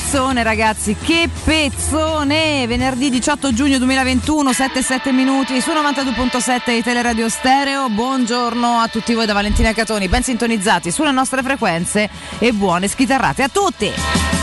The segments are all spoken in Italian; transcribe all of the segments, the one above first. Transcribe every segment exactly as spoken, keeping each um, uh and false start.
pezzone, ragazzi, che pezzone! Venerdì diciotto giugno duemilaventuno, sette e sette minuti su novantadue virgola sette di Teleradio Stereo. Buongiorno a tutti voi da Valentina Catoni, ben sintonizzati sulle nostre frequenze e buone schitarrate a tutti!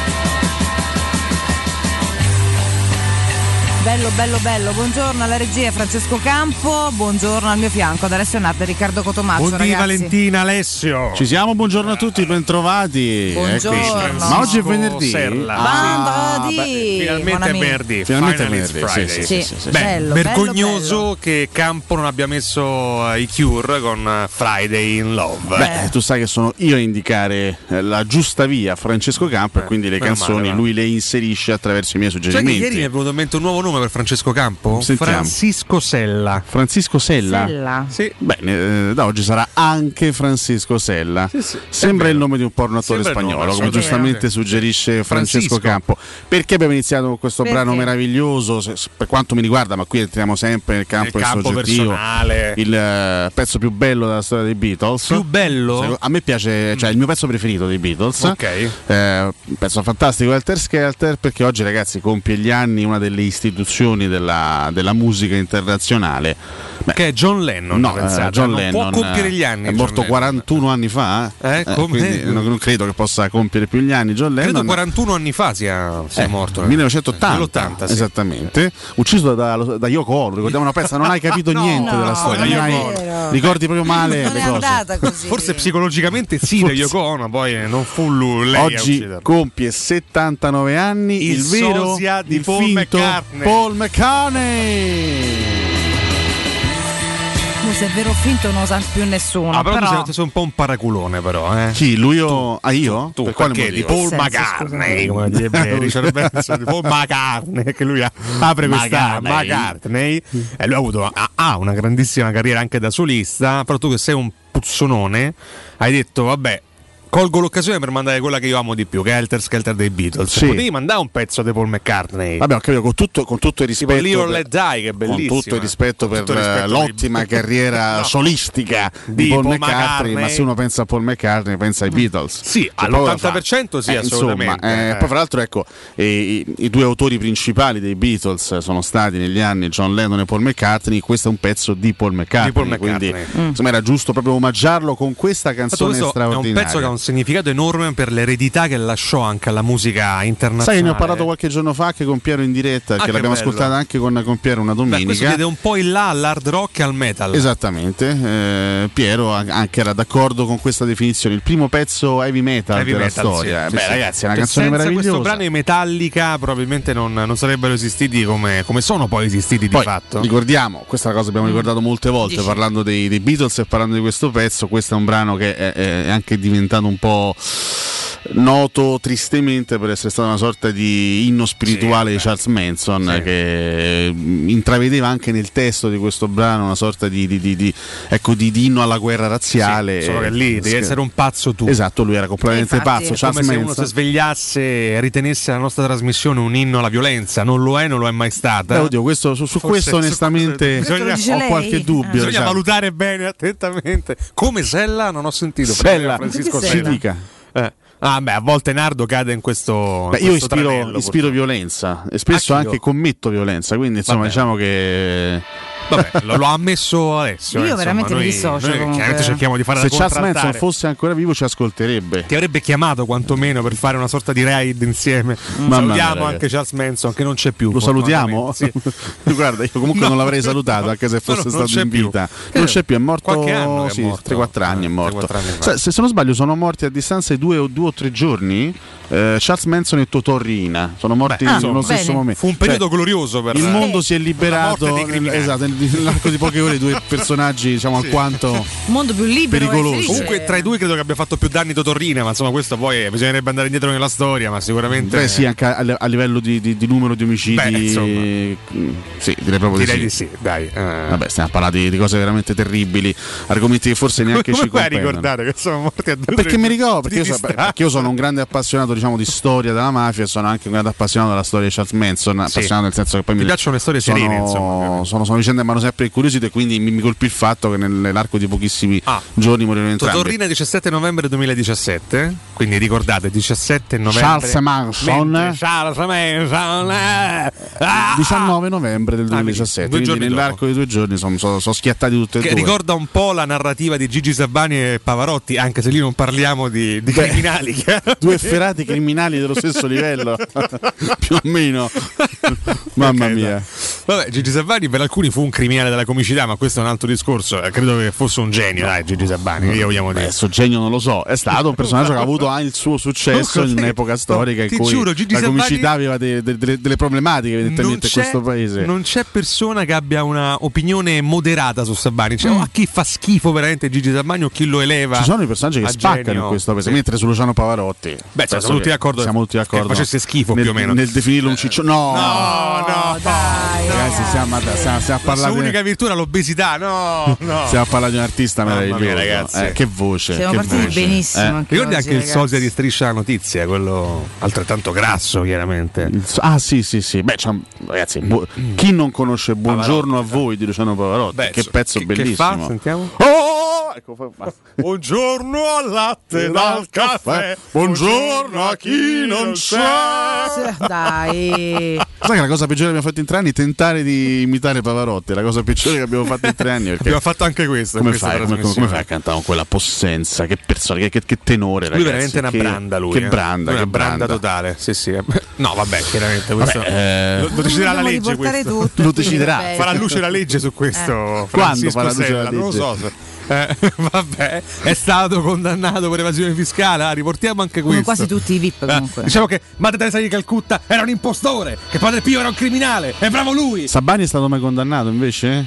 Bello, bello, bello. Buongiorno alla regia Francesco Campo, buongiorno al mio fianco ad Alessio Nardo e Riccardo Cotomaccio. Buondì Valentina, Alessio. Ci siamo, buongiorno a tutti, bentrovati. Buongiorno. Ma oggi è venerdì. Ah, beh, finalmente è venerdì. Finalmente è venerdì. venerdì. Sì, sì, sì, sì, sì. Beh, bello, vergognoso bello, bello. che Campo non abbia messo i Cure con Friday in Love. Beh, eh. tu sai che sono io a indicare la giusta via a Francesco Campo eh, e quindi le canzoni male, lui le inserisce attraverso i miei suggerimenti. Cioè, ieri mi è venuto in mente un nuovo nome per Francesco Campo? Sentiamo. Francisco Sella. Francisco Sella? Sella. Sì. Bene, eh, da oggi sarà anche Francisco Sella. Sì, sì. Sembra il nome di un porno attore Sembra spagnolo, nome, come giustamente suggerisce Francesco, Francesco Campo. Perché abbiamo iniziato con questo Perché? brano meraviglioso, se, per quanto mi riguarda, ma qui entriamo sempre nel campo, nel campo soggettivo, personale. Il uh, pezzo più bello della storia dei Beatles. Più bello? A me piace, cioè il mio pezzo preferito dei Beatles. Ok. Eh, un pezzo fantastico, Helter Skelter, perché oggi, ragazzi, compie gli anni una delle istituzioni della, della musica internazionale. Beh, che è John Lennon. No, pensate, John non Lennon può compiere gli anni. È morto John quarantuno Lennon. anni fa. Eh, eh, come? quindi non, non credo che possa compiere più gli anni. John Lennon. Credo quarantuno anni fa sia, sia eh, morto. millenovecentottanta. Nell'ottanta, sì. Esattamente. Ucciso da, da Yoko Ono. Ricordiamo una pezza, non hai capito no, niente no, della storia. non hai, vero. ricordi proprio male non le è cose. andata così. Forse psicologicamente sì, da Yoko Ono, poi non fu lui. Lei Oggi compie settantanove anni il, il vero sosia di il Paul finto McCartney. Paul McCartney. Se è vero o finto non lo sa più nessuno. Ah, però, però... tu sei un po' un paraculone, però. Eh. Chi? Lui o. Ah, io? Tu, per quale perché di motivo? Paul Senso, McCartney, come direbbe Richard Benson, di Paul McCartney, che lui apre questa McCartney. McCartney e lui ha avuto ha, ha una grandissima carriera anche da solista, però tu che sei un puzzonone hai detto vabbè, colgo l'occasione per mandare quella che io amo di più, che è Helter Skelter dei Beatles. Sì. Potevi mandare un pezzo di Paul McCartney. Vabbè, ho capito, con tutto, con tutto il rispetto. Live or per, Let Die, che è bellissimo. Con tutto il rispetto per tutto il rispetto l'ottima di... carriera no. solistica di, di Paul, Paul McCartney, McCartney, ma se uno pensa a Paul McCartney pensa ai Beatles. Sì, Che all'ottanta per cento sì, eh, assolutamente. Insomma, eh, eh. poi fra l'altro ecco, eh, i, i due autori principali dei Beatles sono stati negli anni John Lennon e Paul McCartney. Questo è un pezzo di Paul McCartney, Di Paul McCartney. quindi Mm. insomma era giusto proprio omaggiarlo con questa canzone Questo straordinaria. è un pezzo che ha un significato enorme per l'eredità che lasciò anche alla musica internazionale. Sai che ne ho parlato qualche giorno fa anche con Piero in diretta, Ah, che che l'abbiamo bello. ascoltata anche con, con Piero una Beh, questo domenica. vede un po' in là all'hard rock e al metal. Esattamente, eh, Piero anche era d'accordo con questa definizione. Il primo pezzo heavy metal Heavy della metal, storia. sì, Beh, sì, ragazzi, è una sì. canzone Senza meravigliosa. questo brano i Metallica probabilmente non, non sarebbero esistiti come, come sono poi esistiti Poi, di fatto. ricordiamo, questa è una cosa che abbiamo ricordato molte volte Dici. parlando dei, dei Beatles e parlando di questo pezzo. Questo è un brano che è, è anche diventato un po' noto tristemente per essere stata una sorta di inno spirituale Sì, di Charles Manson, sì. che intravedeva anche nel testo di questo brano una sorta di, di, di, di, ecco, di, di inno alla guerra razziale. Sì, solo che lì devi essere un pazzo tu. Esatto, lui era completamente Infatti, pazzo. è Charles Come se uno Manson. si svegliasse e ritenesse la nostra trasmissione un inno alla violenza. Non lo è, non lo è mai stata. Beh, oddio, questo, su, su Forse- questo su onestamente questo lo dice ho lei? qualche dubbio. Bisogna diciamo. valutare bene, attentamente. Come Sella non ho sentito. Sella, Francisco Perché si Sella. dica. Eh. Ah, beh, a volte Nardo cade in questo. Beh, in io questo ispiro, tranello, ispiro purtroppo. violenza e spesso Anch'io. anche commetto violenza, quindi insomma Vabbè. diciamo che Vabbè, lo, lo ha ammesso Alessio. Io eh, insomma, veramente mi noi, dissocio, noi comunque. chiaramente cerchiamo di fare se da Charles Manson contraltare. fosse ancora vivo ci ascolterebbe. Ti avrebbe chiamato quantomeno per fare una sorta di raid insieme. Mamma Salutiamo mia, anche ragazzi. Charles Manson che non c'è più. Lo salutiamo? fortunatamente. Sì. Guarda, io comunque No, non l'avrei salutato anche se no, fosse non stato c'è in più. vita. Che- Non c'è più, è morto qualche anno che è sì, morto. tre quattro anni è Eh, morto. tre quattro anni fa. Sai, se, se non sbaglio sono morti a distanza di due o due o tre giorni. eh, Charles Manson e Totò Riina sono morti Beh, nello insomma, stesso bene. momento. Fu un Cioè, periodo glorioso per il eh, mondo si è la liberato morte dei nel- criminali. esatto, nell'arco di poche ore due personaggi diciamo alquanto Un mondo più libero e Pericoloso. felice. Comunque tra i due credo che abbia fatto più danni Totorrina, ma insomma questo poi bisognerebbe andare indietro nella storia, ma sicuramente Beh sì, anche a, a livello di, di, di numero di omicidi. Beh, insomma. mm, sì, direi proprio direi di di sì. sì, dai. eh. Vabbè, stiamo parlando di, di cose veramente terribili, argomenti che forse neanche Come ci puoi competono. ricordare che sono morti a due Perché tre mi giorni ricordo, perché di io, so- distanza? perché io sono un grande appassionato diciamo di storia della mafia e sono anche un grande appassionato della storia di Charles Manson, Sì. appassionato nel senso che poi Ti mi piacciono le storie sono, serene, insomma. sono, sono vicende, mi hanno sempre incuriosito e quindi mi, mi colpì il fatto che nell'arco di pochissimi ah. giorni morirono entrambi. Torrina diciassette novembre duemiladiciassette, quindi ricordate diciassette novembre Charles Manson Charles Manson eh. ah. diciannove novembre del duemiladiciassette, ah, quindi nell'arco dopo. di due giorni sono, sono, sono schiattati tutte e che due. Ricorda un po' la narrativa di Gigi Sabani e Pavarotti, anche se lì non parliamo di, di Beh, criminali due efferati criminali dello stesso livello più o meno. Mamma okay, mia. Vabbè, Gigi Sabani per alcuni fu un criminale della comicità, ma questo è un altro discorso. Credo che fosse un genio, dai, Gigi Sabani. Io vogliamo dire. Adesso genio non lo so, è stato un personaggio che ha avuto anche il suo successo in un'epoca storica no, in cui giuro, la comicità Sabani aveva de, de, de, delle problematiche evidentemente in questo paese. Non c'è persona che abbia una opinione moderata su Sabani. Cioè, mm. o a chi fa schifo veramente Gigi Sabani o chi lo eleva. Ci sono i personaggi che spaccano genio. in questo paese, sì. mentre su Luciano Pavarotti. Beh, siamo tutti d'accordo. Siamo tutti d'accordo. Che facesse schifo nel, più o meno. Nel definirlo un ciccio. No, no, no, dai. Ragazzi, stiamo, stiamo, stiamo a parlare. La sua unica virtù era l'obesità, no, no. Stiamo a parlare di un artista meraviglioso. Ragazzi. Eh, che voce. Siamo che partiti voce. benissimo. Eh. Anche Ricordi oggi, anche ragazzi. il sosia di Striscia la Notizia, quello altrettanto grasso, chiaramente. Ah, sì, sì, sì. Beh, ragazzi, bu- chi non conosce Buongiorno Pavarotti, a voi di Luciano Pavarotti? Beh, che pezzo che, bellissimo. Che fa? Sentiamo. Oh! Ecco, fa... Buongiorno al latte e al caffè. Buongiorno a chi non c'è. Dai. Sai che la cosa peggiore che abbiamo fatto in tre anni è tentare di imitare Pavarotti. È la cosa peggiore che abbiamo fatto in tre anni. Abbiamo fatto anche questo. Come fai, come, come fai a cantare con quella possenza? Che persona, che, che, che tenore, ragazzi. Lui veramente è una che, branda, lui. Che branda, una che branda, branda totale. Sì, sì. No, vabbè, chiaramente questo vabbè, eh, lo, lo deciderà la legge. Questo. Lo deciderà. Farà luce la legge su questo. Eh. Quando farà luce la legge? Non lo so. Eh, vabbè, è stato condannato per evasione fiscale. Ah, riportiamo anche questo. Come quasi tutti i V I P comunque. Eh, diciamo che Madre Teresa di Calcutta era un impostore, che Padre Pio era un criminale. È bravo lui. Sabani è stato mai condannato invece?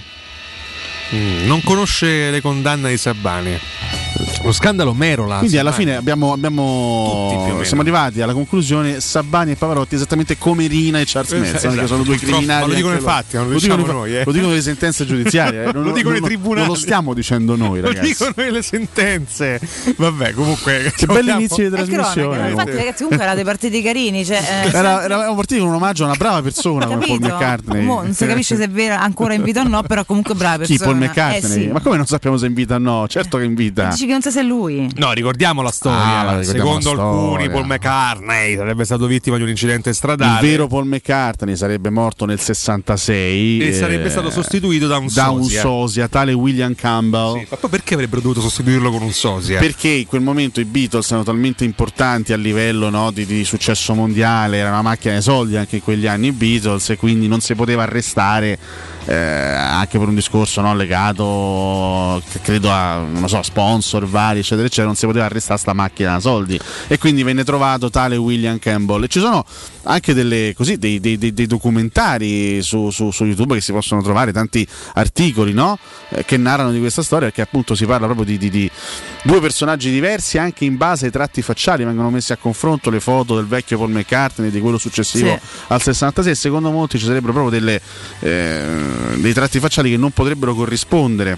Mm, non conosce le condanne di Sabani. Lo scandalo Merola. Quindi alla fine abbiamo, abbiamo siamo arrivati alla conclusione Sabani e Pavarotti esattamente come Rina e Charles Manson, esatto. Che sono due criminali. Ma lo dicono i fatti, non lo, lo diciamo dicono noi. Eh. Lo dicono le sentenze giudiziarie. Eh. Non, lo dicono non, i tribunali. Non lo stiamo dicendo noi, ragazzi. Lo dicono le sentenze. Vabbè, comunque. Che bell'inizio di trasmissione. Cronaca, infatti, ragazzi, comunque erate partiti carini. Cioè, eh, Era, eravamo partiti con un omaggio a una brava persona come Paul McCartney. Mo, non si capisce se è vera, ancora invita o no, però comunque brava persona. Chi, Paul McCartney? Eh, sì. Ma come non sappiamo se invita o no? Certo che invita. Dici che non sa se è lui. No, ricordiamo la storia. Ah, ricordiamo Secondo la alcuni storia. Paul McCartney sarebbe stato vittima di un incidente stradale. Il vero Paul McCartney sarebbe morto nel sessantasei e eh, sarebbe stato sostituito da un da sosia. un sosia, tale William Campbell. Sì, ma poi perché avrebbero dovuto sostituirlo con un sosia? Perché in quel momento i Beatles erano talmente importanti a livello, no, di, di successo mondiale, era una macchina di soldi anche in quegli anni i Beatles, e quindi non si poteva arrestare eh, anche per un discorso, no, legato credo a, non so, sponsor vari eccetera eccetera, non si poteva arrestare sta macchina da soldi, e quindi venne trovato tale William Campbell. E ci sono anche delle, così, dei, dei, dei, dei documentari su, su, su YouTube che si possono trovare, tanti articoli, no, eh, che narrano di questa storia, perché appunto si parla proprio di, di, di due personaggi diversi anche in base ai tratti facciali. Vengono messi a confronto le foto del vecchio Paul McCartney e di quello successivo, sì, al sessantasei, e secondo molti ci sarebbero proprio delle, eh, dei tratti facciali che non potrebbero corrispondere,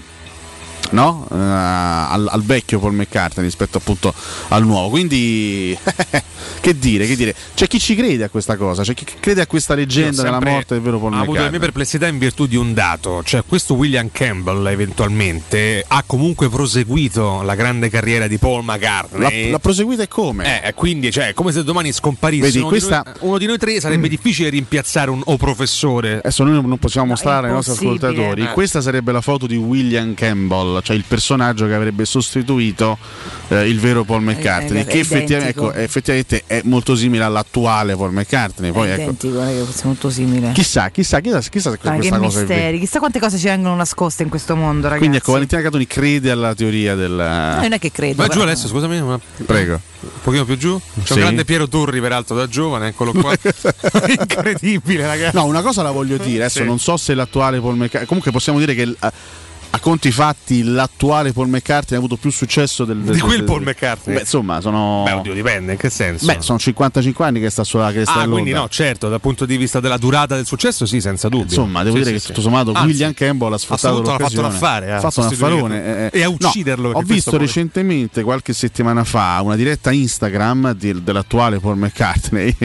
no? Uh, al, al vecchio Paul McCartney rispetto appunto al nuovo. Quindi che dire, che dire, c'è chi ci crede a questa cosa, c'è chi crede a questa leggenda della morte del vero Paul McCartney. Ho avuto le mie perplessità in virtù di un dato, cioè questo William Campbell eventualmente ha comunque proseguito la grande carriera di Paul McCartney. L'ha, l'ha proseguita e come? Eh, quindi cioè è come se domani scomparisse. Vedi, uno, questa... di noi, uno di noi tre sarebbe mm. difficile rimpiazzare un o professore. Adesso noi non possiamo mostrare ai nostri ascoltatori. Eh. Questa sarebbe la foto di William Campbell, cioè il personaggio che avrebbe sostituito eh, il vero Paul McCartney, è, è, che effettivamente, ecco, effettivamente è molto simile all'attuale Paul McCartney. Poi, è ecco, identico, non è che fosse molto simile. Chissà, chissà, chissà, chissà ah, questa che cosa misteri, chissà quante cose ci vengono nascoste in questo mondo, ragazzi. Quindi ecco, Valentina Catoni crede alla teoria del. No, non è che credo. Ma giù adesso, scusami, ma... prego. Un pochino più giù. C'è sì. un grande Piero Turri, peraltro da giovane, eccolo qua. Incredibile, ragazzi. No, una cosa la voglio dire, adesso sì. non so se l'attuale Paul McCartney. Comunque possiamo dire che a conti fatti l'attuale Paul McCartney ha avuto più successo del, del di quel del, Paul McCartney. Beh, insomma, sono. Beh, oddio, dipende, in che senso? Beh, sono cinquantacinque anni che sta sulla cresta ah, dell'onda. quindi no, certo, dal punto di vista della durata del successo, sì, senza dubbio. Insomma, devo sì, dire sì, che sì. tutto sommato Anzi, William Campbell ha sfruttato l'occasione. Ha fatto un affare, ha fatto un affarone eh, e a ucciderlo. No, ho visto recentemente, qualche settimana fa, una diretta Instagram di, dell'attuale Paul McCartney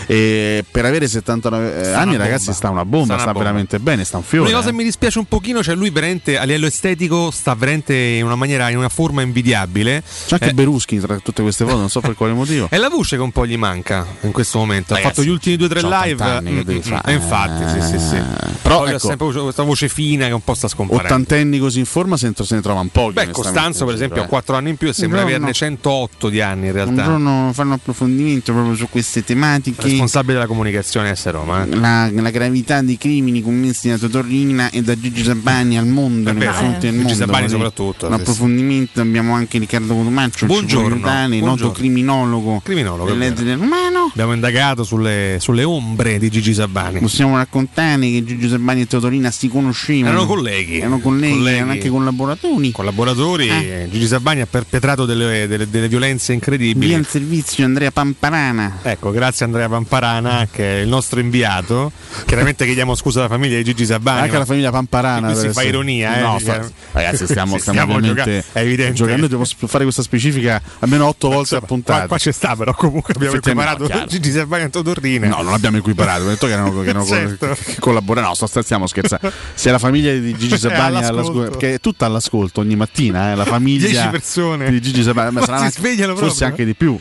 e per avere settantanove sta anni, ragazzi, sta una bomba, sta, una sta bomba. veramente bene, sta un fiore. Una cosa eh. che mi dispiace un pochino, cioè lui veramente a livello estetico sta veramente in una maniera, in una forma invidiabile. C'è anche eh. Beruschi tra tutte queste foto, non so per quale motivo. È la voce che un po' gli manca in questo momento. Ragazzi, ha fatto gli ultimi due o tre live. Anni che devi mm, fare. Eh, infatti, sì, sì, sì. Però poi ecco, ha sempre questa voce fina che un po' sta scomparendo. Ottantenni così in forma se ne trovano pochi. Beh, Costanzo, per esempio, ha quattro anni in più e sembra no, averne no. centootto di anni in realtà. Un giorno fanno approfondimento proprio su queste tematiche. Responsabile della comunicazione a Roma. Eh. La, la gravità dei crimini commessi da Totorrina e da Gigi Sabani al mondo, nei confronti del mondo. Gigi Sabani soprattutto. Un approfondimento, abbiamo anche Riccardo Cotumaccio, buongiorno, noto criminologo, criminologo delle lettere del Romano. Abbiamo indagato sulle, sulle ombre di Gigi Sabani. Possiamo raccontare che Gigi Sabani e Totorina si conoscevano. Erano colleghi. Erano colleghi, colleghi. Erano anche collaboratori. Collaboratori. Eh. Gigi Sabani ha perpetrato delle, delle, delle violenze incredibili. Via il servizio Andrea Pamparana. Ecco, grazie Andrea Pamparana, che è il nostro inviato. Chiaramente chiediamo scusa alla famiglia di Gigi Sabani. Anche alla famiglia Pamparana. Qui si fa ironia, eh. No, fa, ragazzi, stiamo, stiamo, stiamo giocando. È evidente. Giocando, devo fare questa specifica almeno otto volte a puntata. Qua, qua c'è sta, però comunque abbiamo equiparato no, Gigi Sabani a Totorrina. No, non abbiamo equiparato, ho detto che erano, che erano certo. collaborati. No, sto, stiamo scherzando. Se la famiglia di Gigi Sabani è all'ascolto, perché è tutta all'ascolto ogni mattina, eh, la famiglia dieci persone di Gigi Sabani, ma ma si svegliano forse proprio. Anche di più.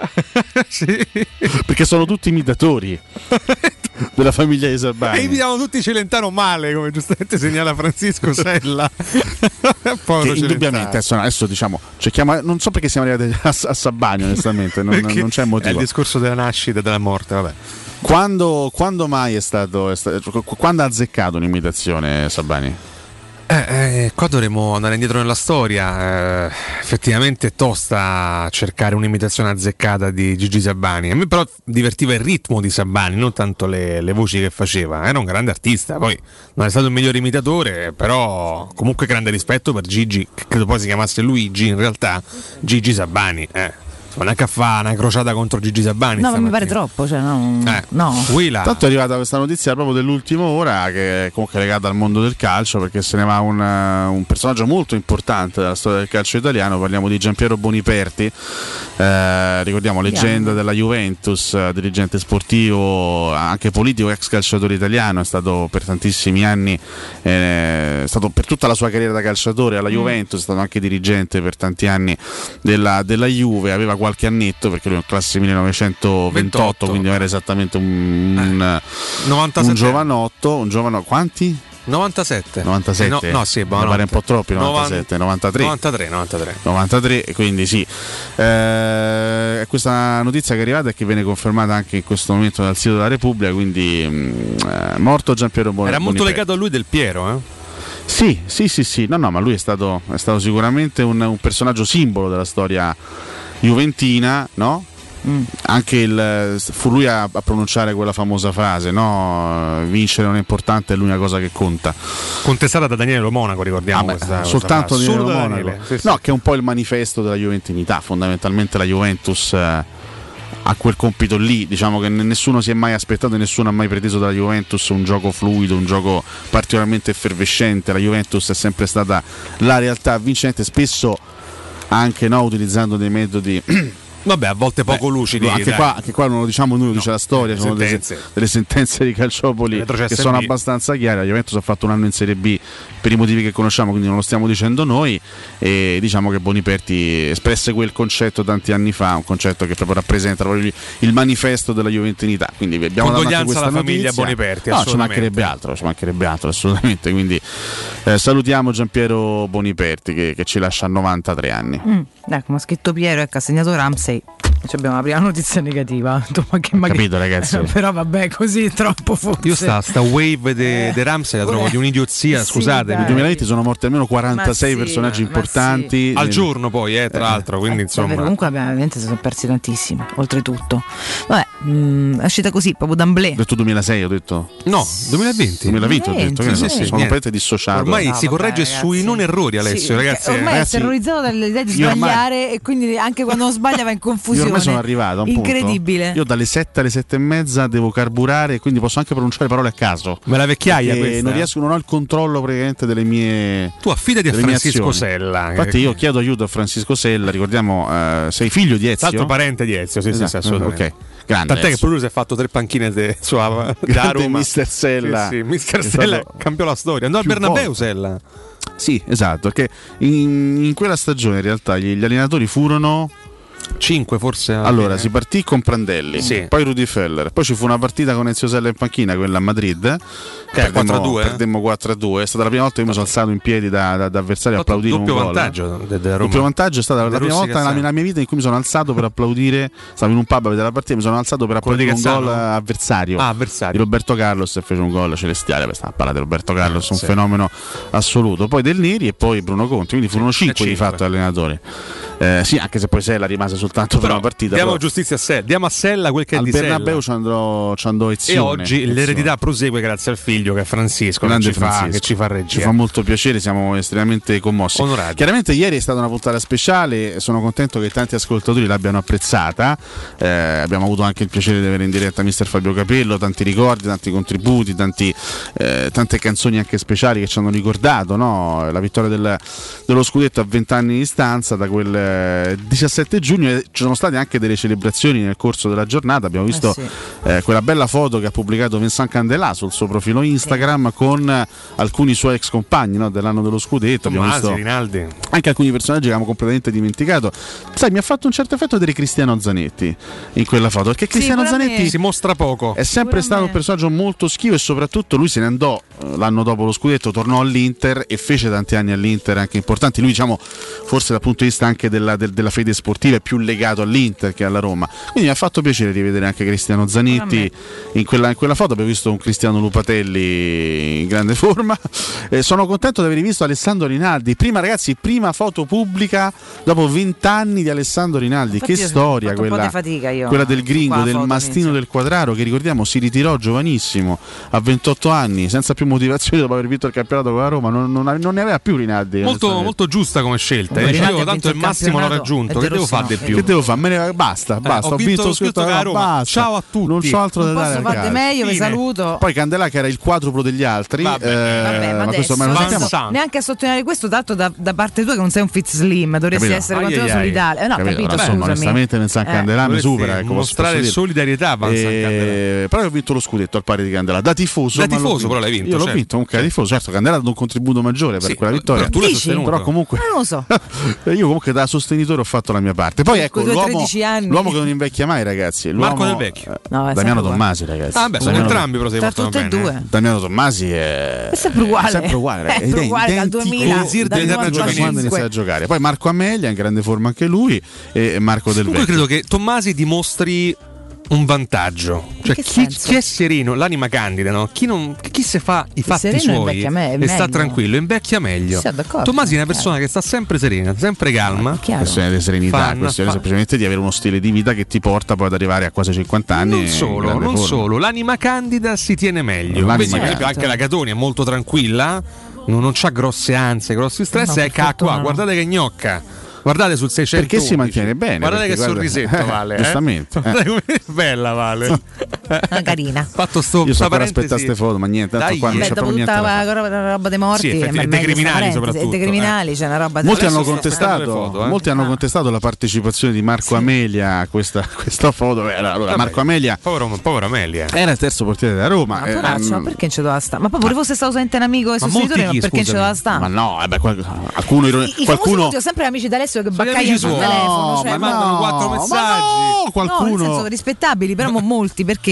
Sì. Perché sono tutti imitatori della famiglia di Sabani. E imitano tutti Celentano male, come giustamente segnala Francisco Sella. Che indubbiamente adesso, adesso diciamo cerchiamo, non so perché siamo arrivati a, a Sabani, onestamente, non, non c'è motivo. È il discorso della nascita e della morte, vabbè. Quando, quando mai è stato, è stato quando ha azzeccato un'imitazione Sabani? Eh, eh, qua dovremmo andare indietro nella storia. Eh, effettivamente è tosta cercare un'imitazione azzeccata di Gigi Sabani. A me però divertiva il ritmo di Sabani, non tanto le, le voci che faceva. Era un grande artista, poi non è stato il migliore imitatore, però comunque grande rispetto per Gigi, che credo poi si chiamasse Luigi, in realtà Gigi Sabani. Eh. Ma neanche a fare una crociata contro Gigi Sabani. No, mi pare troppo. Cioè, no. Eh. no. Tanto è arrivata questa notizia proprio dell'ultima ora, che è comunque legata al mondo del calcio, perché se ne va un, un personaggio molto importante della storia del calcio italiano. Parliamo di Giampiero Boniperti, eh, ricordiamo leggenda della Juventus, dirigente sportivo, anche politico, ex calciatore italiano. È stato per tantissimi anni, eh, è stato per tutta la sua carriera da calciatore alla Juventus, è stato anche dirigente per tanti anni della, della Juve. Aveva qualche annetto, perché lui è classe millenovecentoventotto, ventotto quindi non era esattamente un, un, un giovanotto, un giovanotto. Quanti? novantasette novantasette eh, no, no, sì, mi pare un po' troppi. novantasette novantatré novantatré novantatré novantatré quindi sì. Eh, questa notizia che è arrivata e che viene confermata anche in questo momento dal sito della Repubblica, quindi mh, morto Giampiero Boniperti. Era molto legato a lui Del Piero, eh? Sì, sì, sì, sì. No, no, ma lui è stato, è stato sicuramente un, un personaggio simbolo della storia juventina, no? Mm. Anche il, fu lui a, a pronunciare quella famosa frase, no? Vincere non è importante, è l'unica cosa che conta. Contestata da Daniele Lo Monaco, ricordiamo. Ah, beh, questa, soltanto questa Daniele Lo Monaco. Sì, sì. No, che è un po' il manifesto della juventinità. Fondamentalmente la Juventus eh, ha quel compito lì, diciamo che nessuno si è mai aspettato e nessuno ha mai preteso dalla Juventus un gioco fluido, un gioco particolarmente effervescente. La Juventus è sempre stata la realtà vincente, spesso anche no, utilizzando dei metodi vabbè, a volte poco Beh, lucidi. Anche qua, anche qua non lo diciamo noi, lo no, dice la storia. Sono delle, delle sentenze di Calciopoli che sono abbastanza chiare. La Juventus ha fatto un anno in Serie B per i motivi che conosciamo, quindi non lo stiamo dicendo noi. E diciamo che Boniperti espresse quel concetto tanti anni fa, un concetto che proprio rappresenta proprio il manifesto della juventinità. Quindi abbiamo dato questa alla famiglia notizia. Boniperti. No, ci mancherebbe altro, ci mancherebbe altro, assolutamente. Quindi eh, salutiamo Giampiero Boniperti che, che ci lascia a novantatré anni. Mm, ecco, come ha scritto Piero, ecco, ha segnato Ramsey. Cioè abbiamo la prima notizia negativa. Ma che magari... Capito, ragazzi? Però vabbè, così troppo forse. Io sta, sta wave de, de Ramsey la trovo di un'idiozia, sì, scusate. dai. Nel duemilaventi sono morti almeno quarantasei sì, personaggi importanti. sì. Al giorno poi, eh, tra l'altro, quindi Eh, insomma. davvero, comunque ovviamente si sono persi tantissimi, oltretutto. Vabbè, mh, è uscita così, proprio d'amblè. Ho detto duemilasei, ho detto. No, duemilaventi. duemilaventi ho detto, che ne so, sì, sì, sono completamente dissociato. Ormai No, si vabbè, corregge ragazzi. sui non errori, Alessio, Sì, ragazzi. ormai ragazzi, è terrorizzato dall'idea di io ormai- sbagliare e quindi anche quando non sbaglia va in Io confusione. ormai sono arrivato a un punto. Incredibile. Io dalle sette alle sette e mezza devo carburare, quindi posso anche pronunciare parole a caso. Ma la vecchiaia Perché questa. non riesco, non ho il controllo praticamente delle mie. Tu affidati a delle mie Francisco azioni. Sella. Infatti io chiedo aiuto a Francisco Sella, ricordiamo, eh, sei figlio di Ezio. Tanto parente di Ezio, sì, sì, sì, Esatto, assolutamente. ok. Grande Tant'è che Ezio. poi lui si è fatto tre panchine de, su, da Grande Roma. mister Sella. Sì, sì, mister È Sella stato cambiò la storia. Andò al più Bernabeu volte. Sella. Sì, esatto, perché in, in quella stagione in realtà gli, gli allenatori furono. cinque forse. alla Allora, fine. si partì con Prandelli, Sì. poi Rudy Feller, poi ci fu una partita con Ezio Sella in panchina, quella a Madrid. Che è quattro a due, eh? Perdemmo quattro a due. È stata la prima volta che mi sono alzato in piedi da, da, da avversario a applaudire doppio un gol. vantaggio de- della Roma. Doppio vantaggio è stata la De prima Rossi volta nella, Cassano. nella mia vita in cui mi sono alzato per applaudire. Stavo in un pub a vedere la partita, mi sono alzato per Quello di applaudire un Cassano? gol avversario. Ah, Di avversario. Roberto Carlos e fece un gol celestiale. Stava a parlare di Roberto Carlos, un Sì. fenomeno assoluto. Poi Del Neri e poi Bruno Conti, quindi furono cinque di cinque. fatto allenatori. Eh, sì, anche se poi Sella rimase soltanto per Però una partita. diamo però giustizia a Sella, diamo a Sella quel che è al di Bernabeu Sella. ci andrò, ci andò E Ezione, oggi Ezione. l'eredità prosegue grazie al figlio che è Francisco, che Grande ci, fa, Francisco. che ci fa regia. Ci fa molto piacere, siamo estremamente commossi. Onorati. Chiaramente ieri è stata una puntata speciale, sono contento che tanti ascoltatori l'abbiano apprezzata. Eh, abbiamo avuto anche il piacere di avere in diretta mister Fabio Capello, tanti ricordi, tanti contributi, tanti, eh, tante canzoni anche speciali che ci hanno ricordato, no? La vittoria del, dello scudetto a vent'anni di distanza da quel eh, diciassette giugno. E ci sono state anche delle celebrazioni nel corso della giornata. Abbiamo visto sì. eh, quella bella foto che ha pubblicato Vincent Candelà sul suo profilo Instagram con eh, alcuni suoi ex compagni, no, dell'anno dello scudetto. Abbiamo Tommasi, visto Rinaldi. anche alcuni personaggi che avevamo completamente dimenticato. Sai, mi ha fatto un certo effetto vedere Cristiano Zanetti in quella foto, perché Cristiano pure a me. Zanetti Si mostra poco. è sempre Pure a stato me. un personaggio molto schivo e soprattutto lui se ne andò eh, l'anno dopo lo scudetto, tornò all'Inter e fece tanti anni all'Inter anche importanti. Lui, diciamo, forse dal punto di vista anche della, del- della fede sportiva è più legato all'Inter che alla Roma. Quindi mi ha fatto piacere rivedere anche Cristiano Zanetti in quella, in quella foto. Abbiamo visto un Cristiano Lupatelli in grande forma. Eh, sono contento di aver visto Alessandro Rinaldi. Prima, ragazzi, prima foto pubblica dopo vent'anni di Alessandro Rinaldi. Infatti Che io ho storia fatto un po' quella, di fatica io quella del gringo, qua a del foto mastino all'inizio. del Quadraro, che ricordiamo si ritirò giovanissimo a ventotto anni, senza più motivazioni dopo aver vinto il campionato con la Roma. Non, non, non ne aveva più Rinaldi. Molto, onestamente. molto giusta come scelta. Comunque Eh. Rinaldi Dicevo, ha tanto il vinto il massimo l'ho campionato raggiunto. e Che De devo Rossi fare no. di più? Che devo fare? Me ne- Basta, basta. ho ho vinto vinto lo lo scudetto scudetto della con la Roma. Roma. Basta. Ciao a tutti. Non c'ho altro da Non dare posso al fare di calcio. meglio, vi Fine. saluto. Poi Candelà che era il quadruplo degli altri. Vabbè, eh, Vabbè, ma, ma questo adesso, ormai lo adesso sappiamo. neanche a sottolineare questo, tanto da, da parte tua che non sei un fit slim, dovresti Capito? essere Ai, quantomeno ai, ai. solidale. Eh, no, Capito? capito, Però, insomma, scusami. onestamente Vincent Eh. Candelà mi Dovresti supera, ecco, posso- mostrare posso dire. solidarietà a Vincent Candelà. Eh, però ho vinto lo scudetto al pari di Candelà da tifoso. Da ma l'ho tifoso, vinto. però l'hai vinto, Io l'ho certo. vinto comunque da tifoso. Certo, Candelà ha dato un contributo maggiore per Sì, quella vittoria. però tu l'hai Dici? sostenuto. Però comunque Non lo so. io comunque da sostenitore ho fatto la mia parte. Poi ecco Con i tuoi l'uomo, tredici anni. l'uomo che non invecchia mai, ragazzi. L'uomo, Marco Del Vecchio. eh, No, è Damiano sempre uguale. Tommasi, ragazzi. Ah, beh, sono Damiano, entrambi però si Tra portano tutte e bene. due. eh. Damiano Tommasi è, È sempre uguale. è sempre uguale, È ragazzi. sempre uguale dal identico. duemila, Elisir dal dell'eterna Da quando giovinezza. inizia a giocare. Poi Marco Amelia in grande forma anche lui e Marco Del Comunque Vecchio. credo che Tommasi dimostri un vantaggio. Cioè, che chi, senso? chi è sereno, l'anima candida, no? Chi, non, chi se fa i fatti sereno suoi invecchia me- e sta meglio. tranquillo, invecchia meglio. Sì, d'accordo. Tommasi è una persona che sta sempre serena, sempre calma. Chiaro. Questione di serenità, Fan, questione fa- semplicemente di avere uno stile di vita che ti porta poi ad arrivare a quasi cinquanta anni. Non in solo, grande non forma. solo, l'anima candida si tiene meglio. L'anima Invece, per esempio, candida. anche la Catoni è molto tranquilla, non, non ha grosse ansie, grossi stress. No, è per qua, fortuna no. guardate che gnocca. Guardate sul seicento. Perché si mantiene bene, Guardate perché che guarda- sorrisetto, Vale. eh? Giustamente, eh. Guardate com'è bella, Vale. Ah, carina. Fatto sto, Io so sta ancora parentesi- aspettare queste foto, ma niente, tanto Dai, qua non eh. Beh, c'è dopo proprio tutta niente da la, fare. la roba dei morti, Sì, effetti- ma e è dei meglio criminali sta parentesi, soprattutto, e dei criminali c'è una roba di Molti hanno, Adesso sto contestato, cercando le foto, eh. molti hanno contestato la partecipazione di Marco Amelia a questa, questa foto. Eh, Allora, Vabbè, Marco Amelia Povero, povero Amelia. era il terzo portiere della Roma. Ma eh, poraccio, ma ehm, perché non c'è doveva sta? Ma poi pure fosse stato sempre un amico e Ma sostenitore, molti ma chi, perché non c'è scusami? doveva sta? ma no, eh beh, qual- qualcuno, I, i qualcuno famosi ho sempre amici da Alessio che Sono gli baccagliano amici sul suoi. telefono, No, cioè, ma ma- mandano quattro no, messaggi. ma no, no, nel qualcuno senso rispettabili, però mo molti perché?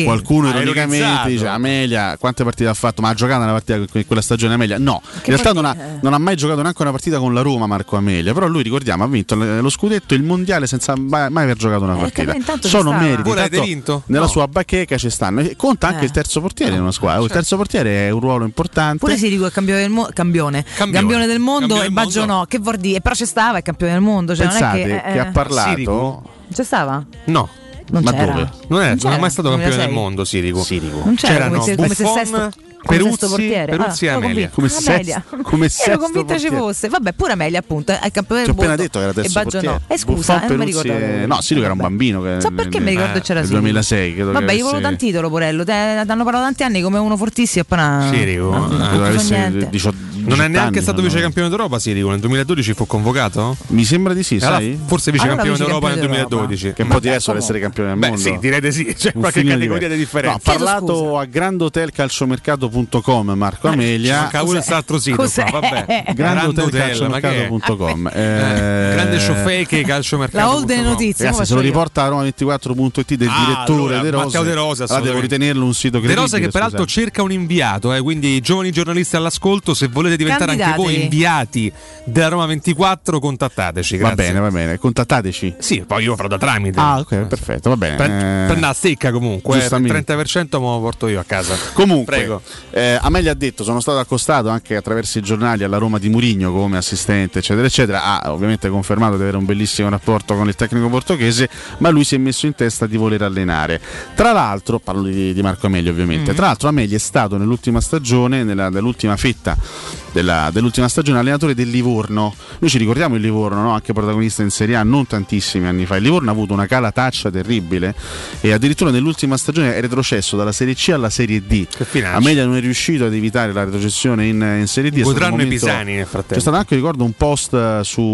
Sì. Qualcuno Ha ironicamente ironizzato. dice Amelia quante partite ha fatto? Ma ha giocato una partita con quella stagione Amelia? No, Che in realtà non ha, partita? non ha mai giocato neanche una partita con la Roma Marco Amelia, però lui ricordiamo ha vinto lo scudetto e il mondiale senza mai, mai aver giocato una Eh, partita. che intanto ci Sono stava. meriti, Voi l'avete tanto vinto? nella No. sua bacheca ci stanno. E conta anche Eh. il terzo portiere in una squadra. Il terzo portiere è un ruolo importante. Pure Sirico è campione del, mo- campione. Campione. Campione del mondo Campione e del Baggio mondo. no. Che vuol dire? Però c'è stava, è campione del mondo. Cioè Pensate non è che, che eh, ha parlato. Sirico? C'è stava? No, Non Ma c'era. dove? non è, non c'era. è mai stato campione del duemilasei? mondo Sirico. Sirico. Non c'era C'erano come se, come se Buffon, sesto, come Peruzzi, sesto portiere. Peruzzi e ero Amelia. convinta- Come Amelia. sesto- come sesto Ero convinta ci portiere. fosse. Vabbè, pure Amelia appunto è campione Ti ho del mondo. appena detto che era terzo e Baggio portiere. no. E scusa, Buffon, eh, non mi Peruzzi ricordo. e- No, Sirico era un bambino. Che So perché nel- mi ricordo eh, c'era nel Sirico. duemilasei. Credo Vabbè, che io volevo avesse- tanti titolo Porello. Ti hanno parlato tanti anni come uno fortissimo. Appena Sirico, no, eh, non credo fa avesse niente. diciotto Non è neanche anni, stato no? vicecampione d'Europa Sirico, nel duemiladodici fu convocato? Mi sembra di sì, Allora, sai? forse vicecampione Allora d'Europa nel vicecampione duemiladodici. Che è un Ma po' beh, diverso comunque. dall'essere campione del Beh mondo. sì, direi di sì, c'è Un qualche filino categoria di diverso. differenza. No, Chiedo parlato scusa. a grandhotelcalciomercato punto com Marco Amelia. Manca pure quest'altro sito qua, Cos'è? vabbè. Grande Hotel Hotel, ma che è? punto com. Eh, grande showfake calciomercato. La hold delle notizie. Ragazzi, mo se lo faccio io. riporta a roma ventiquattro punto it del Ah, direttore allora, De Rose. Matteo De Rose, allora devo assolutamente. ritenerlo un sito De credibile. Rose che peraltro scusate. cerca un inviato, eh, quindi giovani giornalisti all'ascolto, se volete diventare anche voi Candidatevi. inviati della Roma ventiquattro contattateci. Va Grazie. bene, va bene, contattateci. Sì, poi io farò da tramite. Ah, ok, perfetto, va bene. Per, Eh, per una stecca comunque, eh, il giustamente. trenta per cento me lo porto io a casa. Comunque, Prego. eh, Amelia ha detto: sono stato accostato anche attraverso i giornali alla Roma di Mourinho come assistente, eccetera, eccetera. Ha ovviamente confermato di avere un bellissimo rapporto con il tecnico portoghese, ma lui si è messo in testa di voler allenare. Tra l'altro, parlo di, di Marco Amelia, ovviamente. Mm. Tra l'altro, Amelia è stato nell'ultima stagione, nella, nell'ultima fetta della, dell'ultima stagione, allenatore del Livorno. Noi ci ricordiamo il Livorno, no? Anche protagonista in Serie A non tantissimi anni fa. Il Livorno ha avuto una calataccia terribile e addirittura nell'ultima stagione è retrocesso dalla Serie C alla Serie D. Che finaccia. Amelia non è riuscito ad evitare la retrocessione in, in Serie D. È stato un Godranno i momento- pisani nel frattempo. C'è stato anche, ricordo, un post eh, su,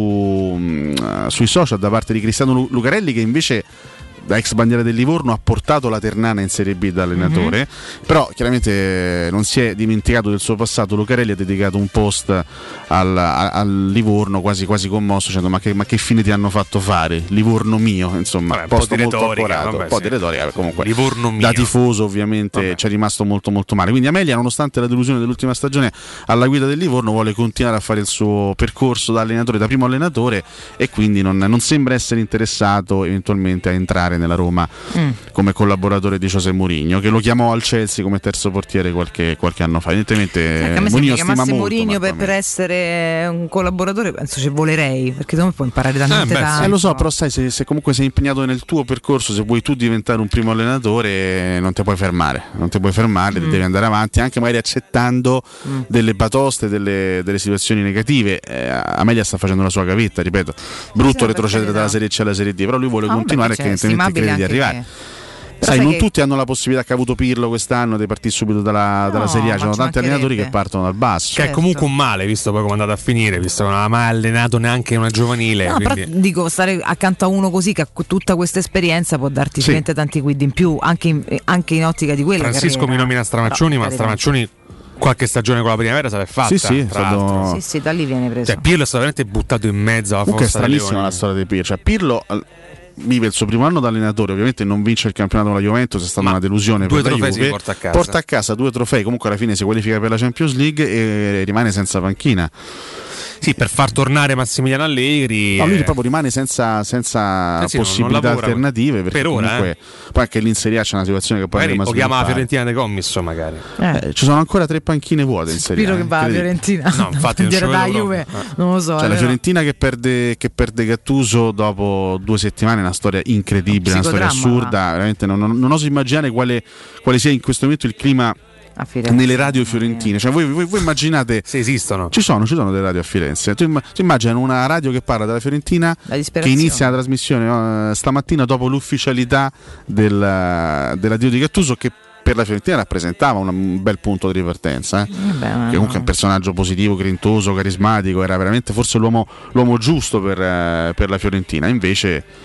mh, sui social da parte di Cristiano Lu- Lucarelli, che invece da ex bandiera del Livorno ha portato la Ternana in Serie B da allenatore, mm-hmm. però chiaramente eh, non si è dimenticato del suo passato. Lucarelli ha dedicato un post al, a- al Livorno quasi quasi commosso, dicendo ma che, ma che fine ti hanno fatto fare, Livorno mio, insomma. Vabbè, un po' post di molto retorica, accorato, vabbè, un po' sì. di retorica, comunque Livorno mio. da tifoso ovviamente Vabbè. ci è rimasto molto molto male. Quindi Amelia, nonostante la delusione dell'ultima stagione alla guida del Livorno, vuole continuare a fare il suo percorso da allenatore, da primo allenatore, e quindi non, non sembra essere interessato eventualmente a entrare nella Roma Mm. come collaboratore di José Mourinho, che lo chiamò al Chelsea come terzo portiere qualche, qualche anno fa. Evidentemente Eh, che a me se Mourinho mi stima chiamasse molto Mourinho Marco per, per Amelia. essere un collaboratore, penso ci volerei, perché tu puoi imparare talmente Eh, beh, sì. tanto. Eh, lo so, però sai, se, se comunque sei impegnato nel tuo percorso, se vuoi tu diventare un primo allenatore, non ti puoi fermare, non ti puoi fermare, Mm. devi andare avanti, anche magari accettando Mm. delle batoste, delle, delle situazioni negative. Eh, Amelia sta facendo la sua gavetta, ripeto, brutto per retrocedere carità. dalla Serie C alla Serie D, però lui vuole Ah, vabbè, continuare che e c'è, che evidentemente stimabile crede di anche arrivare. che- Però Sai, sai non che- tutti hanno la possibilità che ha avuto Pirlo quest'anno di partire subito dalla, dalla No, Serie A, ma ci sono ci tanti allenatori che mancherebbe. partono dal basso. Che è Certo. comunque un male, visto poi come è andata a finire, visto che non aveva mai allenato neanche una giovanile. No, quindi... però dico, stare accanto a uno così che ha tutta questa esperienza può darti Sì. sicuramente tanti quid in più, anche in, anche in ottica di quella Francisco carriera. mi nomina Stramaccioni, Però, ma per Stramaccioni qualche stagione con la primavera se l'è fatta. Sì, sì, è tra stato- l'altro. carità. Sì, sì, da lì viene preso. Cioè, Pirlo è stato veramente buttato in mezzo alla Comunque è fossa dei stranissima leoni. la storia di Pirlo. Cioè, Pirlo eh, vive il suo primo anno da allenatore, ovviamente non vince il campionato con la Juventus, è stata Ma una delusione due per la trofei si Juve. porta a casa. Porta a casa due trofei, comunque alla fine si qualifica per la Champions League e rimane senza panchina. Sì, per far tornare Massimiliano Allegri. No, lui eh, proprio rimane senza, senza Eh sì, non- non possibilità lavora. alternative, perché Per ora, comunque poi anche lì in Serie A c'è una situazione che poi magari andremo o a chiama la sviluppare. Fiorentina de Commisso, magari. Eh. Eh, ci sono ancora tre panchine vuote in Serie A. Spiro che va a incredibile. Fiorentina. No, infatti non dire ci da vedo Juve, proprio. non lo so. Cioè, eh, la no. Fiorentina che perde, che perde Gattuso dopo due settimane è una storia incredibile, una storia Psicodramma, assurda. Veramente non, non, non oso immaginare quale, quale sia in questo momento il clima A Firenze. nelle radio fiorentine. Cioè, voi, voi, voi immaginate. Se esistono. Ci sono, ci sono delle radio a Firenze. Tu, imm- tu immagini una radio che parla della Fiorentina, La che disperazione. inizia la trasmissione eh, stamattina dopo l'ufficialità del, dell'addio di Gattuso, che per la Fiorentina rappresentava un, un bel punto di ripartenza. Eh. Vabbè, ma- Che comunque è un personaggio positivo, grintoso, carismatico, era veramente forse l'uomo, l'uomo giusto per, eh, per la Fiorentina. Invece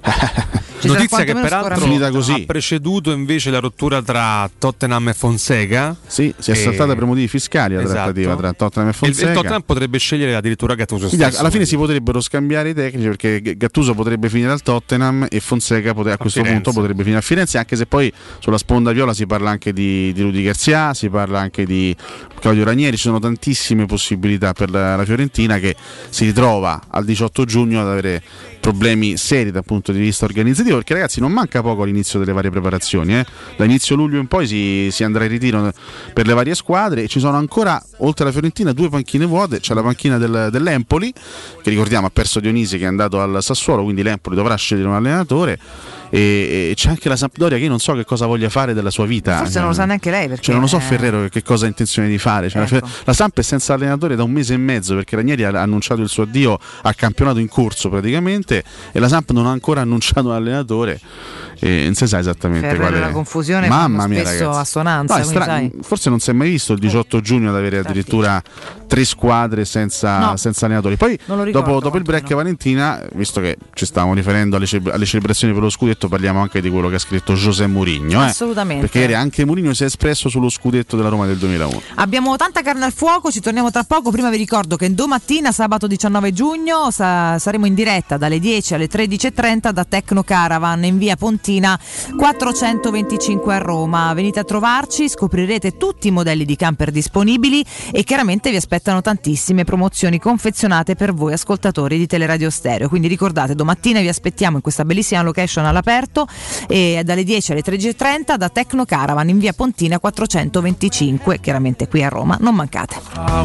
Notizia che peraltro finita così. ha preceduto invece la rottura tra Tottenham e Fonseca. Sì, si è e... saltata per motivi fiscali la esatto. trattativa tra Tottenham e Fonseca. Il, il Tottenham potrebbe scegliere addirittura Gattuso stesso. Quindi alla fine si potrebbero scambiare i tecnici, perché Gattuso potrebbe finire al Tottenham e Fonseca potre, a, a questo Firenze. punto potrebbe finire a Firenze, anche se poi sulla sponda viola si parla anche di, di Rudy Garcia, si parla anche di Claudio Ranieri. Ci sono tantissime possibilità per la, la Fiorentina, che si ritrova al diciotto giugno ad avere problemi seri dal punto di vista organizzativo, perché ragazzi non manca poco all'inizio delle varie preparazioni, eh. da inizio luglio in poi si, si andrà in ritiro per le varie squadre e ci sono ancora, oltre alla Fiorentina, due panchine vuote. C'è la panchina del, dell'Empoli, che ricordiamo ha perso Dionisi, che è andato al Sassuolo, quindi l'Empoli dovrà scegliere un allenatore, e, e c'è anche la Sampdoria, che io non so che cosa voglia fare della sua vita, forse non lo sa neanche lei, perché cioè, non lo so Ferrero che cosa ha intenzione di fare, cioè, ecco. La Samp è senza allenatore da un mese e mezzo, perché Ranieri ha annunciato il suo addio al campionato in corso praticamente, e la Samp non ha ancora annunciato un allenatore e non si sa esattamente Ferrero, qual è la confusione, mamma mia, spesso ragazzi. assonanza, no, stra- sai. Forse non si è mai visto il diciotto giugno ad avere addirittura tre squadre senza, no, senza allenatori. Poi dopo, dopo il break, no. Valentina, visto che ci stavamo riferendo alle, ce- alle celebrazioni per lo scudetto, parliamo anche di quello che ha scritto José Mourinho, eh? Assolutamente, perché ieri anche Mourinho si è espresso sullo scudetto della Roma del duemilauno. Abbiamo tanta carne al fuoco, ci torniamo tra poco. Prima vi ricordo che domattina, sabato diciannove giugno, sa- saremo in diretta dalle dieci alle tredici e trenta da Tecno Caravan in via Pontina quattrocentoventicinque a Roma. Venite a trovarci, scoprirete tutti i modelli di camper disponibili e chiaramente vi aspettano tantissime promozioni confezionate per voi ascoltatori di Teleradio Stereo. Quindi ricordate, domattina vi aspettiamo in questa bellissima location all'aperto e dalle dieci alle tredici e trenta da Tecno Caravan in via Pontina quattrocentoventicinque, chiaramente qui a Roma. Non mancate.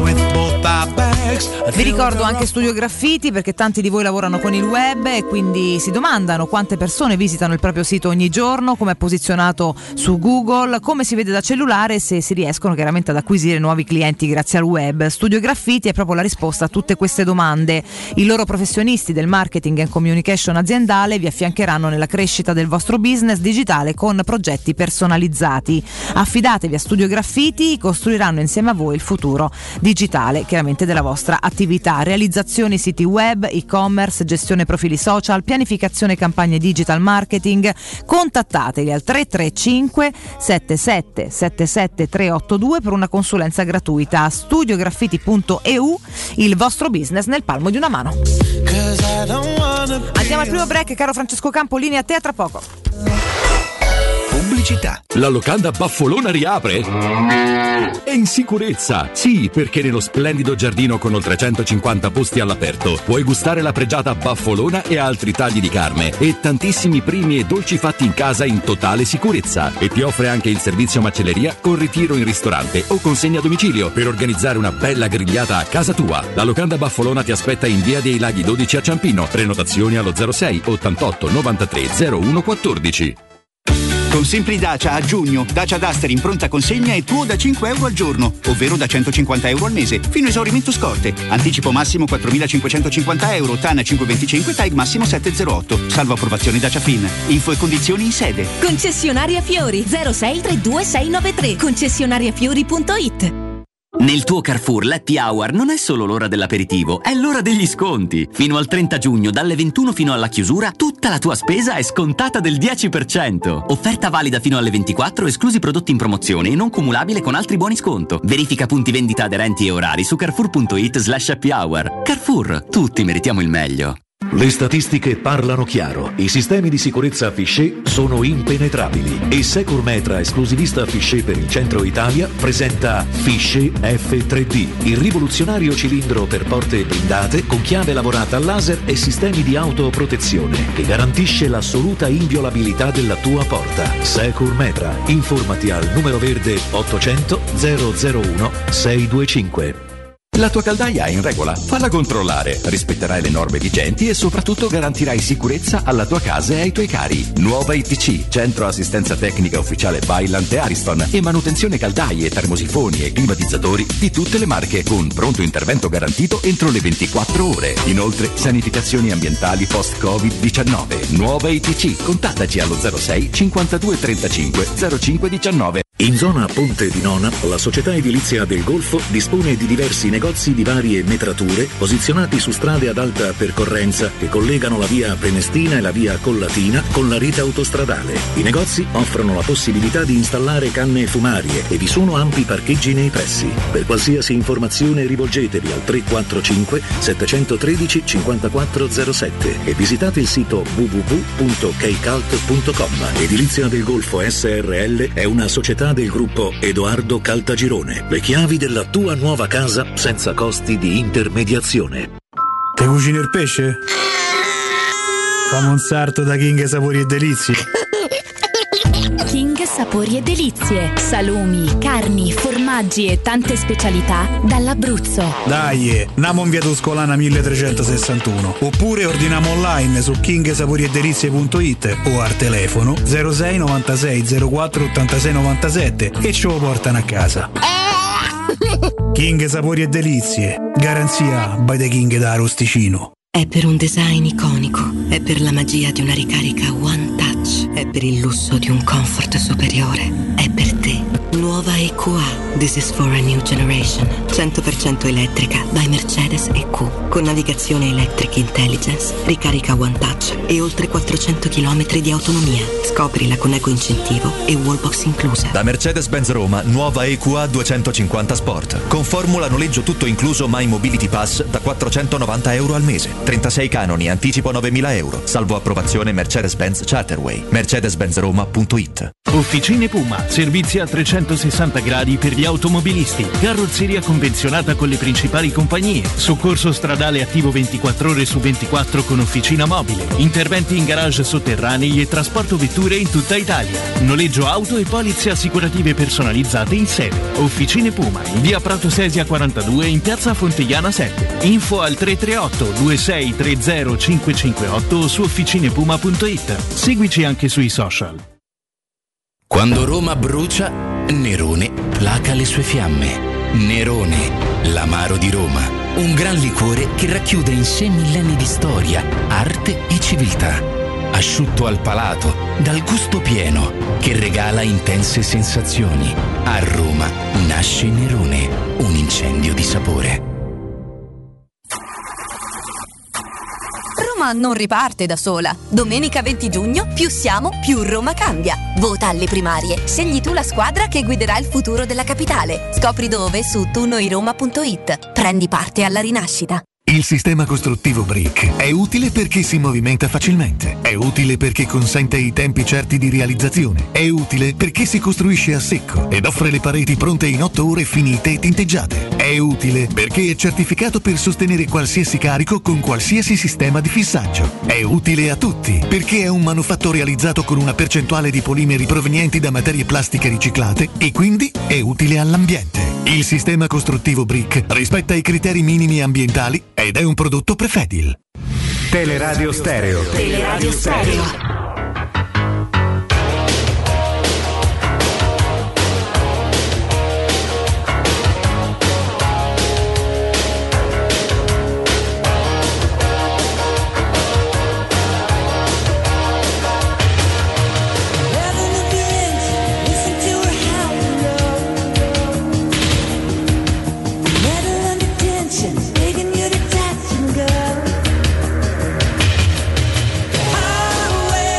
Vi ricordo anche Studio Graffiti, perché tanti di voi lavorano con il web e quindi si domandano quante persone visitano il proprio sito ogni giorno, come è posizionato su Google, come si vede da cellulare e se si riescono chiaramente ad acquisire nuovi clienti grazie al web. Studio Graffiti è proprio la risposta a tutte queste domande. I loro professionisti del marketing and communication aziendale vi affiancheranno nella crescita del vostro business digitale con progetti personalizzati. Affidatevi a Studio Graffiti, costruiranno insieme a voi il futuro digitale chiaramente della vostra attività. Realizzazioni siti web, e-commerce, gestione profili social, pianificazione campagne digital marketing. Contattateli al tre tre cinque sette sette sette sette tre otto due per una consulenza gratuita. studiograffiti punto e u, il vostro business nel palmo di una mano. Andiamo al primo break, caro Francesco Campo, linea a te, a tra poco. Pubblicità. La locanda Baffolona riapre? È in sicurezza, sì, perché nello splendido giardino con oltre centocinquanta posti all'aperto puoi gustare la pregiata Baffolona e altri tagli di carne e tantissimi primi e dolci fatti in casa in totale sicurezza, e ti offre anche il servizio macelleria con ritiro in ristorante o consegna a domicilio per organizzare una bella grigliata a casa tua. La locanda Baffolona ti aspetta in via dei Laghi dodici a Ciampino. Prenotazioni allo zero sei ottantotto novantatré zero uno quattordici. Con Simply Dacia a giugno, Dacia Duster in pronta consegna è tuo da cinque euro al giorno, ovvero da centocinquanta euro al mese, fino a esaurimento scorte. Anticipo massimo quattromilacinquecentocinquanta euro, T A N cinquecentoventicinque, T A I G massimo settecentotto. Salvo approvazione Dacia Fin. Info e condizioni in sede. Concessionaria Fiori zero sei tre due sei nove tre, concessionariafiori punto it. Nel tuo Carrefour l'Happy Hour non è solo l'ora dell'aperitivo, è l'ora degli sconti. Fino al trenta giugno, dalle ventuno fino alla chiusura, tutta la tua spesa è scontata del dieci per cento. Offerta valida fino alle ventiquattro, esclusi prodotti in promozione e non cumulabile con altri buoni sconto. Verifica punti vendita aderenti e orari su carrefour punto it slash happy hour. Carrefour, tutti meritiamo il meglio. Le statistiche parlano chiaro, i sistemi di sicurezza Fichet sono impenetrabili e Securmetra, esclusivista Fichet per il centro Italia, presenta Fichet F tre D, il rivoluzionario cilindro per porte blindate con chiave lavorata a laser e sistemi di autoprotezione che garantisce l'assoluta inviolabilità della tua porta. Securmetra, informati al numero verde ottocento zero zero uno sei due cinque. La tua caldaia è in regola? Falla controllare. Rispetterai le norme vigenti e soprattutto garantirai sicurezza alla tua casa e ai tuoi cari. Nuova I T C, centro assistenza tecnica ufficiale Vaillant e Ariston, e manutenzione caldaie, termosifoni e climatizzatori di tutte le marche con pronto intervento garantito entro le ventiquattro ore. Inoltre, sanificazioni ambientali post-covid diciannove. Nuova I T C, contattaci allo zero sei cinquantadue trentacinque zero cinque diciannove. In zona Ponte di Nona, la società edilizia del Golfo dispone di diversi negozi di varie metrature posizionati su strade ad alta percorrenza che collegano la via Prenestina e la via Collatina con la rete autostradale. I negozi offrono la possibilità di installare canne fumarie e vi sono ampi parcheggi nei pressi. Per qualsiasi informazione rivolgetevi al tre quattro cinque sette uno tre cinque zero sette e visitate il sito w w w punto keicalt punto com. Edilizia del Golfo S R L è una società del gruppo Edoardo Caltagirone. Le chiavi della tua nuova casa senza costi di intermediazione. Te cucini il pesce? Fammi un sarto da King Sapori e Delizie. King Sapori e Delizie. Salumi, carni, formaggi e tante specialità dall'Abruzzo. Dai, namo in via Tuscolana milletrecentosessantuno. Oppure ordiniamo online su king sapori e delizie punto it o al telefono zero sei novantasei zero quattro ottantasei novantasette e ce lo portano a casa. King Sapori e Delizie. Garanzia by the King da Arosticino. È per un design iconico, è per la magia di una ricarica One Touch, è per il lusso di un comfort superiore, è per te. Nuova E Q A, This is for a new generation, cento per cento elettrica by Mercedes E Q, con navigazione Electric Intelligence, ricarica One Touch e oltre quattrocento chilometri di autonomia. Scoprila con eco incentivo e wallbox inclusa. Da Mercedes-Benz Roma, nuova E Q A duecentocinquanta Sport, con formula noleggio tutto incluso My Mobility Pass da quattrocentonovanta euro al mese. trentasei canoni, anticipo novemila euro, salvo approvazione Mercedes-Benz Charterway. mercedes benz roma punto it. Officine Puma, servizi a trecentosessanta gradi per gli automobilisti, carrozzeria convenzionata con le principali compagnie, soccorso stradale attivo ventiquattro ore su ventiquattro con officina mobile, interventi in garage sotterranei e trasporto vetture in tutta Italia, noleggio auto e polizze assicurative personalizzate in sede. Officine Puma, in via Prato Sesia quarantadue in piazza Fonteiana sette. Info al tre tre otto due sei tre zero cinque cinque otto o su officinepuma punto it. Seguici anche sui social. Quando Roma brucia, Nerone placa le sue fiamme. Nerone, l'amaro di Roma. Un gran liquore che racchiude in sé millenni di storia, arte e civiltà. Asciutto al palato, dal gusto pieno, che regala intense sensazioni. A Roma nasce Nerone, un incendio di sapore. Roma non riparte da sola. Domenica venti giugno, più siamo, più Roma cambia. Vota alle primarie. Scegli tu la squadra che guiderà il futuro della capitale. Scopri dove su tu noi roma punto it. Prendi parte alla rinascita. Il sistema costruttivo Brick è utile perché si movimenta facilmente, è utile perché consente i tempi certi di realizzazione, è utile perché si costruisce a secco ed offre le pareti pronte in otto ore finite e tinteggiate, è utile perché è certificato per sostenere qualsiasi carico con qualsiasi sistema di fissaggio, è utile a tutti perché è un manufatto realizzato con una percentuale di polimeri provenienti da materie plastiche riciclate e quindi è utile all'ambiente. Il sistema costruttivo Brick rispetta i criteri minimi ambientali ed è un prodotto Prefedil. Teleradio Stereo. Teleradio Stereo. Highway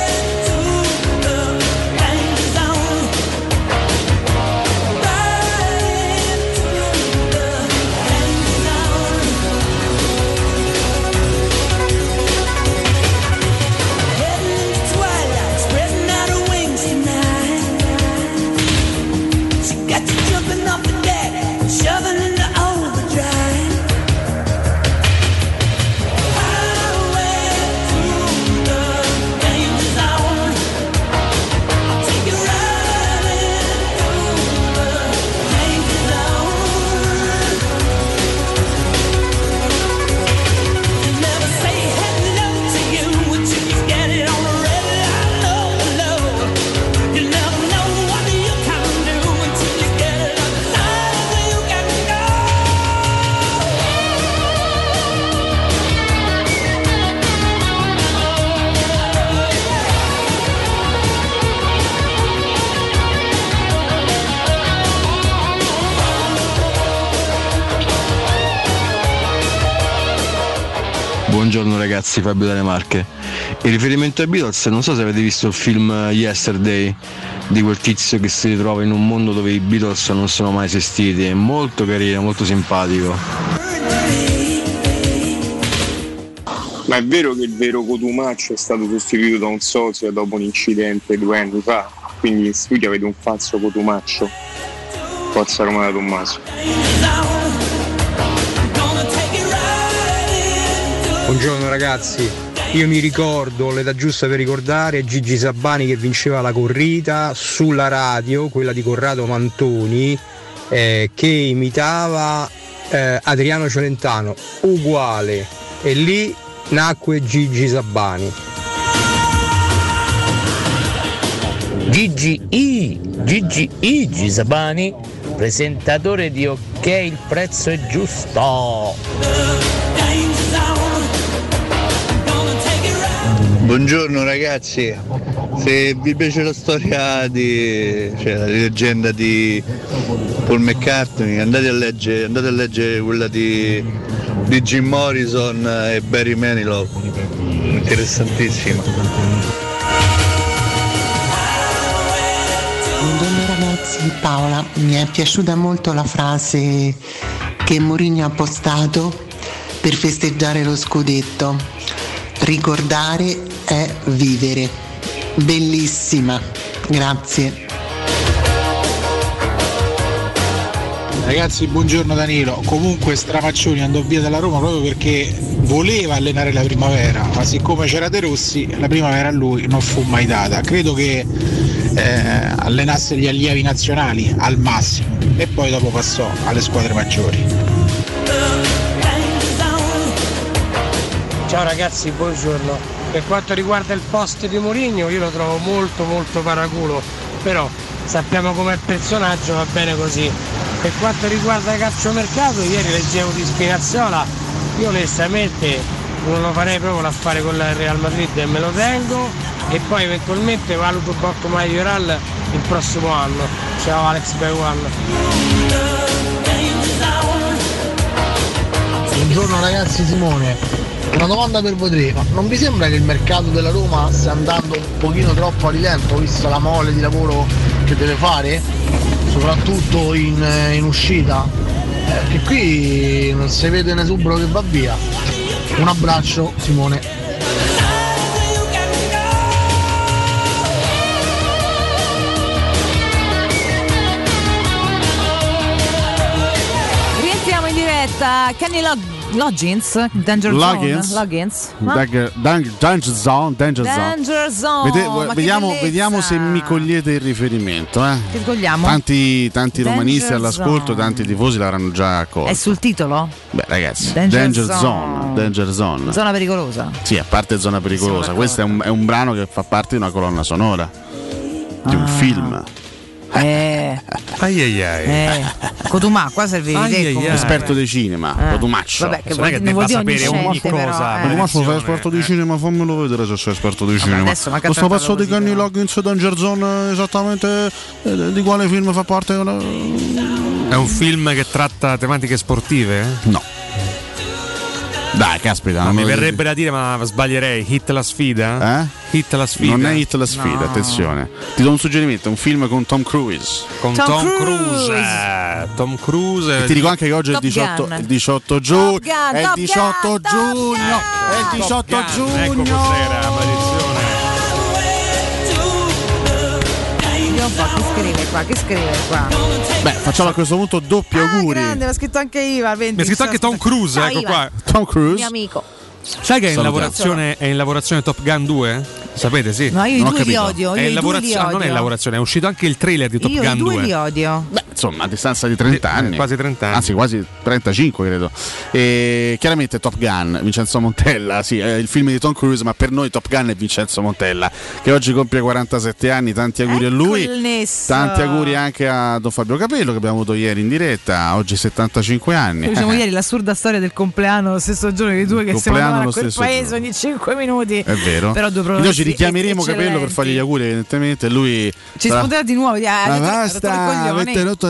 Buongiorno ragazzi, Fabio dalle Marche. In riferimento ai Beatles, non so se avete visto il film Yesterday, di quel tizio che si ritrova in un mondo dove i Beatles non sono mai esistiti. È molto carino, molto simpatico. Ma è vero che il vero Cotumaccio è stato sostituito da un socio dopo un incidente due anni fa? Quindi in studio avete un falso Cotumaccio? Forza Roma da Tommaso. Buongiorno ragazzi, io mi ricordo, l'età giusta per ricordare, Gigi Sabani che vinceva la corrida sulla radio, quella di Corrado Mantoni, eh, che imitava eh, Adriano Celentano, uguale, e lì nacque Gigi Sabani. Gigi I, Gigi I Sabani, presentatore di Ok, il prezzo è giusto. Buongiorno ragazzi, se vi piace la storia di, cioè la leggenda di Paul McCartney, andate a leggere, andate a leggere quella di, di Jim Morrison e Barry Manilow, interessantissima. Buongiorno ragazzi, Paola, mi è piaciuta molto la frase che Mourinho ha postato per festeggiare lo scudetto: ricordare è vivere. Bellissima, grazie. Ragazzi, buongiorno Danilo. Comunque Stramaccioni andò via dalla Roma proprio perché voleva allenare la primavera, ma siccome c'era De Rossi, la primavera a lui non fu mai data. Credo che eh, allenasse gli allievi nazionali al massimo e poi dopo passò alle squadre maggiori. Ciao ragazzi, buongiorno. Per quanto riguarda il post di Mourinho, io lo trovo molto molto paraculo, però sappiamo com'è il personaggio, va bene così. Per quanto riguarda il calciomercato, ieri leggevo di Spinazzola, io onestamente non lo farei proprio l'affare con il Real Madrid e me lo tengo, e poi eventualmente valuto Bocco Majoral il prossimo anno. Ciao Alex Bewan. Buongiorno ragazzi, Simone. Una domanda per voi tre, ma non vi sembra che il mercato della Roma stia andando un pochino troppo a rilento, vista la mole di lavoro che deve fare, soprattutto in, in uscita? Eh, che qui non si vede un esubero che va via. Un abbraccio, Simone. Rientriamo in diretta. Kenny Log- Loggins, Danger Loggins. Zone, Loggins. Danger, danger, danger Zone, Danger Zone. Danger Zone. Vede, ma vediamo, vediamo se mi cogliete il riferimento. Eh. Che cogliamo? Tanti, tanti Danger romanisti all'ascolto, Zone. tanti tifosi l'avranno già accolto. È sul titolo? Beh ragazzi, Danger Danger, Zone. Zone. Danger Zone. Zona pericolosa. Sì, a parte Zona Pericolosa, questo è un, è un brano che fa parte di una colonna sonora di un Ah. film. Eh. Ai ai ai. Eh. Cotumà, qua servevi Ai te ai ai. comunque. Esperto di cinema, Eh. Cotumaccio. Vabbè, che vuol- non vuol dire ogni scienza, però, eh. Cotumaccio, sei esperto di cinema, fammelo vedere se sei esperto di cinema. adesso manca Questo trattato pezzo di così, Kenny Loggins e Danger Zone esattamente eh, di quale film fa parte? È un film che tratta tematiche sportive? No. Dai, caspita. No, non mi lo verrebbe dici. da dire, ma sbaglierei. Hit la sfida? Eh? Hit la sfida. Non è Hit la sfida, No. attenzione. Ti do un suggerimento, un film con Tom Cruise. Con Tom Tom, Cruise. Cruise. Eh, Tom Cruise. E ti dico anche che oggi è il Top diciotto, Gun. il diciotto giugno. Top Gun, È il Top diciotto Gun, Top giugno. È il diciotto Top Gun. Ecco giugno. cos'era, maledizione. Vediamo un po', che scrive qua, che scrive qua. Beh, facciamo a questo punto doppi auguri. Grande, l'ha scritto anche Iva. Mi ha scritto anche Tom Cruise, Ciao, ecco Iva. qua. Tom Cruise. Mio amico. Sai che è in, Salutiamo. lavorazione, è in lavorazione Top Gun due? Sapete, sì. No, io i Non ho due li capito. odio. È Io in i due li lavorazio- non è in odio. lavorazione, è uscito anche il trailer di Top Io Gun i due due. li odio. Beh, insomma, a distanza di trenta Eh, anni. quasi trenta anni. Anzi, quasi trentacinque credo. E chiaramente Top Gun, Vincenzo Montella, sì, è il film di Tom Cruise, ma per noi Top Gun è Vincenzo Montella, che oggi compie quarantasette anni, tanti auguri Ecco a lui. il nesso. Tanti auguri anche a Don Fabio Capello che abbiamo avuto ieri in diretta, oggi settantacinque anni. Diciamo ieri l'assurda storia del compleanno lo stesso giorno di due che si Compleanno mandavano a lo quel stesso paese ogni cinque minuti. È vero. Però due Quindi oggi protagonisti richiameremo eccellenti. Capello per fargli gli auguri, evidentemente lui Ci sarà- spunterà di nuovo. Ah, Ma avete rotto i basta, coglioni. avete rotto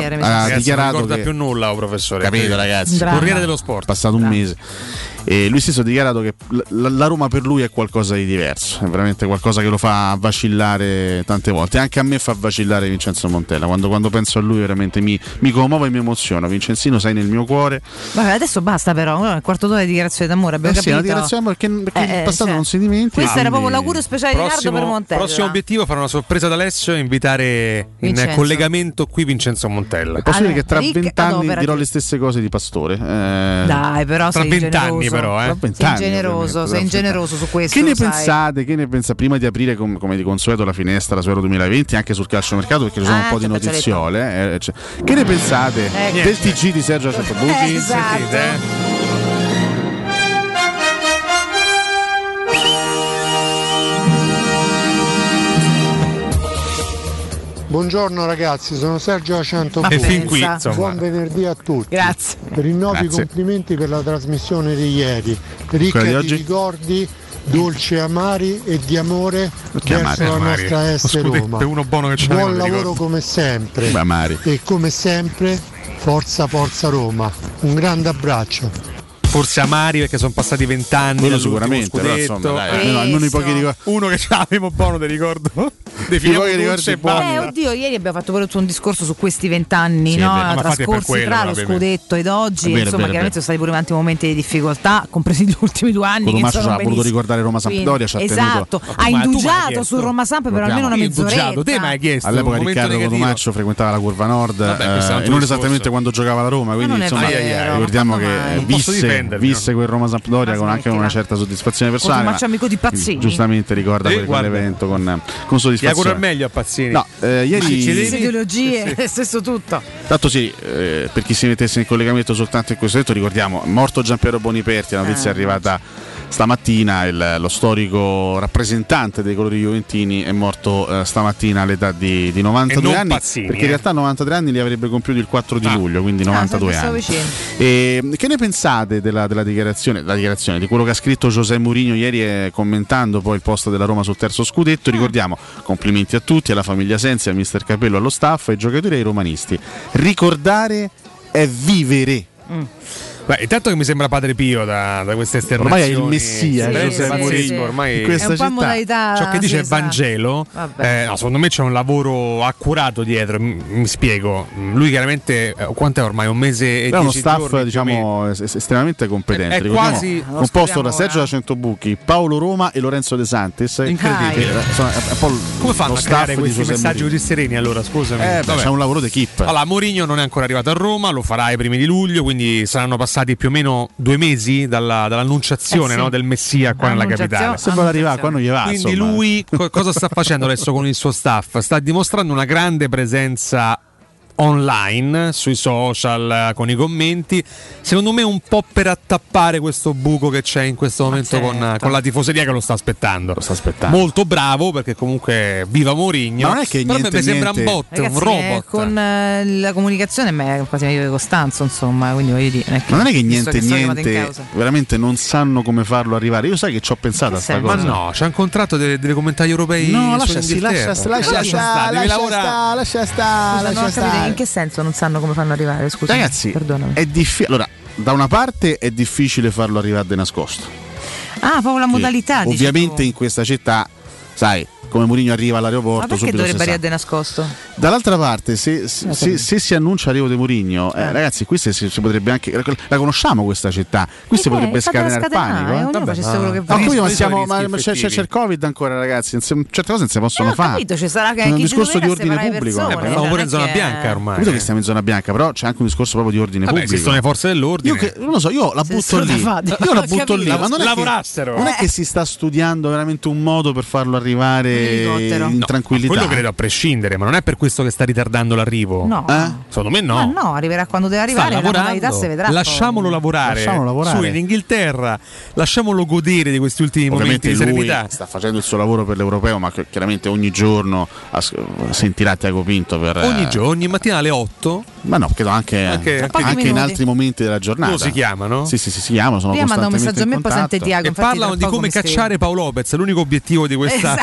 Corriere, mi ha sa. Ragazzi, dichiarato non ricorda che più nulla, oh, professore. capito ragazzi, Dramma. Corriere dello Sport. passato un mese. E lui stesso ha dichiarato che la, la Roma per lui è qualcosa di diverso, è veramente qualcosa che lo fa vacillare tante volte. Anche a me fa vacillare Vincenzo Montella, quando, quando penso a lui veramente mi, mi commuove e mi emoziona. Vincenzino, sei nel mio cuore. Vabbè, adesso basta però, il quarto d'ora di dichiarazione d'amore, abbiamo eh sì, capito. Una dichiarazione perché, perché eh, il passato cioè, non si dimentica. Questo era proprio quindi... l'augurio speciale di Nardo per Montella. Prossimo obiettivo, fare una sorpresa ad Alessio e invitare Vincenzo. in collegamento qui Vincenzo Montella. Posso Allora, dire che tra Rick, vent'anni adopera- dirò le stesse cose di Pastore. Eh... Dai, però tra sei vent'anni ingeneroso. però, eh. Tra Sei vent'anni, ingeneroso, ovviamente, sei ingeneroso su questo. Che ne lo sai. pensate? Che ne pensa prima di aprire com- come di consueto la finestra su Euro duemilaventi anche sul calciomercato, perché ci sono Ah, un po' di che notiziole, eh, cioè. Che ne pensate Ecco. del T G di Sergio Centobuchi? Eh, esatto. Sentite, eh? Buongiorno ragazzi, sono Sergio Acento. E fin qui, insomma. Buon venerdì a tutti. Grazie. Rinnovi i Grazie. complimenti per la trasmissione di ieri, ricca Quella di di, oggi? ricordi, dolci e amari e di amore Perché verso amari? la Amari. nostra Lo S scudetto Roma. è uno buono che c'è. Buon lavoro come sempre. Beh, Mari. E come sempre, forza forza Roma. Un grande abbraccio. Forse amari perché sono passati vent'anni. Quello dall'ultimo sicuramente, però, scudetto. insomma, dai, almeno, almeno i pochi ricordi. Uno che ce l'avevamo buono, ti ricordo. I pochi ricordi dolce e buoni. Eh, oddio, ieri abbiamo fatto pure un discorso su questi vent'anni, Sì, no? è vero, ma fate per Trascorsi quello, tra lo probabilmente. scudetto ed oggi, È vero, è insomma, vero, è chiaramente sono stati pure tanti momenti di difficoltà, compresi gli ultimi due anni. Cotumaccio che ci ha sono voluto benissimo. ricordare Roma Sampdoria, ci ha Quindi, tenuto. esatto, Ma ha tu- ma tu mi hai indugiato chiesto? su Roma Samp per almeno una Io ho indugiato, mezz'oretta. te mi hai chiesto. All'epoca un momento Riccardo negativo. Cotumaccio frequentava la Curva Nord, Vabbè, questo è un eh, altro e non discorso. esattamente quando giocava la Roma, quindi non è insomma vero, ricordiamo ma che mai. Non posso visse, difendermi, visse quel Roma Sampdoria Ma con anche una smettila. certa soddisfazione personale. Cotumaccio ma amico di Pazzini. Giustamente ricorda Eh, quel- guarda. quell'evento con, con Ti auguro il soddisfazione. meglio a Pazzini. No, eh, ieri Stesse ideologie, stesso tutto. Tanto sì, eh, per chi si mettesse in collegamento soltanto in questo detto, ricordiamo, morto Giampiero Boniperti, la notizia è Ah. arrivata stamattina, il- lo storico rappresentante dei colori juventini è morto eh, stamattina all'età di, di novantadue E non anni, Pazzini, perché eh. in realtà novantatré anni li avrebbe compiuti il quattro di Ah. luglio, quindi Ah, novantadue sempre anni. stavo vicino. E, che ne pensate della, della dichiarazione, della dichiarazione, di quello che ha scritto José Mourinho ieri eh, commentando poi il posto della Roma sul terzo scudetto? Ricordiamo, complimenti a tutti, alla famiglia Sensi, al mister Capello, allo staff, ai giocatori e ai romanisti. Ricordare è vivere. Mm. Beh, intanto che mi sembra Padre Pio da, da queste Ormai è esternazioni. il messia, Sì, eh, sì, José sì, Mourinho. sì, ormai In questa È un po' in città. modalità. ciò che dice sì, il esatto. Vangelo, Vabbè. eh, no, secondo me c'è un lavoro accurato dietro. Mi, mi spiego, lui chiaramente eh, quanto è ormai un mese e È uno dieci staff giorni, più o meno. diciamo es- es- estremamente competente. È- è Ricordiamo, quasi- Lo composto scopriamo da Sergio ora. da Centobucchi, Paolo Roma e Lorenzo De Santis. Incredibile. Che, eh, insomma, è un po' l- Come fanno lo a staff creare di questi José messaggi Mourinho. così sereni? Allora, scusami. Eh, beh, Vabbè. c'è un lavoro d'equipe. Allora, Mourinho non è ancora arrivato a Roma, lo farà ai primi di luglio, quindi saranno passati più o meno due mesi dalla, dall'annunciazione Eh sì. no, del Messia qua nella Annunciazione. capitale. Sembra arrivare qua non gli va. Quindi insomma. lui co- cosa sta facendo adesso con il suo staff? Sta dimostrando una grande presenza online, sui social, con i commenti, secondo me un po' per attappare questo buco che c'è in questo momento certo. con, con la tifoseria che lo sta aspettando. Lo sta aspettando. Molto bravo perché comunque viva Mourinho. Ma non è che però niente, mi sembra niente- un bot, Ragazzi, un robot. eh, con eh, la comunicazione ma è quasi meglio di Costanzo, insomma, quindi voglio dire. Ma non è che visto niente, che sono chiamati in niente, causa. veramente non sanno come farlo arrivare. Io sai che ci ho pensato a Che sta senso? Ma cosa. no, c'è un contratto delle, delle commentari europei. No, su lascia, sì, Inghilterra. lascia, lascia, lascia, stare, devi lascia lavorare. sta, lascia sta, Scusa, non ho lascia capito stare. in che senso non sanno come fanno arrivare, scusa. Ragazzi, perdonami. è difficile. Allora, da una parte è difficile farlo arrivare di nascosto. Ah, proprio la Che modalità. dici ovviamente tu. in questa città, sai, come Mourinho arriva Ma all'aeroporto perché subito dovrebbe si sa. arrivare di nascosto? Dall'altra parte, se, se, se- se si annuncia l'arrivo di Mourinho, eh, Eh. ragazzi, qui si, si potrebbe anche. La conosciamo questa città, qui si Eh, potrebbe è stata scatenare il scatenare, panico. eh, Eh. ognuno facesse quello che No, vuole. capito, ma, Quali siamo, sono i ma rischi c'è, c'è, c'è il effettivi? Covid ancora, ragazzi. non si- certe cose non si possono Eh, ho fare. capito, ci sarà che È un chi ci discorso di doveva ordine separare le pubblico. persone, Eh, ma cioè, stiamo pure in non è zona che- bianca ormai. Capito che stiamo in zona bianca, però c'è anche un discorso proprio di ordine Vabbè, pubblico. esistono le forze dell'ordine. Io che, non lo so, io la Se butto sono lì. fatti. Io la Ho butto lì, capito. ma non è, che, Lavorassero. non è che si sta studiando veramente un modo per farlo arrivare L'elicottero. in No, tranquillità. quello credo a prescindere, ma non è per questo che sta ritardando l'arrivo. No. Eh? Secondo me no. Ma no, arriverà quando deve Sta arrivare, la lavorando. modalità si vedrà. Lasciamolo poi. lavorare. Lasciamolo lavorare. Su in Inghilterra, lasciamolo godere di questi ultimi Ovviamente momenti di lui serenità. sta facendo il suo lavoro per l'europeo, ma che- chiaramente ogni giorno as- sentirà Tiago Pinto per Ogni eh, giorno, ogni mattina alle otto. Ma no, credo anche, Anche- anche, anche minuti. in altri momenti della giornata. Lo si chiamano? Sì, sì, sì, si chiamano, sono Prima manda un costantemente messaggio a me in e poi sente contatto. Tiago. E infatti parlano tra di poco come mi scrive. cacciare Paolo Lopez, è l'unico obiettivo di questa Esatto. sessione di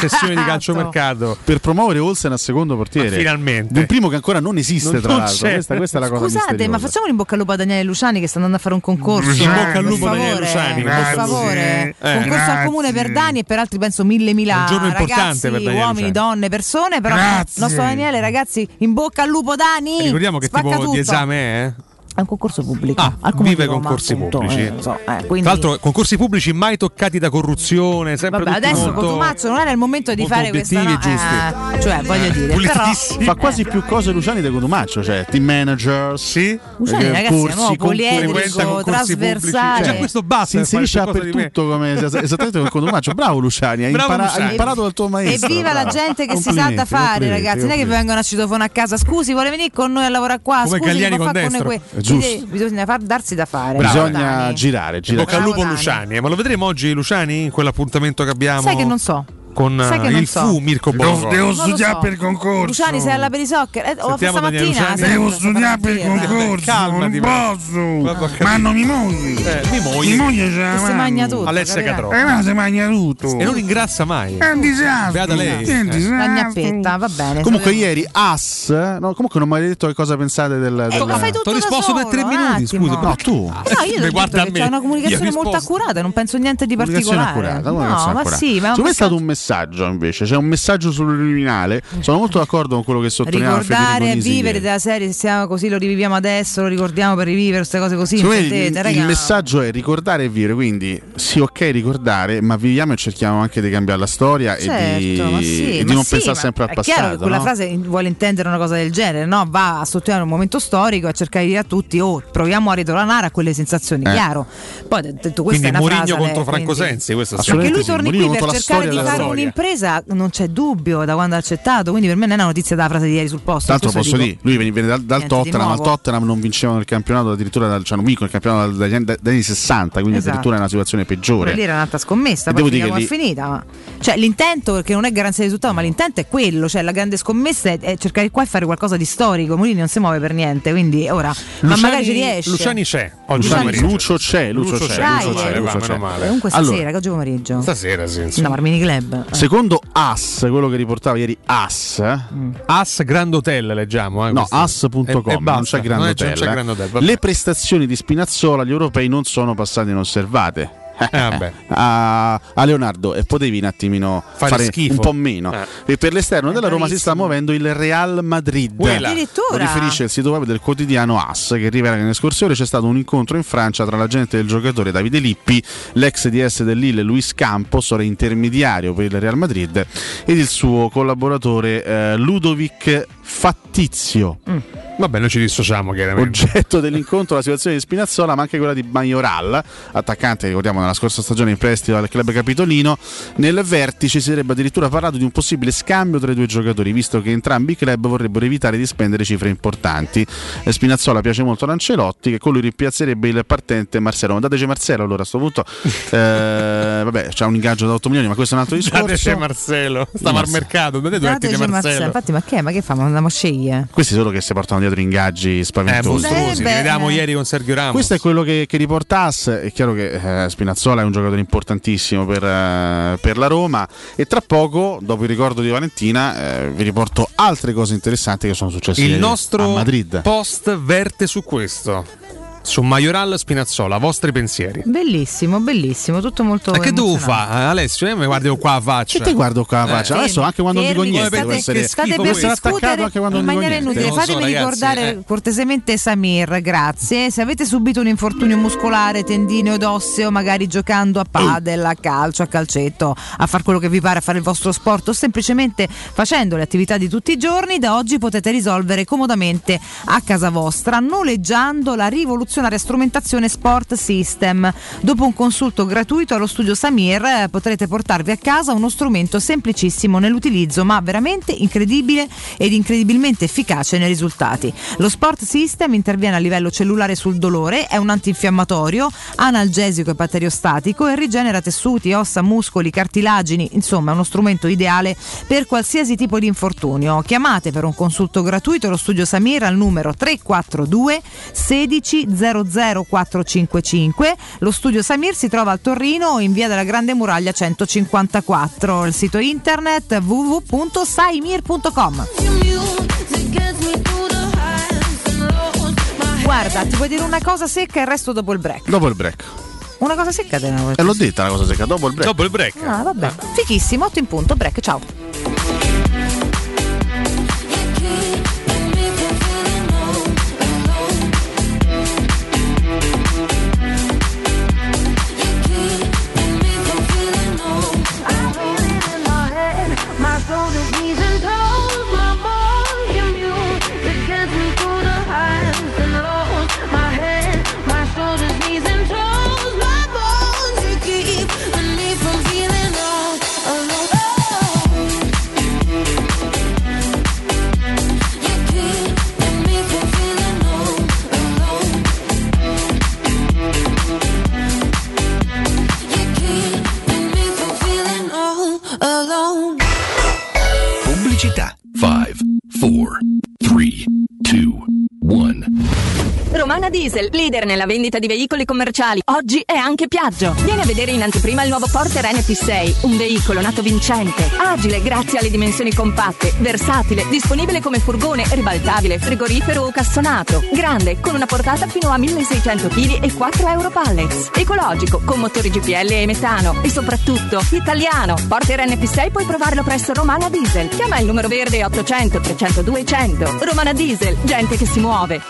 calciomercato per promuovere Olsen a secondo portiere. Ma finalmente. Di un primo che ancora non esiste, non, tra non l'altro. Questa, questa è la cosa Scusate, misteriosa. ma facciamo un in bocca al lupo a Daniele Luciani che sta andando a fare un concorso. In bocca al lupo per Daniele favore, Luciani. per Grazie. favore. Eh, concorso grazie. al comune per Dani e per altri penso mille mila un giorno importante ragazzi, per Daniele uomini, Luciani. donne, persone, però Grazie. il nostro Daniele, ragazzi, in bocca al lupo Dani. Ricordiamo che Spacca tipo tutto. di esame è? Eh? È un concorso pubblico. Ah, al Comune vive di Roma, concorsi appunto, pubblici. eh, so, eh, quindi... Tra l'altro concorsi pubblici mai toccati da corruzione, sempre Vabbè, tutti adesso molto, Cotumaccio non era il momento di molto fare questa, no? obiettivi e Eh, cioè voglio dire, però fa quasi più cose Luciani di Cotumaccio, cioè team manager, sì, Luciani, eh, ragazzi, è corsi, nuovo, concorsi, poliedrico, trasversale. Cioè, questo basta si inserisce per fare qualcosa dappertutto come esattamente come Cotumaccio. Bravo Luciani, hai, Bravo impara- Luciani. hai imparato dal tuo maestro. Evviva la bravo. gente che si sa Complimenti, da fare, complimenti, ragazzi. Non è che complimenti. vengono a citofono a casa. Scusi, vuole venire con noi a lavorare qua? Come Scusi, Galliani può con fare con noi destro. que- È giusto. Bisogna- Bisogna far- darsi da fare. Bisogna Dani. girare, In girare. bocca al lupo Bravo, Luciani, eh, ma lo vedremo oggi Luciani in quell'appuntamento che abbiamo Sai che non so. con Sai che eh, non il so. fu Mirko Bogo. Devo Non lo studiare so. per il concorso. Luciani, sei alla per i soccer. Eh, oh, Sentiamo Daniele stamattina. Luciani. sei Devo sempre studiare per il stamattina. concorso. Calmati, non ma- posso. capire. Ma hanno mia moglie. Eh, mia moglie. Mia moglie c'è la Che si mano. mangia tutto. Alessia capirai? Catrò. Eh, ma si mangia tutto. E non ingrassa mai. È un disastro. Beata lei. È un Eh. disastro. La gnappetta, va bene. Comunque sappiamo- ieri As, no, comunque non mi avete detto che cosa pensate del, del... Eh, ma fai tutto T'ho da risposto per solo, tre un minuti, attimo. scusa. No, tu. No, io Beh, ho guarda detto a che me. c'è una Io comunicazione ho molto risposto. accurata, non penso niente di Comunicazione particolare. accurata, No, comunicazione ma accurata. sì, ma Secondo me è stato un messaggio invece, c'è un messaggio sull'originale. Sono molto d'accordo con quello che sottolineava Federico ricordare, Nisi vivere ieri. della serie, se siamo così lo riviviamo adesso, lo ricordiamo per rivivere queste cose così. Secondo me il, intendete, il raga? messaggio è ricordare e vivere, quindi sì, ok, ricordare, ma viviamo e cerchiamo anche di cambiare la storia Certo, e di, ma sì, e di ma non sì, pensare ma sempre al è passato. chiaro che quella no? frase vuole intendere una cosa del genere, no? Va a sottolineare un momento storico, a cercare di dire a tutti, oh, proviamo a ritornare a quelle sensazioni, Eh. chiaro. Poi detto questa Quindi è una Mourinho frase, contro quindi- Franco Sensi, questo è Ma che lui Assolutamente sì, torni Mourinho qui per contro la cercare storia di della fare storia. un'impresa non c'è dubbio da quando ha accettato, quindi per me non è una notizia della frase di ieri sul posto. Tra l'altro questo posso dico. dire, lui viene, viene dal, dal Niente di Tottenham, al nuovo. Tottenham non vincevano il campionato addirittura, dal, cioè non vincono il campionato dagli anni, dagli anni sessanta, quindi Esatto. addirittura è una situazione peggiore. Pure lì era un'altra scommessa, E poi devo dire finita che come è finita. Ma... Cioè l'intento, perché non è garanzia di risultato, ma l'intento è quello, cioè la grande scommessa è, è cercare qua e fare qualcosa di storico. Mourinho non si muove per niente, quindi ora ma Luciani- magari ci riesce. Luciani c'è oggi Luciani- pomeriggio. Lucio c'è, Lucio Lucio c'è, c'è, Dai, Lucio c'è, eh, Lucio va, c'è. meno male. Comunque Allora, stasera, che oggi pomeriggio. Stasera sì, insomma. Andiamo al mini club. Eh. Secondo As, quello che riportava ieri As, As Grand Hotel leggiamo, eh, no, questo. as punto com, E- e non basta. c'è Grand Non è- Hotel. non c'è eh. Grand Hotel, vabbè. Le prestazioni di Spinazzola agli europei non sono passate inosservate. Eh, vabbè. a, a Leonardo e potevi un attimino Fare fare, schifo. un po' meno Eh. e per l'esterno È della Roma si sta bravissimo. muovendo il Real Madrid. Quella. Addirittura. Lo riferisce il sito web del quotidiano As, che rivela che nelle scorse ore c'è stato un incontro in Francia tra l'agente del giocatore Davide Lippi, l'ex D S del Lille Luis Campos, ora intermediario per il Real Madrid, ed il suo collaboratore eh, Ludovic Fattizio. Mm. Vabbè, noi ci dissociamo chiaramente. Oggetto dell'incontro la situazione di Spinazzola, ma anche quella di Majoral, attaccante che ricordiamo nella scorsa stagione in prestito al club capitolino. Nel vertice si sarebbe addirittura parlato di un possibile scambio tra i due giocatori, visto che entrambi i club vorrebbero evitare di spendere cifre importanti. E Spinazzola piace molto ad Ancelotti, che con lui rimpiazzerebbe il partente Marcelo. Dateci Marcelo allora a sto punto. Eh, vabbè, c'ha un ingaggio da otto milioni, ma questo è un altro discorso. Dateci Marcelo, stava al mercato, date due Dateci Marcelo. Marcelo. Infatti, ma che? Ma che fa? Ma andiamo a scegliere. Questi solo che si portano dietro ingaggi Eh, spaventosi. mostruosi, beh, li vediamo eh. ieri con Sergio Ramos. Questo è quello che, che riporta As. È chiaro che eh, Spinazzola è un giocatore importantissimo per, eh, per la Roma. E tra poco, dopo il ricordo di Valentina, eh, vi riporto altre cose interessanti che sono successe Il ieri nostro a Madrid. post verte su questo. Su Majoral Spinazzola, vostri pensieri. Bellissimo, bellissimo, tutto molto. Ma che devo emozionante. fare? Alessio, io mi guardo qua a faccia. Che te guardo qua la Eh, faccia? Adesso anche quando non dico fermi, niente che devo state- essere, state schifo per voi. essere attaccato discutere anche quando in non dico maniera niente. inutile. Non so, Fatemi ragazzi, ricordare eh. cortesemente Samir, grazie. Se avete subito un infortunio muscolare, tendineo ed osseo, magari giocando a padel, a calcio, a calcetto, a far quello che vi pare, a fare il vostro sport o semplicemente facendo le attività di tutti i giorni, da oggi potete risolvere comodamente a casa vostra noleggiando la rivoluzionaria strumentazione Sport System. Dopo un consulto gratuito allo studio Samir eh, potrete portarvi a casa uno strumento semplicissimo nell'utilizzo ma veramente incredibile ed incredibilmente efficace nei risultati. Lo Sport System interviene a livello cellulare sul dolore, è un antinfiammatorio, analgesico e batteriostatico e rigenera tessuti, ossa, muscoli, cartilagini, insomma è uno strumento ideale per qualsiasi tipo di infortunio. Chiamate per un consulto gratuito lo studio Samir al numero tre quattro due sedici zero zero quattro cinque cinque. Lo studio Samir si trova al Torrino in via della Grande Muraglia centocinquantaquattro. Il sito internet w w w punto saimir punto com. Guarda, ti vuoi dire una cosa secca e il resto dopo il break? Dopo il break. Una cosa secca te ne vuoi? E l'ho detta la cosa secca, dopo il break. Dopo il break. Ah, vabbè. Fichissimo, otto in punto, break, ciao. Pubblicità. five, four, three, two, one. Romana Diesel, leader nella vendita di veicoli commerciali. Oggi è anche Piaggio. Vieni a vedere in anteprima il nuovo Porter N P sei, un veicolo nato vincente, agile grazie alle dimensioni compatte, versatile, disponibile come furgone, ribaltabile, frigorifero o cassonato, grande, con una portata fino a milleseicento chili e quattro euro pallets, ecologico, con motori G P L e metano e soprattutto italiano. Porter N P sei puoi provarlo presso Romana Diesel. Chiama il numero verde ottocento trecentodue cento. Romana Diesel, gente che si muove.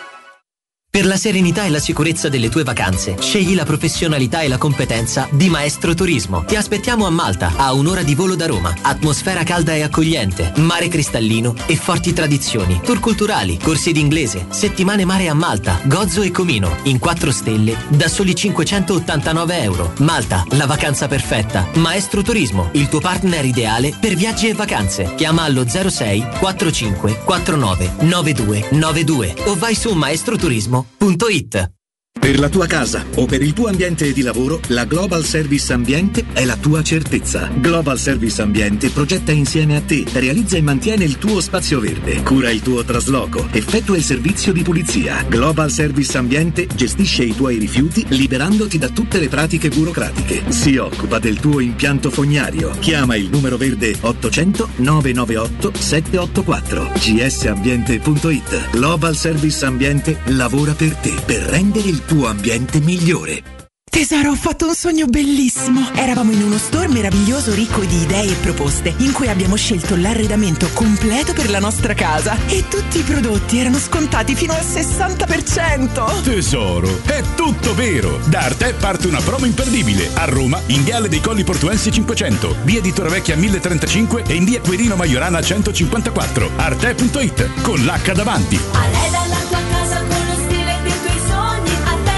Per la serenità e la sicurezza delle tue vacanze, scegli la professionalità e la competenza di Maestro Turismo. Ti aspettiamo a Malta, a un'ora di volo da Roma. Atmosfera calda e accogliente, mare cristallino e forti tradizioni. Tour culturali, corsi d'inglese, settimane mare a Malta, Gozo e Comino, in quattro stelle, da soli cinquecentottantanove euro. Malta, la vacanza perfetta. Maestro Turismo, il tuo partner ideale per viaggi e vacanze. Chiama allo zero sei quarantacinque quarantanove novantadue novantadue o vai su maestroturismo punto it. Per la tua casa o per il tuo ambiente di lavoro, la Global Service Ambiente è la tua certezza. Global Service Ambiente progetta insieme a te, realizza e mantiene il tuo spazio verde, cura il tuo trasloco, effettua il servizio di pulizia. Global Service Ambiente gestisce i tuoi rifiuti liberandoti da tutte le pratiche burocratiche. Si occupa del tuo impianto fognario. Chiama il numero verde ottocento novecentonovantaotto settecentoottantaquattro. g s ambiente punto it. Global Service Ambiente lavora per te, per rendere il tuo ambiente migliore. Tesoro, ho fatto un sogno bellissimo. Eravamo in uno store meraviglioso ricco di idee e proposte, in cui abbiamo scelto l'arredamento completo per la nostra casa e tutti i prodotti erano scontati fino al sessanta per cento. Tesoro, è tutto vero. Da Arte parte una promo imperdibile. A Roma, in Viale dei Colli Portuensi cinquecento, via di Torrevecchia mille trentacinque e in via Quirino Maiorana centocinquantaquattro. Arte punto it, con l'H davanti. Arreda la tua casa con lo stile dei tuoi sogni.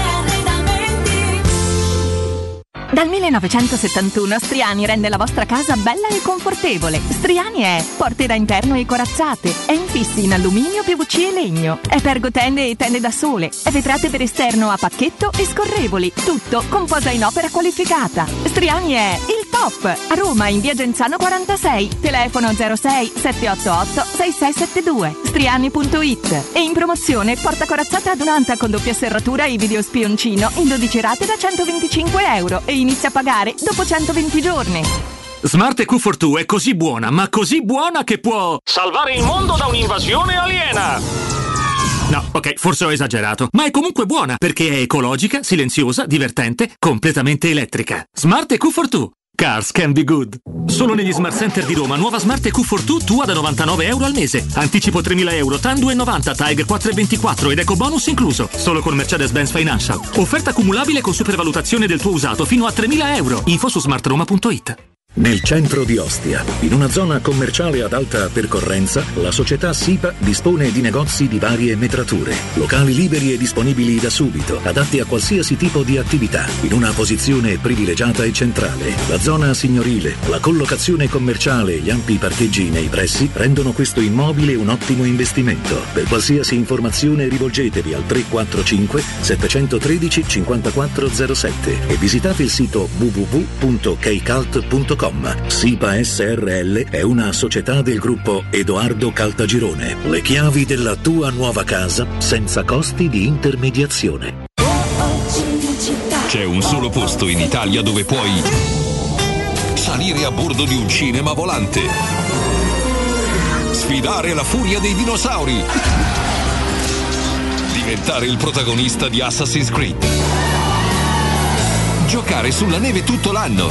Dal millenovecentosettantuno Striani rende la vostra casa bella e confortevole. Striani è porte da interno e corazzate, è infissi in alluminio, P V C e legno, è pergotende e tende da sole, è vetrate per esterno a pacchetto e scorrevoli, tutto con posa in opera qualificata. Striani è il top! A Roma in via Genzano quarantasei, telefono zero sei sette otto otto sei sei sette due, striani punto it. E in promozione porta corazzata adunata con doppia serratura e video spioncino in dodici rate da centoventicinque euro e inizia a pagare dopo centoventi giorni. Smart E Q quarantadue è così buona, ma così buona che può salvare il mondo da un'invasione aliena. No, ok, forse ho esagerato, ma è comunque buona perché è ecologica, silenziosa, divertente, completamente elettrica. Smart E Q quarantadue. Cars can be good. Solo negli Smart Center di Roma, nuova Smart E Q quarantadue tua da novantanove euro al mese. Anticipo tremila euro, TAN due virgola novanta, TAG quattro virgola ventiquattro ed eco bonus incluso. Solo con Mercedes-Benz Financial. Offerta cumulabile con supervalutazione del tuo usato fino a tremila euro. Info su smart roma punto it. Nel centro di Ostia, in una zona commerciale ad alta percorrenza, la società SIPA dispone di negozi di varie metrature, locali liberi e disponibili da subito, adatti a qualsiasi tipo di attività, in una posizione privilegiata e centrale. La zona signorile, la collocazione commerciale e gli ampi parcheggi nei pressi rendono questo immobile un ottimo investimento. Per qualsiasi informazione rivolgetevi al tre quattro cinque sette uno tre cinquantaquattro zero sette e visitate il sito w w w punto keicalt punto com. com. SIPA S R L è una società del gruppo Edoardo Caltagirone. Le chiavi della tua nuova casa senza costi di intermediazione. C'è un solo posto in Italia dove puoi salire a bordo di un cinema volante, sfidare la furia dei dinosauri, diventare il protagonista di Assassin's Creed, giocare sulla neve tutto l'anno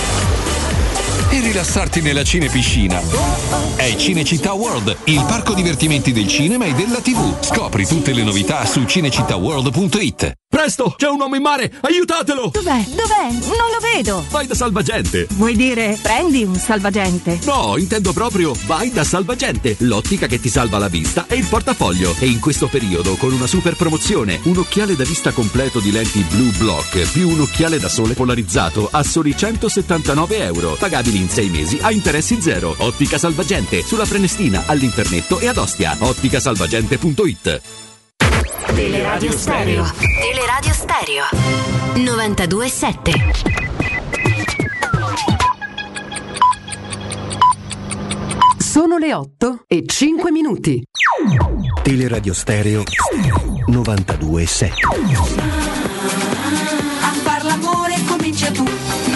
e rilassarti nella cinepiscina. È Cinecittà World, il parco divertimenti del cinema e della tivù. Scopri tutte le novità su cinecittàworld punto it. Presto, c'è un uomo in mare, aiutatelo! Dov'è? Dov'è? Non lo vedo! Vai da Salvagente! Vuoi dire prendi un salvagente? No, intendo proprio vai da Salvagente, l'ottica che ti salva la vista e il portafoglio. E in questo periodo con una super promozione, un occhiale da vista completo di lenti Blue Block più un occhiale da sole polarizzato a soli centosettantanove euro, pagabili in sei mesi a interessi zero. Ottica Salvagente, sulla Prenestina, all'Internetto e ad Ostia. ottica salvagente punto it. Teleradio Stereo. Teleradio Stereo. novantadue sette. Sono le otto e cinque minuti. Teleradio Stereo novantadue sette. A far l'amore comincia tu.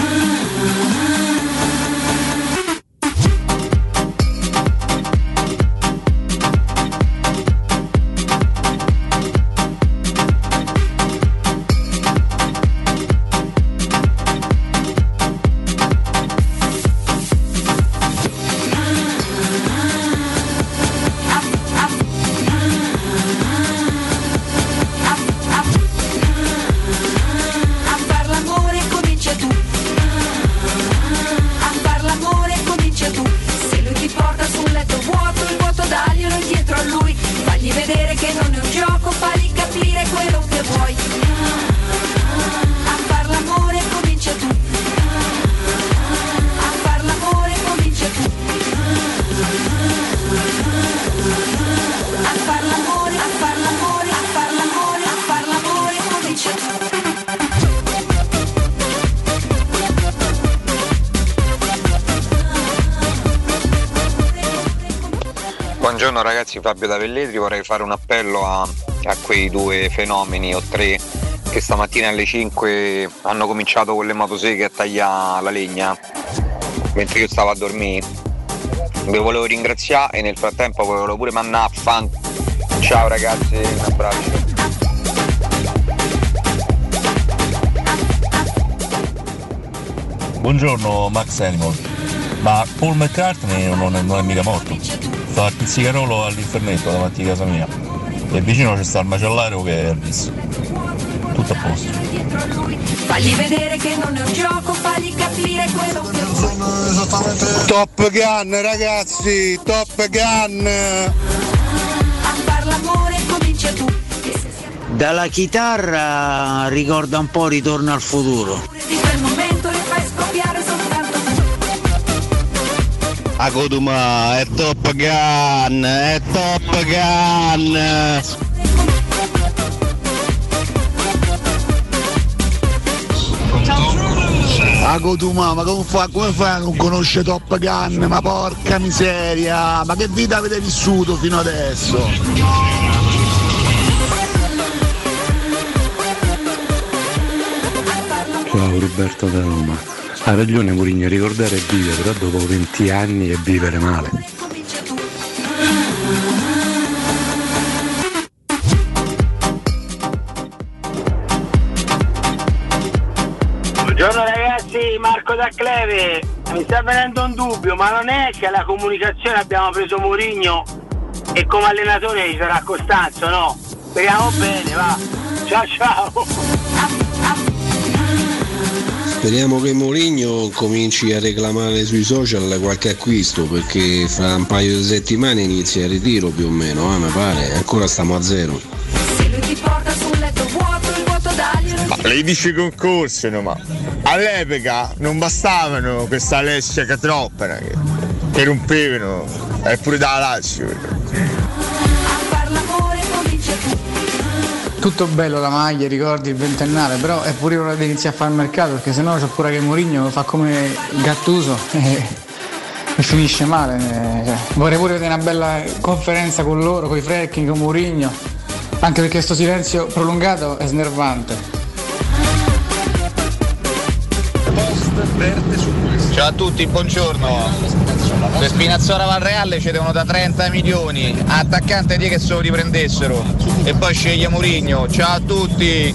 Buongiorno ragazzi, Fabio da Velletri, vorrei fare un appello a, a quei due fenomeni o tre che stamattina alle cinque hanno cominciato con le motoseghe a tagliare la legna mentre io stavo a dormire. Vi volevo ringraziare e nel frattempo volevo pure mandare a fan. Ciao ragazzi, un abbraccio. Buongiorno Max Animal, ma Paul McCartney non è, non è mica morto, fa il pizzicarolo all'infernetto davanti a casa mia e vicino c'è sta il macellario che è Elvis, tutto a posto. Fagli vedere che non è un gioco, fagli capire quello che vuoi. Top Gun ragazzi, Top Gun. A far l'amore comincia tu. Dalla chitarra ricorda un po' Ritorno al futuro. Di quel momento le fai scoppiare soltanto tu. A Coduma è Top Gun, è Top Gun. A Coduma, ma come fa, come fa a non conoscere Top Gun? Ma porca miseria, ma che vita avete vissuto fino adesso? Ciao Roberto da Roma. Ha ragione Mourinho, ricordare è vivere, però dopo venti anni è vivere male. Buongiorno ragazzi, Marco da Cleve. Mi sta venendo un dubbio, ma non è che alla comunicazione abbiamo preso Mourinho e come allenatore ci sarà Costanzo, no? Speriamo bene, va. Ciao ciao. Speriamo che Mourinho cominci a reclamare sui social qualche acquisto, perché fra un paio di settimane inizia il ritiro più o meno, eh, mi pare, ancora stiamo a zero. Se lui ti porta sul letto vuoto, il vuoto daglielo. Ma lei dice concorso, no? Ma all'epoca non bastavano questa Alessia Catropana che, che rompevano, e pure da Lazio. A far l'amore comincia tu. tutto bello la maglia, ricordi il ventennale, però è pure ora di iniziare a fare il mercato, perché sennò c'è pure che Mourinho fa come Gattuso e, e finisce male. Cioè, vorrei pure vedere una bella conferenza con loro, con i Frecchi, con Mourinho, anche perché sto silenzio prolungato è snervante. Ciao a tutti, buongiorno. Per Spinazzola Valreale ci devono da trenta milioni, attaccante di che se lo riprendessero e poi sceglie Mourinho. Ciao a tutti.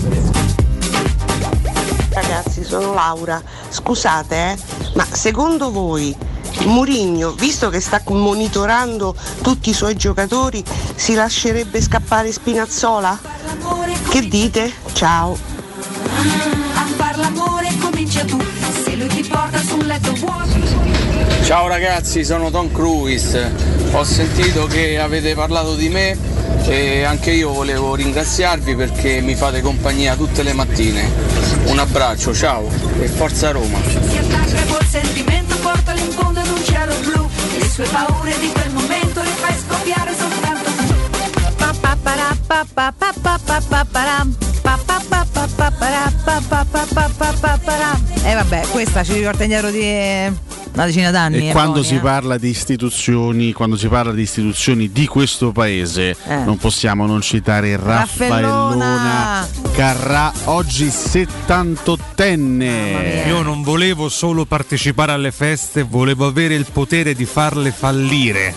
Ragazzi, sono Laura. Scusate, eh, ma secondo voi Mourinho, visto che sta monitorando tutti i suoi giocatori, si lascerebbe scappare Spinazzola? Che dite? Ciao. A far l'amore comincia tu, se lui ti porta sul letto vuoto. Ciao ragazzi, sono Tom Cruise. Ho sentito che avete parlato di me e anche io volevo ringraziarvi perché mi fate compagnia tutte le mattine. Un abbraccio, ciao e forza Roma. Si attacca col sentimento, porta l'infondo ad un cielo blu. Le sue paure di quel momento le fai scoppiare soltanto tu. E vabbè, questa ci riporta indietro di una decina d'anni. E quando poi, si eh. parla di istituzioni, quando si parla di istituzioni di questo paese, Eh. non possiamo non citare Raffaellona Carrà, oggi settantottenne. Io non volevo solo partecipare alle feste, volevo avere il potere di farle fallire.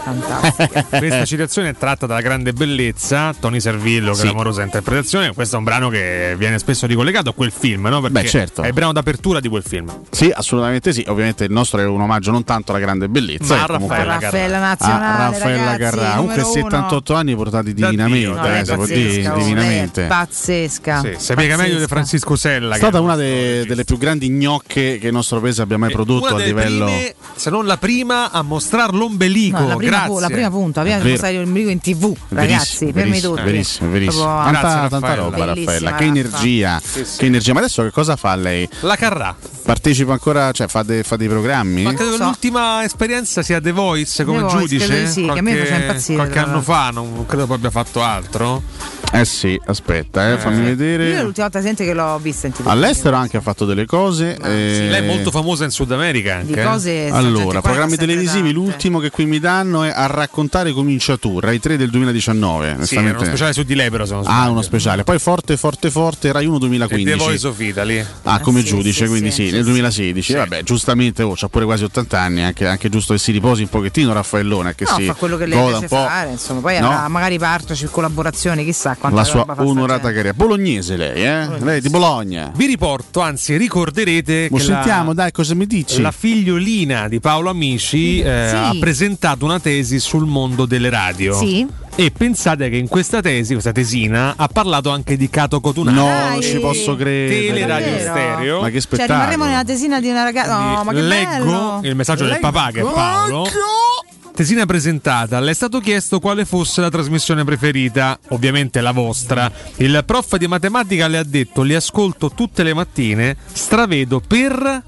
Questa citazione è tratta dalla grande bellezza, Tony Servillo, Sì. che è l'amorosa interpretazione. Questo è un brano che viene spesso ricollegato a quel film, no? Perché Beh, certo. è il brano d'apertura di quel film. Sì, assolutamente sì. Ovviamente il nostro è un omaggio non tanto alla grande bellezza, Ma è a comunque Raffaella Raffaella a nazionale, Raffaella ragazzi, Carrà. Comunque numero uno. settantotto anni portati Da divinamente, Dio, eh, lei si può pazzesca, dire, oh, divinamente. è pazzesca. Sì, si piega meglio di Francisco Sella. È stata una de- delle più grandi gnocche che il nostro paese abbia mai prodotto Una a delle livello. prime, se non la prima, a mostrare l'ombelico. No, la, prima Grazie. pu- la prima punta, prima È di vero. mostrare l'ombelico in tv, ragazzi, fermi verissimo, tutti. verissimo, verissimo. Proprio- Tanta, Grazie, tanta Raffaella. roba, Bellissima, Raffaella. Che Raffa. energia, Sì, sì. che energia. Ma adesso che cosa fa lei? La Carrà. Partecipa ancora, cioè fa, de- fa dei programmi? Ma credo che So. l'ultima esperienza sia The Voice come The Voice, giudice. credo di sì, che a me faceva impazzire, qualche tra anno l'altro. fa, non credo poi abbia fatto altro. Eh sì, aspetta, eh, fammi Io vedere. l'ultima volta sente che l'ho vista in tv. All'estero anche ha fatto delle cose. eh, Lei è molto famosa in Sud America anche. Di eh. cose Allora, programmi sempre televisivi, tante. l'ultimo che qui mi danno è A raccontare comincia tu, Rai tre del duemiladiciannove. Sì, era onestamente. uno speciale su di lei, però se non sbaglio. Ah, uno speciale. Poi Forte Forte Forte Rai uno E duemilaquindici. The Voice of Italy. Ah, come Eh, sì, giudice, sì, quindi sì, sì, sì, nel sì. duemilasedici. Vabbè, giustamente, oh, c'ha pure quasi ottanta anni, anche, anche giusto che si riposi un pochettino Raffaellone, che No, si fa quello che le goda piace un po'. fare, insomma, poi no? avrà magari partnership, collaborazioni, chissà quanta La sua roba fa sta onorata gente. carriera. Bolognese lei, eh? Lei è di Bologna. Vi riporto, anzi ricorderete Mo che sentiamo, la, dai, cosa mi dici? la figliolina di Paolo Amici eh, Sì. ha presentato una tesi sul mondo delle radio. Sì. E pensate che in questa tesi, questa tesina, ha parlato anche di Cato Cotunale. No, Dai. non ci posso credere. Teleradio Davvero? stereo. Ma che Cioè, spettacolo. rimarremo nella tesina di una ragazza. No, ma che Leggo bello. il messaggio del papà, che è Paolo. Tesina presentata, le è stato chiesto quale fosse la trasmissione preferita, ovviamente la vostra. Il prof di matematica le ha detto: li ascolto tutte le mattine, stravedo per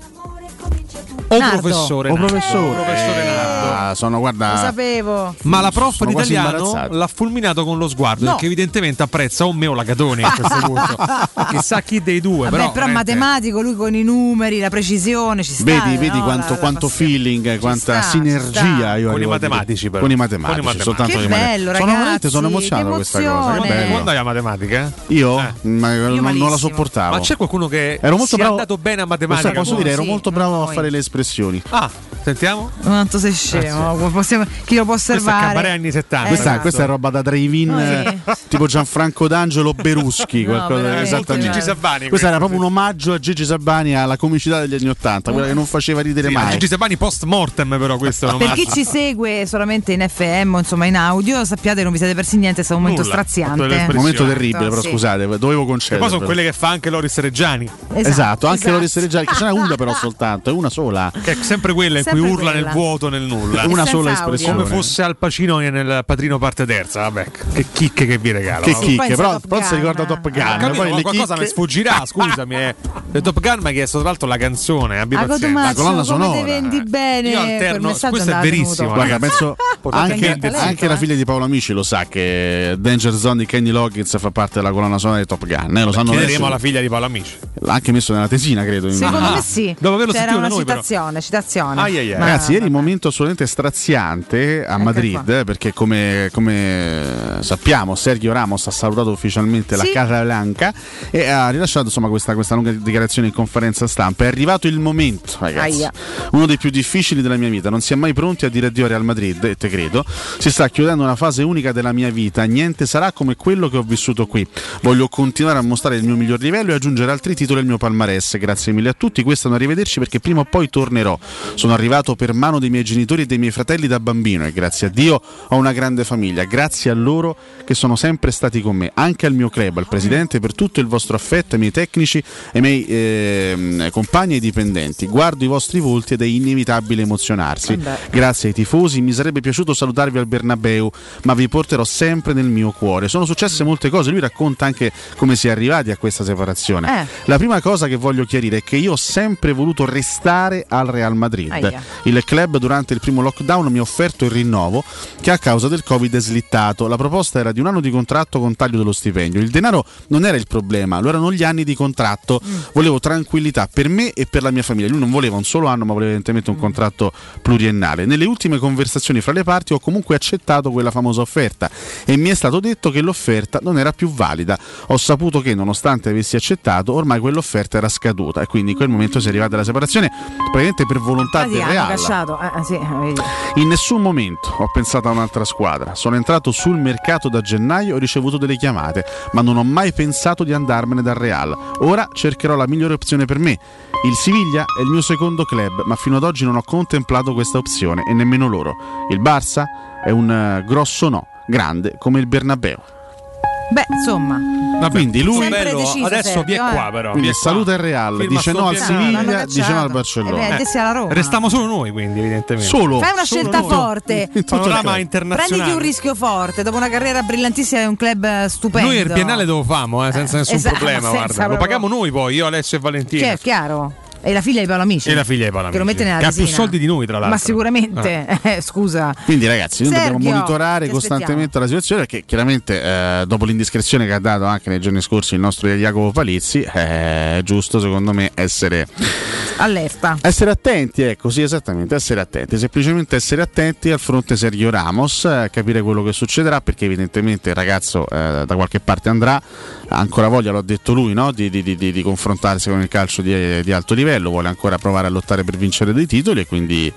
o Nardo. professore Oh, Nardo. professore. Professore Nardo. Ah, sono, guarda. Lo sapevo. Ma la prof Sono quasi d'italiano imbarazzato. l'ha fulminato con lo sguardo, No. perché evidentemente apprezza o me o la Catoni a questo punto. Chissà chi dei due, Vabbè, però, però, veramente- matematico, lui con i numeri, la precisione, ci sta. Vedi, vedi no? quanto, La- la quanto passione. feeling, quanta sta, sinergia ci sta. io Con i arrivo a dire. matematici, però. Con i matematici, Con i matematici. soltanto Che con i matematici. bello, Sono veramente ragazzi, sono emozionato da che questa cosa. emozione. Che Quando bello. andai a matematica? Io? Eh. Ma non, non la malissimo. sopportavo. Ma c'è qualcuno che Ero molto si bravo. è andato bene a Lo matematica? sai, posso dire, ero Sì, molto bravo a noi. fare le espressioni. Ah, sentiamo. Quanto sei scemo, possiamo- chi lo può Questo è osservare? Cabaret anni settanta. Questa, esatto. questa è roba da drive-in, No, eh, sì. tipo Gianfranco D'Angelo Beruschi. No, qualcosa- veramente. esattamente. Gigi Sabani, Questo questo, era proprio sì. un omaggio a Gigi Sabani, alla comicità degli anni Ottanta, quella che non faceva ridere Sì, mai. Gigi Sabani post mortem, però questo è un Per chi omaggio. ci segue solamente in F M o insomma in audio, sappiate non vi siete persi niente, è stato un momento Nulla. straziante. Fatto Un momento terribile, però Sì. scusate, dovevo E concedere. poi sono quelle che fa anche Loris Reggiani, Esatto, anche esatto. Loris Reggiani, che ce n'è una però soltanto, è una sola. che è sempre quella in Sempre cui urla quella. nel vuoto, nel nulla. Una senza sola audio. espressione. Come fosse Al Pacino nel Padrino parte terza, vabbè, che chicche che vi regalo. Che no? Poi chicche, in però, Top però si Gun. ricorda Top Gun. Ho capito, poi ma le qualcosa chicche- mi sfuggirà, scusami. Eh. The Top Gun mi ha chiesto tra l'altro la canzone, abbi Ah, pazienza. Cotumaccio, La colonna come sonora. ti vendi bene? Io Quel alterno, messaggio questo è andava verissimo. tenuto. Guarda, penso, Anche, anche la figlia di Paolo Amici lo sa che Danger Zone di Kenny Loggins fa parte della colonna sonora di Top Gun. Eh, lo sanno chiederemo alla figlia di Paolo Amici. L'ha anche messo nella tesina, credo. Secondo ah. me sì. Dopo averlo C'era sentito una da noi, citazione, però. citazione. Ah, yeah, yeah. Ma- Ragazzi, ieri momento assolutamente straziante a Ecco Madrid, qua. perché come, come sappiamo Sergio Ramos ha salutato ufficialmente Sì. la Casa Blanca e ha rilasciato insomma questa, questa lunga dichiarazione in conferenza stampa. È arrivato il momento, ragazzi, Aia. uno dei più difficili della mia vita. Non si è mai pronti a dire addio a Real Madrid, e te credo. Si sta chiudendo una fase unica della mia vita, niente sarà come quello che ho vissuto qui. Voglio continuare a mostrare il mio miglior livello e aggiungere altri titoli al mio palmarès. Grazie mille a tutti, questo è un arrivederci perché prima o poi tornerò. Sono arrivato per mano dei miei genitori e dei miei fratelli da bambino e grazie a Dio ho una grande famiglia. Grazie a loro che sono sempre stati con me, anche al mio club, al presidente, per tutto il vostro affetto, ai miei tecnici, ai miei eh, compagni e dipendenti. Guardo i vostri volti ed è inevitabile emozionarsi. Grazie ai tifosi, mi sarebbe piaciuto salutarvi al Bernabeu, ma vi porterò sempre nel mio cuore. Sono successe molte cose, lui racconta anche come si è arrivati a questa separazione. Eh. La prima cosa che voglio chiarire è che io ho sempre voluto restare al Real Madrid. Aia. Il club durante il primo lockdown mi ha offerto il rinnovo che a causa del Covid è slittato. La proposta era di un anno di contratto con taglio dello stipendio. Il denaro non era il problema, lo erano gli anni di contratto. Mm. Volevo tranquillità per me e per la mia famiglia. Lui non voleva un solo anno, ma voleva evidentemente un contratto pluriennale. Nelle ultime conversazioni fra le parti ho comunque accettato quella famosa offerta e mi è stato detto che l'offerta non era più valida. Ho saputo che nonostante avessi accettato ormai quell'offerta era scaduta e quindi in quel momento si è arrivata alla separazione praticamente per volontà Ah, sì, del hanno Real. casciato. Eh, sì, vedi. In nessun momento ho pensato a un'altra squadra. Sono entrato sul mercato da gennaio, ho ricevuto delle chiamate, ma non ho mai pensato di andarmene dal Real. Ora cercherò la migliore opzione per me. Il Siviglia è il mio secondo club, ma fino ad oggi non ho contemplato questa opzione e nemmeno loro. Il Barça è un uh, grosso no, grande come il Bernabeu. Beh, insomma. Vabbè, quindi lui bello, deciso, adesso vi è Sergio, qua eh. però. Quindi vi è qua. saluta il Real, Firma dice no al sto Siviglia, l'hanno dice no al cacciato. Barcellona. Eh, beh, dessi alla Roma. Restiamo solo noi, quindi, evidentemente. Solo. Fai una Solo scelta noi. forte. In tutto il Panorama club. internazionale. Prenditi un rischio forte. Dopo una carriera brillantissima e un club stupendo. Noi il biennale dove famo, eh, senza nessun esatto, problema. senza Guarda. Lo proprio- paghiamo noi poi, io, Alessio e Valentina. Cioè, è chiaro. E la figlia di Paolo Amici. E la figlia di Paolo Che lo Amici, mette nella che ha più tesina. soldi di noi, tra l'altro. Ma sicuramente. Eh, scusa. Quindi ragazzi, noi Sergio, dobbiamo monitorare ti costantemente la situazione perché chiaramente eh, dopo l'indiscrezione che ha dato anche nei giorni scorsi il nostro Jacopo Palizzi eh, è giusto secondo me essere Allerta. essere attenti, ecco, sì, esattamente, essere attenti, semplicemente essere attenti al fronte Sergio Ramos, eh, capire quello che succederà perché evidentemente il ragazzo eh, da qualche parte andrà, ha ancora voglia, l'ha detto lui, no? di, di, di, di confrontarsi con il calcio di, di alto livello, vuole ancora provare a lottare per vincere dei titoli e quindi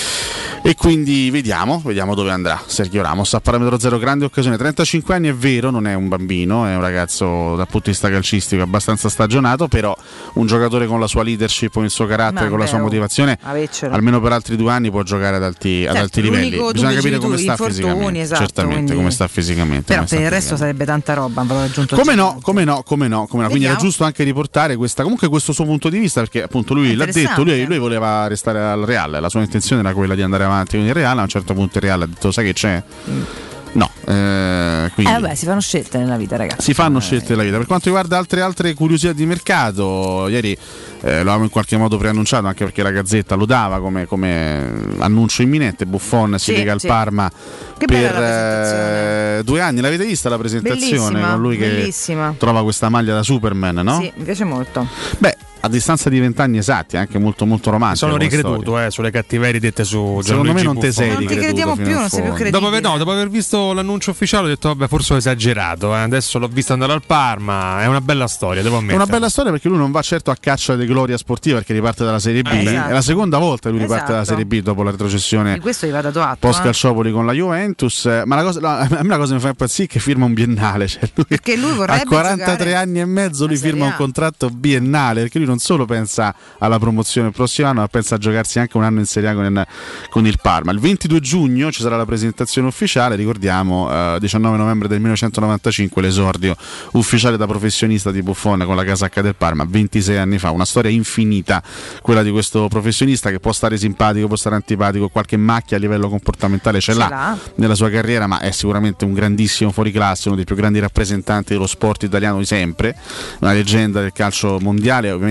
E quindi vediamo, vediamo dove andrà Sergio Ramos a parametro zero, grande occasione, trentacinque anni, è vero, non è un bambino, è un ragazzo dal punto di vista calcistico abbastanza stagionato, però un giocatore con la sua leadership, con il suo carattere, Ma con la sua vero. motivazione, Avecero. almeno per altri due anni può giocare ad alti, ad Certo, alti livelli. l'unico Bisogna dubbio capire dici come tu, sta infortuni, fisicamente, esatto, certamente quindi- come sta fisicamente. Però come per sta il resto sarebbe tanta roba. avrò aggiunto Come il no, come no, come no, come no. Quindi era Vediamo. giusto anche riportare questa, comunque questo suo punto di vista, perché appunto lui l'ha detto, lui, lui voleva restare al Real, la sua intenzione era quella di andare avanti con il Real, a un certo punto il Real ha detto sai che c'è? No, eh, quindi Eh vabbè, si fanno scelte nella vita, ragazzi. si fanno scelte della vita. Per quanto riguarda altre, altre curiosità di mercato, ieri eh, lo avevamo in qualche modo preannunciato, anche perché la Gazzetta lo dava come, come annuncio imminente. Buffon si Sì, lega al sì. Parma Che per bella la presentazione. eh, due anni. L'avete vista la presentazione Bellissima, con lui che bellissima. trova questa maglia da Superman, no? Sì, mi piace molto. Beh, a distanza di vent'anni esatti, anche molto molto romantico. Sono ricreduto eh, sulle cattiverie dette su Secondo me Gianluigi non te Buffon. sei Non ti ricreduto crediamo fino più, in non sei più fondo. credibile. Dopo, aver- no, dopo aver visto l'annuncio ufficiale ho detto vabbè forse ho esagerato, eh. Adesso l'ho visto andare al Parma, è una bella storia, devo È ammettere. una bella storia perché lui non va certo a caccia di gloria sportiva perché riparte dalla Serie B. Eh, esatto. È la seconda volta che lui riparte Esatto. dalla Serie B dopo la retrocessione Di questo gli va dato atto. post eh. Calciopoli con la Juventus. Eh, Ma la cosa, no, a me la cosa mi fa impazzire è che firma un biennale. Cioè lui, Perché lui vorrebbe a quarantatré giocare anni e mezzo lui la Serie firma un A. contratto biennale perché lui non solo pensa alla promozione il prossimo anno, ma pensa a giocarsi anche un anno in Serie A con, con il Parma. Il ventidue giugno ci sarà la presentazione ufficiale, ricordiamo, eh, diciannove novembre del millenovecentonovantacinque l'esordio ufficiale da professionista di Buffon con la casacca del Parma, ventisei anni fa. Una storia infinita quella di questo professionista che può stare simpatico, può stare antipatico, qualche macchia a livello comportamentale ce, Ce l'ha, l'ha. nella sua carriera, ma è sicuramente un grandissimo fuoriclasse, uno dei più grandi rappresentanti dello sport italiano di sempre, una leggenda del calcio mondiale, ovviamente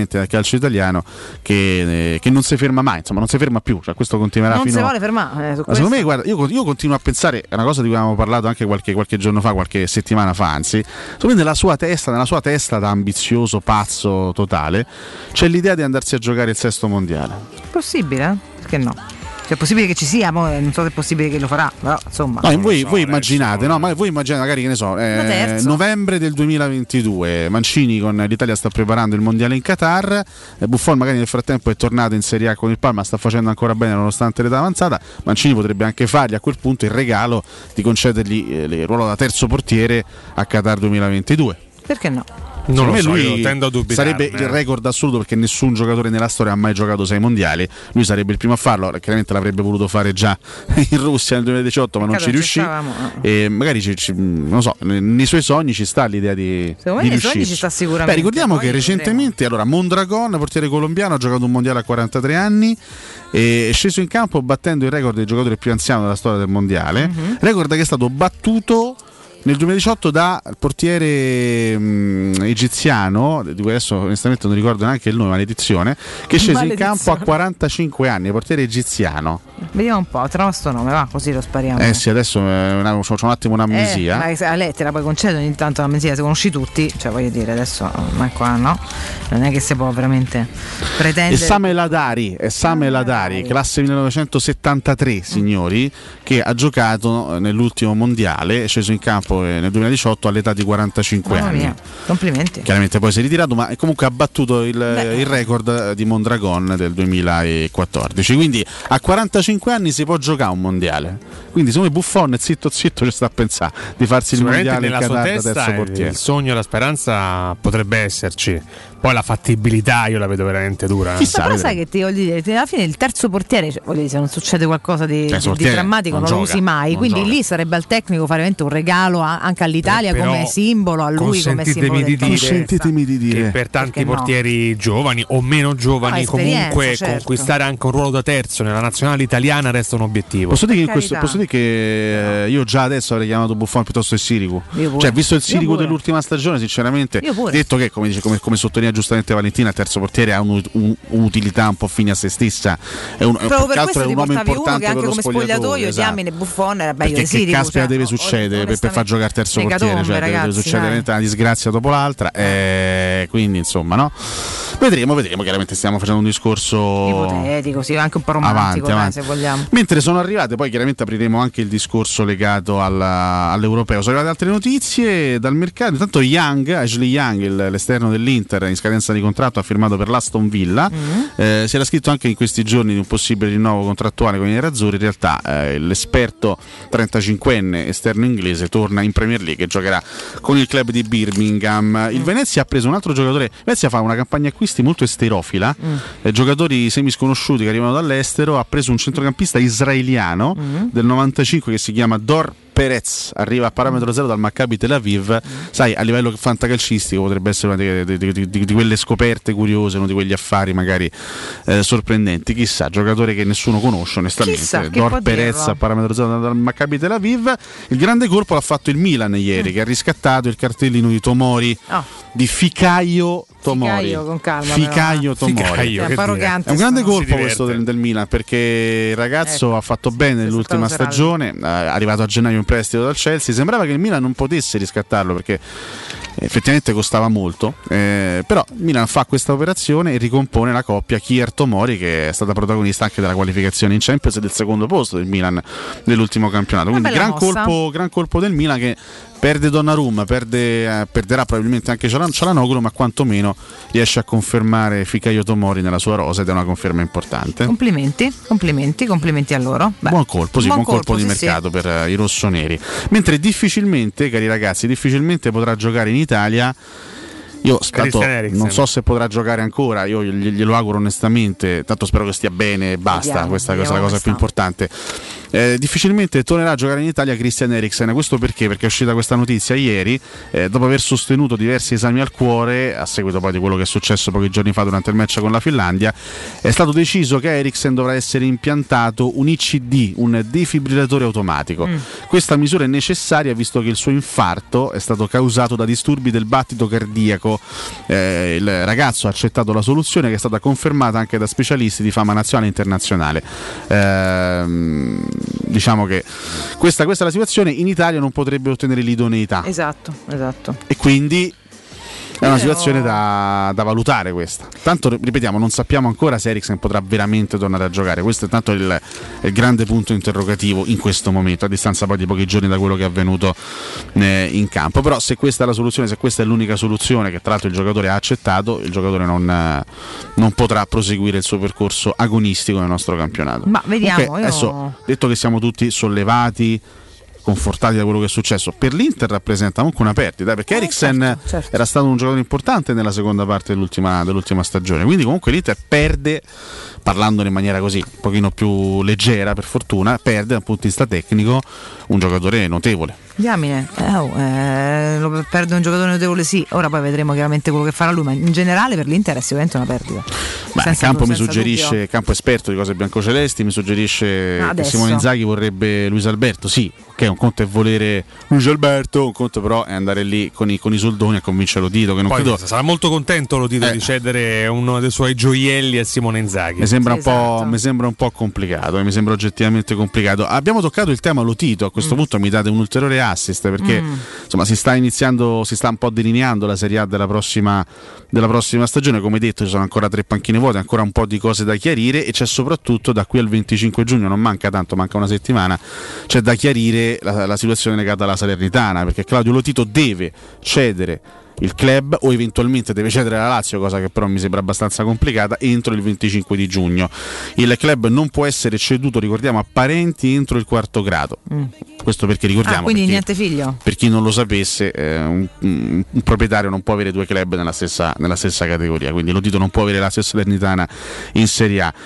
importanti del calcio italiano che, eh, che non si ferma mai, insomma non si ferma più, cioè questo continuerà non fino si vuole fermare. Eh, su Ma secondo me, guarda, io, io continuo a pensare, è una cosa di cui avevamo parlato anche qualche, qualche giorno fa, qualche settimana fa, anzi, secondo me nella sua testa, nella sua testa da ambizioso, pazzo totale, c'è l'idea di andarsi a giocare il sesto mondiale. Possibile? Eh? Perché no? Cioè, è possibile che ci sia, mo non so se è possibile che lo farà, però insomma. No, voi, so, voi immaginate, no? Ma voi immaginate magari che ne so, eh, novembre del duemilaventidue, Mancini con l'Italia sta preparando il mondiale in Qatar, eh, Buffon magari nel frattempo è tornato in Serie A con il Parma, sta facendo ancora bene nonostante l'età avanzata. Mancini potrebbe anche fargli a quel punto il regalo di concedergli eh, il ruolo da terzo portiere a Qatar duemilaventidue. Perché no? Non lo me so, lui io tendo a dubitarne. sarebbe il record assoluto, perché nessun giocatore nella storia ha mai giocato sei mondiali. Lui sarebbe il primo a farlo, chiaramente l'avrebbe voluto fare già in Russia nel duemiladiciotto, ma non ci riuscì. E magari ci, ci, non so, nei suoi sogni ci sta l'idea di, secondo di me nei sogni ci sta sicuramente. Beh, ricordiamo Poi che recentemente allora Mondragon, portiere colombiano, ha giocato un mondiale a quarantatré anni e è sceso in campo battendo il record del giocatore più anziano della storia del mondiale, mm-hmm. record che è stato battuto nel duemiladiciotto da portiere mh, egiziano, di cui adesso onestamente non ricordo neanche il nome, maledizione, che è sceso in campo a quarantacinque anni, portiere egiziano. Vediamo un po', troviamo sto nome, va, così lo spariamo. Eh sì, adesso eh, c'ho un attimo un'amnesia. Eh, ma a lei te la puoi concedere ogni tanto l'amnesia, se conosci tutti, cioè voglio dire, adesso ma qua no, non è che si può veramente pretendere. E Same Ladari, è Same Ladari, classe millenovecentosettantatré, signori, che ha giocato nell'ultimo mondiale, è sceso in campo nel duemiladiciotto all'età di quarantacinque Mamma anni. Mia, complimenti. Chiaramente poi si è ritirato, ma comunque ha battuto il, il record di Mondragon del duemilaquattordici. Quindi a quarantacinque anni si può giocare un mondiale. Quindi secondo me Buffon zitto zitto ci sta a pensare di farsi il mondiale in Qatar da terzo portiere. Il sogno e la speranza potrebbe esserci. Poi la fattibilità io la vedo veramente dura. Chissà, ma sai che ti voglio dire, alla fine il terzo portiere, cioè, voglio dire, se non succede qualcosa di, di, di drammatico non, non lo usi mai, quindi gioca. Lì sarebbe al tecnico fare veramente un regalo a, anche all'Italia, eh, come simbolo, a lui come simbolo di del dire, consentitemi di dire che per tanti perché portieri no? giovani o meno giovani no, comunque certo. conquistare anche un ruolo da terzo nella nazionale italiana resta un obiettivo. Posso dire, che, questo, posso dire che eh, io già adesso avrei chiamato Buffon piuttosto il Sirigu, cioè visto il Sirigu dell'ultima stagione sinceramente, detto che come, dice, come, come sottolinea giustamente Valentina, il terzo portiere ha un, un, un'utilità un po' fine a se stessa, è un, proprio per questo è un uomo importante che anche per lo come spogliatoio, esatto. Diamine, Buffon era meglio perché di Sirigu, che caspita cioè, deve succedere per, per far giocare terzo portiere, tombe, cioè, ragazzi, deve succedere veramente una disgrazia dopo l'altra, eh, quindi insomma no, vedremo, vedremo, chiaramente stiamo facendo un discorso ipotetico, sì, anche un po' romantico, avanti, dai, avanti. se vogliamo. Mentre sono arrivate, poi chiaramente apriremo anche il discorso legato alla, all'europeo. Sono arrivate altre notizie dal mercato. Intanto Young, Ashley Young, il, l'esterno dell'Inter in scadenza di contratto, ha firmato per l'Aston Villa, mm-hmm. eh, si era scritto anche in questi giorni di un possibile rinnovo contrattuale con i nerazzurri. In realtà eh, l'esperto trentacinquenne esterno inglese torna in Premier League e giocherà con il club di Birmingham. Il Venezia ha preso un altro giocatore. Venezia fa una campagna acquisti molto esterofila, mm. eh, giocatori semi sconosciuti che arrivano dall'estero. Ha preso un centrocampista israeliano mm. del novantacinque che si chiama Dor Perez, arriva a parametro zero dal Maccabi Tel Aviv, mm. sai, a livello fantacalcistico potrebbe essere una di, di, di, di quelle scoperte curiose, uno di quegli affari magari eh, sorprendenti, chissà, giocatore che nessuno conosce onestamente. Chissà, Dor Perez dirlo. A parametro zero dal Maccabi Tel Aviv. Il grande colpo l'ha fatto il Milan ieri, mm. che ha riscattato il cartellino di Tomori, oh. di Ficaio Tomori. Ficaio con calma. Ficaio Tomori. Ficaio, è, è un grande colpo questo del, del Milan, perché il ragazzo ecco, ha fatto bene nell'ultima stagione, è arrivato a gennaio in prestito dal Chelsea. Sembrava che il Milan non potesse riscattarlo perché effettivamente costava molto, eh, però il Milan fa questa operazione e ricompone la coppia Kier-Tomori, che è stata protagonista anche della qualificazione in Champions e del secondo posto del Milan nell'ultimo campionato. Quindi gran colpo, gran colpo del Milan, che perde Donnarumma, perde, eh, perderà probabilmente anche Cialanoglu, ma quantomeno riesce a confermare Ficaio Tomori nella sua rosa ed è una conferma importante. Complimenti, complimenti, complimenti a loro. Beh, buon colpo, sì, buon, buon colpo, colpo di sì, mercato sì. per uh, i rossoneri. Mentre difficilmente, cari ragazzi, difficilmente potrà giocare in Italia. Io tanto, non so se potrà giocare ancora, io glielo auguro onestamente, tanto spero che stia bene e basta, vediamo, questa vediamo cosa è la cosa più importante. Eh, difficilmente tornerà a giocare in Italia Christian Eriksen. Questo perché? Perché è uscita questa notizia ieri, eh, dopo aver sostenuto diversi esami al cuore, a seguito poi di quello che è successo pochi giorni fa durante il match con la Finlandia, è stato deciso che a Eriksen dovrà essere impiantato un I C D, un defibrillatore automatico. Mm. Questa misura è necessaria visto che il suo infarto è stato causato da disturbi del battito cardiaco. Eh, il ragazzo ha accettato la soluzione, che è stata confermata anche da specialisti di fama nazionale e internazionale. Eh, diciamo che questa, questa è la situazione. In Italia non potrebbe ottenere l'idoneità. Esatto, esatto. E quindi è una situazione da, da valutare questa. Tanto, ripetiamo, non sappiamo ancora se Eriksen potrà veramente tornare a giocare. Questo è tanto il, il grande punto interrogativo in questo momento, a distanza poi di pochi giorni da quello che è avvenuto eh, in campo. Però se questa è la soluzione, se questa è l'unica soluzione, che tra l'altro il giocatore ha accettato, il giocatore non, eh, non potrà proseguire il suo percorso agonistico nel nostro campionato. Ma vediamo. Okay, adesso, io... detto che siamo tutti sollevati, confortati da quello che è successo, per l'Inter rappresenta comunque una perdita, perché eh, Eriksen certo, certo. era stato un giocatore importante nella seconda parte dell'ultima, dell'ultima stagione, quindi comunque l'Inter perde, parlandone in maniera così un pochino più leggera per fortuna, perde dal punto di vista tecnico un giocatore notevole. Diamine, eh, oh, eh, lo perde un giocatore notevole, sì, ora poi vedremo chiaramente quello che farà lui, ma in generale per l'Inter è sicuramente una perdita. Beh, Campo mi suggerisce, dubbio. Campo esperto di cose biancocelesti, mi suggerisce Adesso. che Simone Inzaghi vorrebbe Luis Alberto, sì, ok, un conto è volere Luis Alberto, un conto però è andare lì con i, con i soldoni a convincere Lotito, che non poi credo... sarà molto contento Lotito eh. di cedere uno dei suoi gioielli a Simone Inzaghi. Mi sembra, sì, un, esatto. po', mi sembra un po' complicato, mi sembra oggettivamente complicato. Abbiamo toccato il tema Lotito, a questo mm. punto mi date un ulteriore assist, perché mm. insomma si sta iniziando, si sta un po' delineando la Serie A della prossima, della prossima stagione. Come detto, ci sono ancora tre panchine vuote, ancora un po' di cose da chiarire, e c'è soprattutto da qui al venticinque giugno, non manca tanto, manca una settimana, c'è da chiarire la, la situazione legata alla Salernitana, perché Claudio Lotito deve cedere il club o eventualmente deve cedere la Lazio, cosa che però mi sembra abbastanza complicata, entro il venticinque di giugno. Il club non può essere ceduto, ricordiamo, a parenti entro il quarto grado. Mm. Questo perché ricordiamo, ah, quindi perché, niente figlio. Per chi non lo sapesse, eh, un, un, un proprietario non può avere due club nella stessa, nella stessa categoria, quindi Lotito non può avere la stessa Salernitana in Serie A.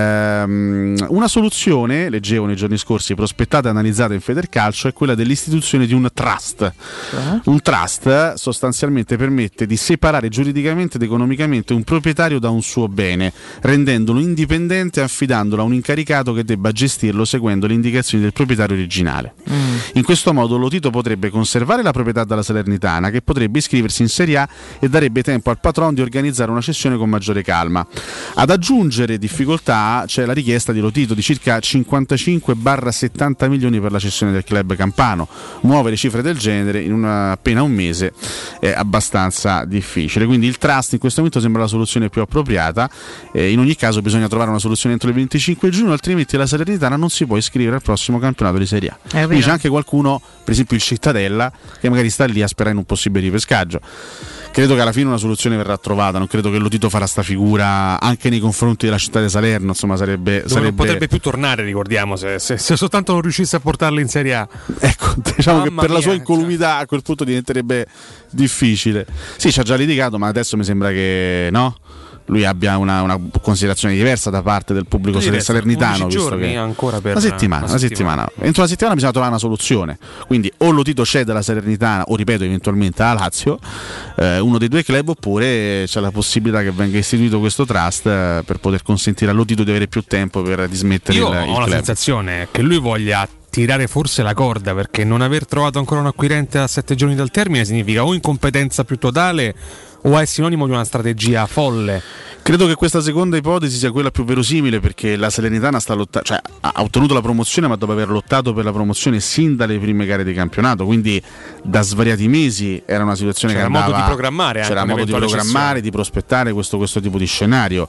Ehm, una soluzione, leggevo nei giorni scorsi, prospettata e analizzata in Federcalcio, è quella dell'istituzione di un trust. Eh? Un trust sostanzialmente permette di separare giuridicamente ed economicamente un proprietario da un suo bene, rendendolo indipendente e affidandolo a un incaricato che debba gestirlo seguendo le indicazioni del proprietario originale. Mm. In questo modo Lotito potrebbe conservare la proprietà della Salernitana, che potrebbe iscriversi in Serie A e darebbe tempo al patron di organizzare una cessione con maggiore calma. Ad aggiungere difficoltà c'è la richiesta di Lotito di circa cinquantacinque settanta milioni per la cessione del club campano. Muovere cifre del genere in una, appena un mese è abbastanza difficile, quindi il trust in questo momento sembra la soluzione più appropriata. Eh, in ogni caso bisogna trovare una soluzione entro il venticinque giugno, altrimenti la Salernitana non si può iscrivere al prossimo campionato di Serie A. Eh, quindi c'è anche qualcuno, per esempio il Cittadella, che magari sta lì a sperare in un possibile ripescaggio. Credo che alla fine una soluzione verrà trovata, non credo che Lotito farà sta figura anche nei confronti della città di Salerno, insomma sarebbe, Dove sarebbe... non potrebbe più tornare, ricordiamo, se, se, se soltanto non riuscisse a portarlo in Serie A. Ecco, diciamo Mamma che per mia, la sua incolumità cioè... a quel punto diventerebbe difficile. Sì, ci ha già litigato, ma adesso mi sembra che no? lui abbia una, una considerazione diversa da parte del pubblico salernitano, visto che ancora per una settimana, una, una settimana. settimana. Entro una settimana bisogna trovare una soluzione. Quindi o Lotito cede alla Salernitana o, ripeto, eventualmente alla Lazio, eh, uno dei due club, oppure c'è la possibilità che venga istituito questo trust eh, per poter consentire a Lotito di avere più tempo per dismettere Io il, il club. Io ho la sensazione che lui voglia tirare forse la corda, perché non aver trovato ancora un acquirente a sette giorni dal termine significa o incompetenza più totale o è sinonimo di una strategia folle. Credo che questa seconda ipotesi sia quella più verosimile, perché la Salernitana sta lotta- cioè, ha ottenuto la promozione, ma dopo aver lottato per la promozione sin dalle prime gare di campionato, quindi da svariati mesi era una situazione c'era che andava, modo di programmare, c'era modo di programmare, cessione. di prospettare questo, questo tipo di scenario.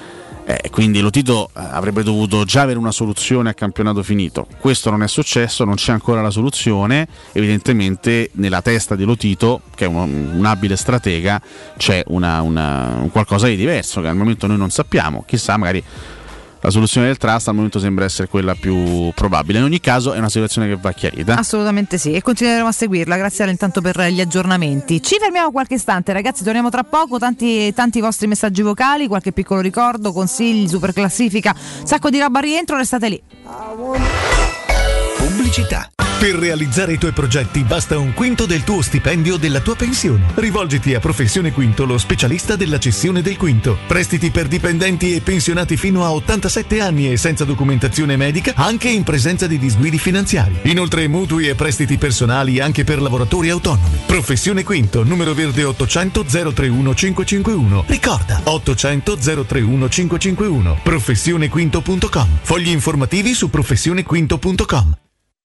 Eh, quindi Lotito avrebbe dovuto già avere una soluzione a campionato finito. Questo non è successo, non c'è ancora la soluzione. Evidentemente nella testa di Lotito, che è un, un abile stratega, c'è una, una, un qualcosa di diverso che al momento noi non sappiamo. Chissà, magari la soluzione del trust al momento sembra essere quella più probabile. In ogni caso è una situazione che va chiarita. Assolutamente sì, e continueremo a seguirla. Grazie intanto per gli aggiornamenti. Ci fermiamo qualche istante, ragazzi, torniamo tra poco. Tanti, tanti vostri messaggi vocali, qualche piccolo ricordo, consigli, super classifica, sacco di roba a rientro, restate lì. pubblicità. Per realizzare i tuoi progetti basta un quinto del tuo stipendio della tua pensione. Rivolgiti a Professione Quinto, lo specialista della cessione del quinto. Prestiti per dipendenti e pensionati fino a ottantasette anni e senza documentazione medica, anche in presenza di disguidi finanziari. Inoltre mutui e prestiti personali anche per lavoratori autonomi. Professione Quinto, numero verde ottocento zero trentuno cinquecentocinquantuno. Ricorda, ottocento zero trentuno cinquecentocinquantuno. professione quinto punto com. Fogli informativi su professione quinto punto com.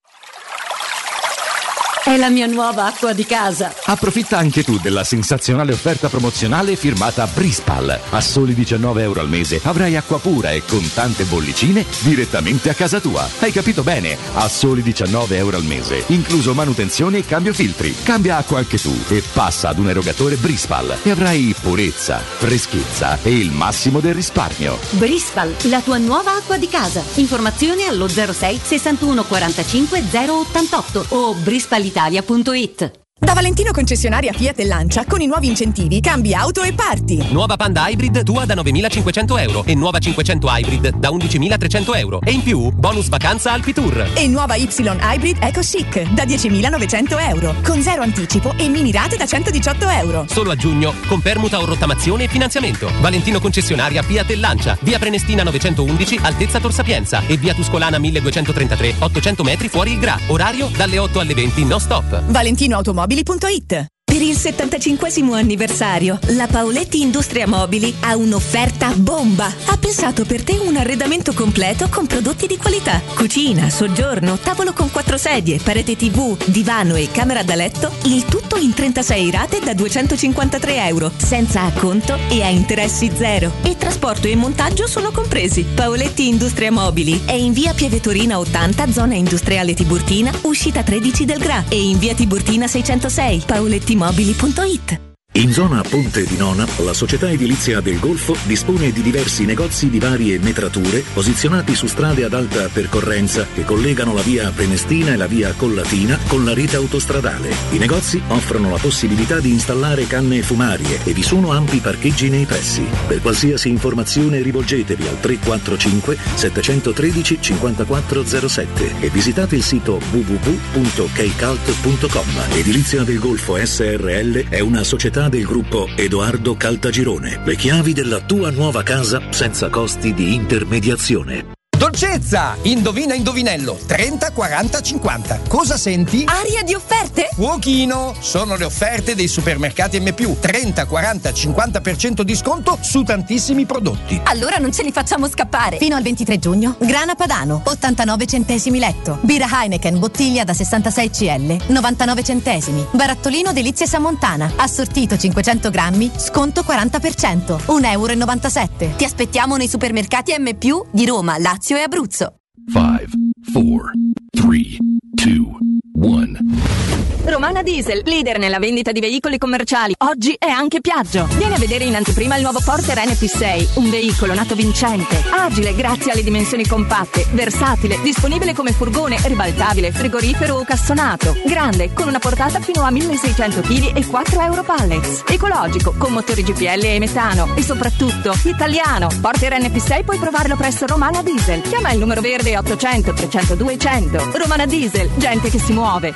È la mia nuova acqua di casa. Approfitta anche tu della sensazionale offerta promozionale firmata Brispal. A soli diciannove euro al mese avrai acqua pura e con tante bollicine direttamente a casa tua. Hai capito bene? A soli diciannove euro al mese, incluso manutenzione e cambio filtri. Cambia acqua anche tu e passa ad un erogatore Brispal e avrai purezza, freschezza e il massimo del risparmio. Brispal, la tua nuova acqua di casa. Informazioni allo zero sei sessantuno quarantacinque zero ottantotto o brispalitalia punto it. Da Valentino concessionaria Fiat e Lancia, con i nuovi incentivi cambi auto e parti. Nuova Panda Hybrid tua da novemilacinquecento euro e nuova cinquecento Hybrid da undicimilatrecento euro e in più bonus vacanza Alpi Tour. E nuova Y Hybrid Eco Chic da diecimilanovecento euro con zero anticipo e mini rate da centodiciotto euro. Solo a giugno con permuta o rottamazione e finanziamento. Valentino concessionaria Fiat e Lancia, via Prenestina novecentoundici, altezza Tor Sapienza e via Tuscolana milleduecentotrentatré, ottocento metri fuori il Gra. Orario dalle otto alle venti no stop. Valentino Automobili punto it. Per il settantacinquesimo anniversario, la Paoletti Industria Mobili ha un'offerta bomba. Ha pensato per te un arredamento completo con prodotti di qualità. Cucina, soggiorno, tavolo con quattro sedie, parete tivù, divano e camera da letto. Il tutto in trentasei rate da duecentocinquantatré euro, senza acconto e a interessi zero. E trasporto e montaggio sono compresi. Paoletti Industria Mobili è in via Pieve ottanta, zona industriale Tiburtina, uscita tredici del Gra, e in via Tiburtina seicentosei. Paoletti Mobili punto it. In zona Ponte di Nona, la società edilizia del Golfo dispone di diversi negozi di varie metrature posizionati su strade ad alta percorrenza che collegano la via Prenestina e la via Collatina con la rete autostradale. I negozi offrono la possibilità di installare canne fumarie e vi sono ampi parcheggi nei pressi. Per qualsiasi informazione rivolgetevi al tre quattro cinque sette uno tre cinque zero sette e visitate il sito w w w punto keicalt punto com. Edilizia del Golfo S R L è una società del gruppo Edoardo Caltagirone. Le chiavi della tua nuova casa senza costi di intermediazione. Dolcezza! Indovina indovinello, trenta, quaranta, cinquanta. Cosa senti? Aria di offerte? Fuochino! Sono le offerte dei supermercati M più. trenta, quaranta, cinquanta per cento di sconto su tantissimi prodotti. Allora non ce li facciamo scappare. Fino al ventitré giugno, grana padano, ottantanove centesimi letto. Birra Heineken, bottiglia da sessantasei centilitri, novantanove centesimi. Barattolino Delizie Samontana, assortito cinquecento grammi, sconto quaranta per cento, un euro e novantasette. Ti aspettiamo nei supermercati M più di Roma, Lazio e Abruzzo. five, four, three, two, one. Romana Diesel, leader nella vendita di veicoli commerciali. Oggi è anche Piaggio. Vieni a vedere in anteprima il nuovo Porter N P sei, un veicolo nato vincente, agile grazie alle dimensioni compatte, versatile, disponibile come furgone, ribaltabile, frigorifero o cassonato, grande, con una portata fino a milleseicento chili e quattro euro pallets, ecologico, con motori G P L e metano e soprattutto italiano. Porter N P sei puoi provarlo presso Romana Diesel. Chiama il numero verde ottocento trecentodue cento. Romana Diesel, gente che si muove.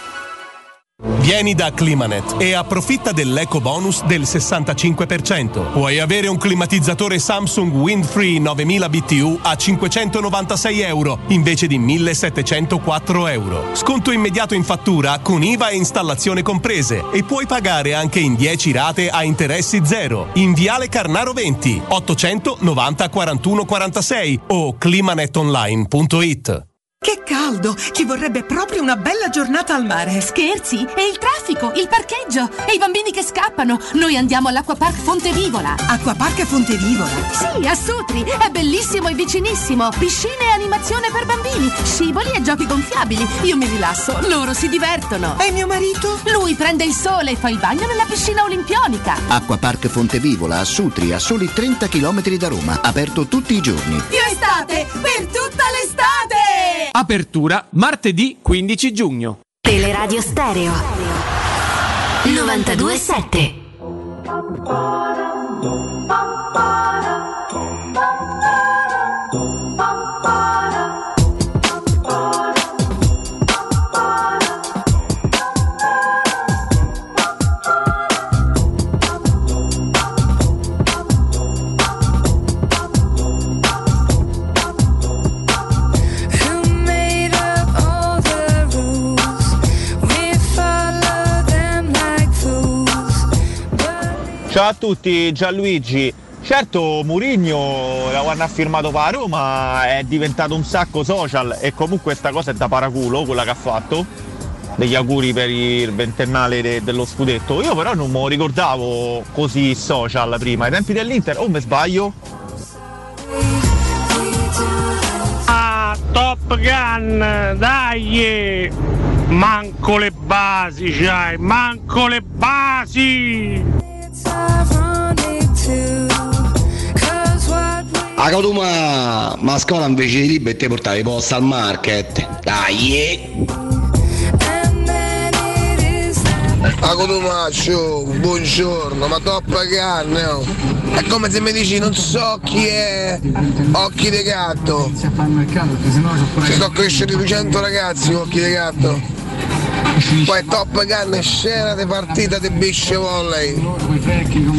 Vieni da Climanet e approfitta dell'eco bonus del sessantacinque per cento. Puoi avere un climatizzatore Samsung Windfree novemila B T U a cinquecentonovantasei euro invece di millesettecentoquattro euro. Sconto immediato in fattura con I V A e installazione comprese e puoi pagare anche in dieci rate a interessi zero. In Viale Carnaro venti, ottocento novanta quarantuno quarantasei o climanetonline punto it. Che caldo! Ci vorrebbe proprio una bella giornata al mare. Scherzi? E il traffico, il parcheggio e i bambini che scappano. Noi andiamo all'Acquapark Fontevivola. Acquapark Fontevivola? Sì, a Sutri. È bellissimo e vicinissimo. Piscine e animazione per bambini, scivoli e giochi gonfiabili. Io mi rilasso, loro si divertono. E mio marito? Lui prende il sole e fa il bagno nella piscina olimpionica. Acquapark Fontevivola a Sutri, a soli trenta chilometri da Roma. Aperto tutti i giorni. Più estate per tutta l'estate! Apertura martedì quindici giugno. Teleradio Stereo novantadue sette. Ciao a tutti, Gianluigi. Certo, Mourinho, da quando ha firmato per la Roma, è diventato un sacco social e comunque sta cosa è da paraculo, quella che ha fatto, degli auguri per il ventennale de- dello scudetto. Io però non me lo ricordavo così social prima, ai tempi dell'Inter, o oh, mi sbaglio? Ah, Top Gun, dai! Manco le basi c'hai, manco le basi! A Catuma, ma a scuola invece di libri te portavi i post al market. Dai! A Cotumaccio, buongiorno, ma Top Gun, no? È come se mi dici non so chi è Occhi di Gatto. Ci sono cresciuti duecento ragazzi con Occhi di Gatto. Poi Top Gun è scena di partita di beach volley.